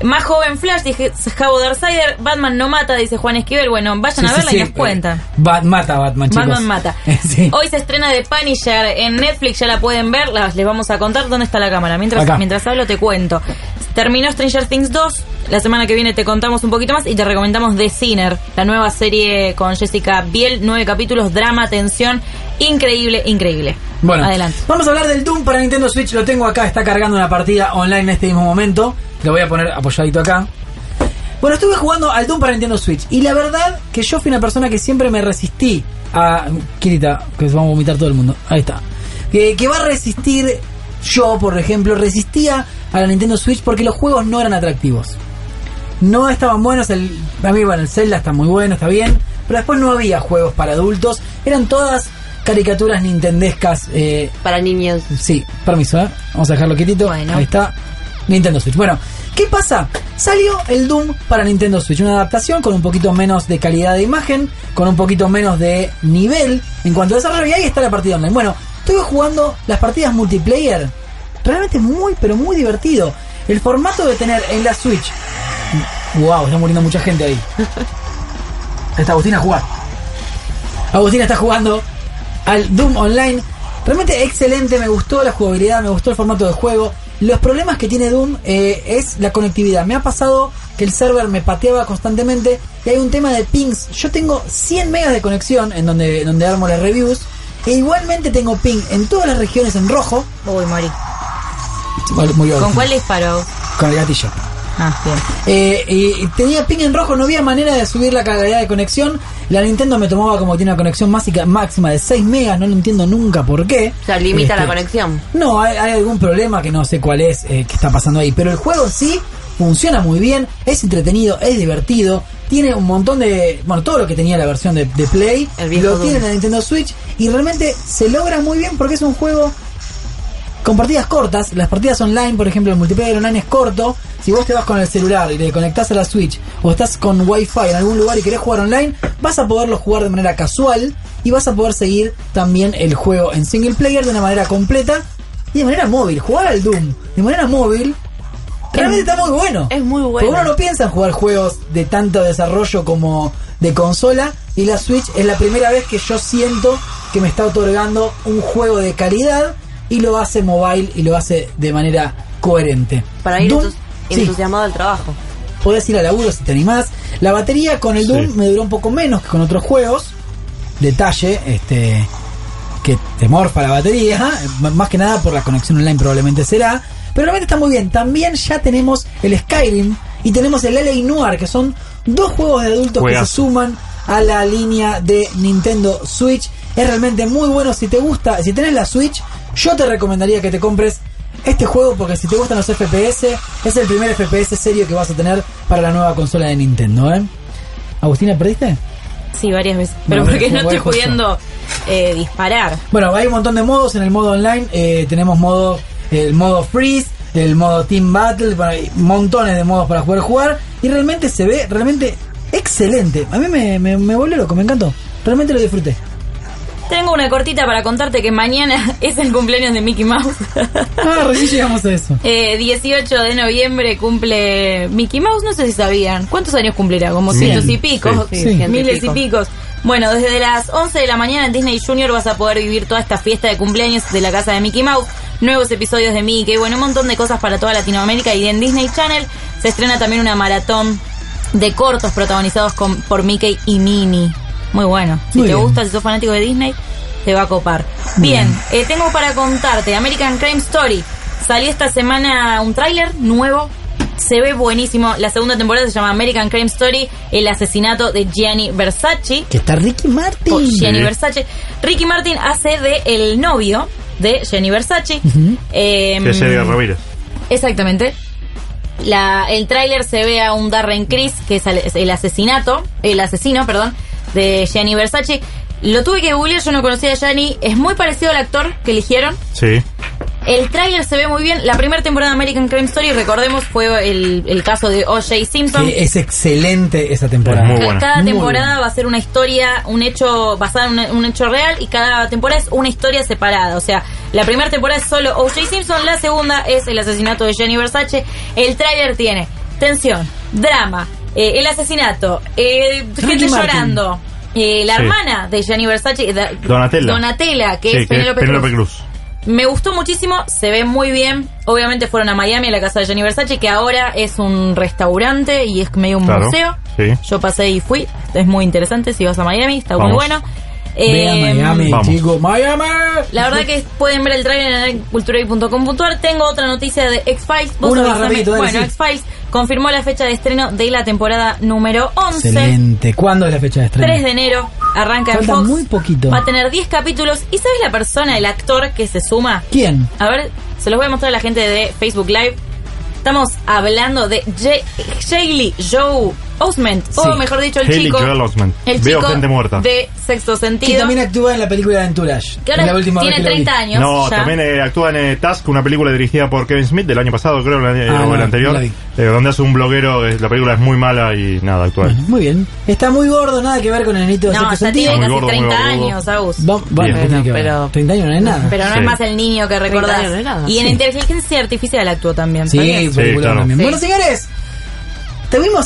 Más joven Flash, dice Javo Darksider. Batman no mata, dice Juan Esquivel. Bueno, vayan a verla y nos cuentan. Mata Batman, chicos. Batman mata. Hoy se estrena The Punisher en Netflix, ya la pueden ver. Les vamos a contar dónde está la cámara. Mientras hablo te cuento. Terminó Stranger Things 2. La semana que viene te contamos un poquito más y te recomendamos The Sinner, la nueva serie con Jessica Biel. 9 capítulos, drama, tensión. Increíble, increíble. Bueno, adelante. Vamos a hablar del Doom para Nintendo Switch. Lo tengo acá, está cargando una partida online en este mismo momento. Lo voy a poner apoyadito acá. Bueno, estuve jugando al Doom para Nintendo Switch. Y la verdad que yo fui una persona que siempre me resistí a... Kirita, que se va a vomitar todo el mundo. Ahí está. Que va a resistir... Yo, por ejemplo, resistía a la Nintendo Switch porque los juegos no eran atractivos. No estaban buenos. A mí, bueno, el Zelda está muy bueno, está bien. Pero después no había juegos para adultos. Eran todas caricaturas nintendescas. Para niños. Sí, permiso, vamos a dejarlo quietito. Bueno. Ahí está. Nintendo Switch. Bueno, ¿qué pasa? Salió el Doom para Nintendo Switch. Una adaptación con un poquito menos de calidad de imagen, con un poquito menos de nivel en cuanto a desarrollo. Y ahí está la partida online. Bueno, estuve jugando las partidas multiplayer. Realmente muy, pero muy divertido. El formato de tener en la Switch... Wow, está muriendo mucha gente ahí. Está Agustina a jugar. Agustina está jugando al Doom Online. Realmente excelente, me gustó la jugabilidad, me gustó el formato de juego. Los problemas que tiene Doom es la conectividad. Me ha pasado que el server me pateaba constantemente y hay un tema de pings. Yo tengo 100 megas de conexión en donde armo las reviews e igualmente tengo ping en todas las regiones en rojo. Uy, morí. Murió. ¿Con cuál disparo? Con el gatillo. Ah, bien. Y tenía ping en rojo, no había manera de subir la calidad de conexión. La Nintendo me tomaba como que tiene una conexión máxima de 6 megas, no lo entiendo nunca por qué. O sea, limita la conexión. No, hay algún problema que no sé cuál es que está pasando ahí. Pero el juego sí funciona muy bien, es entretenido, es divertido. Tiene un montón de... Bueno, todo lo que tenía la versión de Play lo tiene en la Nintendo Switch. Y realmente se logra muy bien porque es un juego con partidas cortas. Las partidas online, por ejemplo, el multiplayer online es corto. Si vos te vas con el celular y le conectás a la Switch o estás con Wi-Fi en algún lugar y querés jugar online, vas a poderlo jugar de manera casual y vas a poder seguir también el juego en single player de una manera completa y de manera móvil. Jugar al Doom de manera móvil realmente está muy bueno. Es muy bueno. Porque uno no piensa en jugar juegos de tanto desarrollo como de consola, y la Switch es la primera vez que yo siento que me está otorgando un juego de calidad y lo hace mobile y lo hace de manera coherente. Para ir entusiasmado al trabajo. Podés ir al laburo si te animás. La batería con el Doom me duró un poco menos que con otros juegos. Detalle, que te morfa la batería, más que nada por la conexión online probablemente será. Pero realmente está muy bien. También ya tenemos el Skyrim y tenemos el LA Noire, que son dos juegos de adultos que se suman a la línea de Nintendo Switch. Es realmente muy bueno. Si te gusta, si tenés la Switch, yo te recomendaría que te compres este juego, porque si te gustan los FPS, es el primer FPS serio que vas a tener para la nueva consola de Nintendo, Agustina, ¿perdiste? Sí, varias veces, pero porque no estoy pudiendo disparar. Bueno, hay un montón de modos en el modo online. Tenemos el modo Freeze, el modo Team Battle, montones de modos para poder jugar, y realmente se ve realmente excelente. A mí me volvió loco, me encantó, realmente lo disfruté. Tengo una cortita para contarte que mañana es el cumpleaños de Mickey Mouse. Recién llegamos a eso. 18 de noviembre cumple Mickey Mouse, no sé si sabían. ¿Cuántos años cumplirá? Como cientos y pico, miles y picos. Bueno, desde las 11 de la mañana en Disney Junior vas a poder vivir toda esta fiesta de cumpleaños de la casa de Mickey Mouse. Nuevos episodios de Mickey, bueno, un montón de cosas para toda Latinoamérica. Y en Disney Channel se estrena también una maratón de cortos protagonizados por Mickey y Minnie. Muy bueno. Si te gusta, si sos fanático de Disney, te va a copar. Bien, tengo para contarte American Crime Story. Salió esta semana un tráiler nuevo. Se ve buenísimo. La segunda temporada se llama American Crime Story, el asesinato de Gianni Versace. Que está Ricky Martin. Gianni Versace. Ricky Martin hace de el novio de Gianni Versace. Que es Edgar Ramírez. Exactamente. El tráiler se ve a un Darren Criss, que es el asesino, de Gianni Versace. Lo tuve que googlear, yo no conocía a Gianni. Es muy parecido al actor que eligieron. Sí. El tráiler se ve muy bien. La primera temporada de American Crime Story, recordemos, fue el caso de O.J. Simpson. Sí, es excelente esa temporada. Muy buena. Cada temporada va a ser una historia, un hecho basado en un hecho real, y cada temporada es una historia separada. O sea, la primera temporada es solo O.J. Simpson, la segunda es el asesinato de Gianni Versace. El tráiler tiene tensión, drama, el asesinato, gente llorando. La hermana de Gianni Versace, Donatella, que es Penélope Cruz. Me gustó muchísimo, se ve muy bien. Obviamente fueron a Miami, a la casa de Gianni Versace, que ahora es un restaurante y es medio un museo. Sí. Yo pasé y fui, es muy interesante. Si vas a Miami, está muy bueno. Miami, chicos, Miami. La verdad que pueden ver el trailer en culturageek.com.ar. Tengo otra noticia de X-Files. X-Files confirmó la fecha de estreno de la temporada número 11. Excelente. ¿Cuándo es la fecha de estreno? 3 de enero. Arranca en Fox. Muy poquito. Va a tener 10 capítulos. ¿Y sabes la persona, el actor que se suma? ¿Quién? A ver, se los voy a mostrar a la gente de Facebook Live. Estamos hablando de Haley Joel Osment, o mejor dicho, el chico Veo gente muerta. de Sexto Sentido. Que también actúa en la película de Entourage. Que ahora tiene 30 años. No, ya. También actúa en Task, una película dirigida por Kevin Smith del año pasado, creo, o el anterior, donde hace un bloguero. La película es muy mala y nada, actúa. Bueno, muy bien. Está muy gordo, nada que ver con el nenito de Sexto Sentido. Tiene casi 30 años, Agus. Bueno, pero 30 años no es nada. Pero no es más el niño que recordás. Y en inteligencia artificial actuó también. Sí, claro. Bueno, señores, tuvimos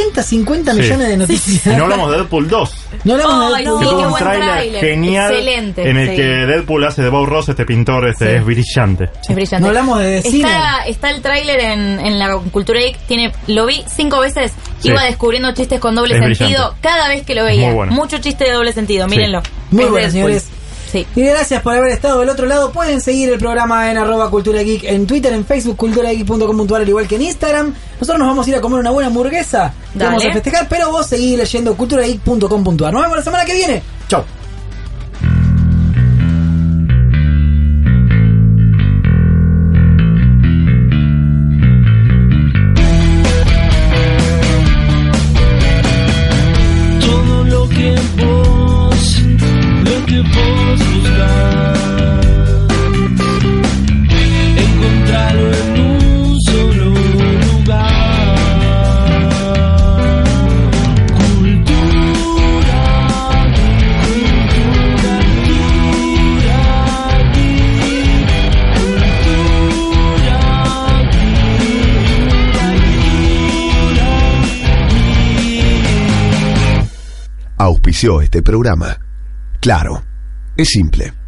650 millones de noticias. Y no hablamos de Deadpool 2. No hablamos de Deadpool 2. Que tuvo un tráiler genial. Excelente. En el que Deadpool hace de Bob Ross, este pintor, es brillante. Es brillante. No hablamos de cine. Está el tráiler en la Cultura Geek. Lo vi 5 veces. Iba descubriendo chistes con doble sentido brillante. Cada vez que lo veía. Muy bueno. Mucho chiste de doble sentido, mírenlo. Muy bueno, señores. Sí. Y gracias por haber estado del otro lado. Pueden seguir el programa en @culturageek en Twitter, en Facebook, culturageek.com.ar, al igual que en Instagram. Nosotros nos vamos a ir a comer una buena hamburguesa. Vamos a festejar, pero vos seguís leyendo culturageek.com.ar. Nos vemos la semana que viene. Chau. Auspició este programa. Claro, es simple.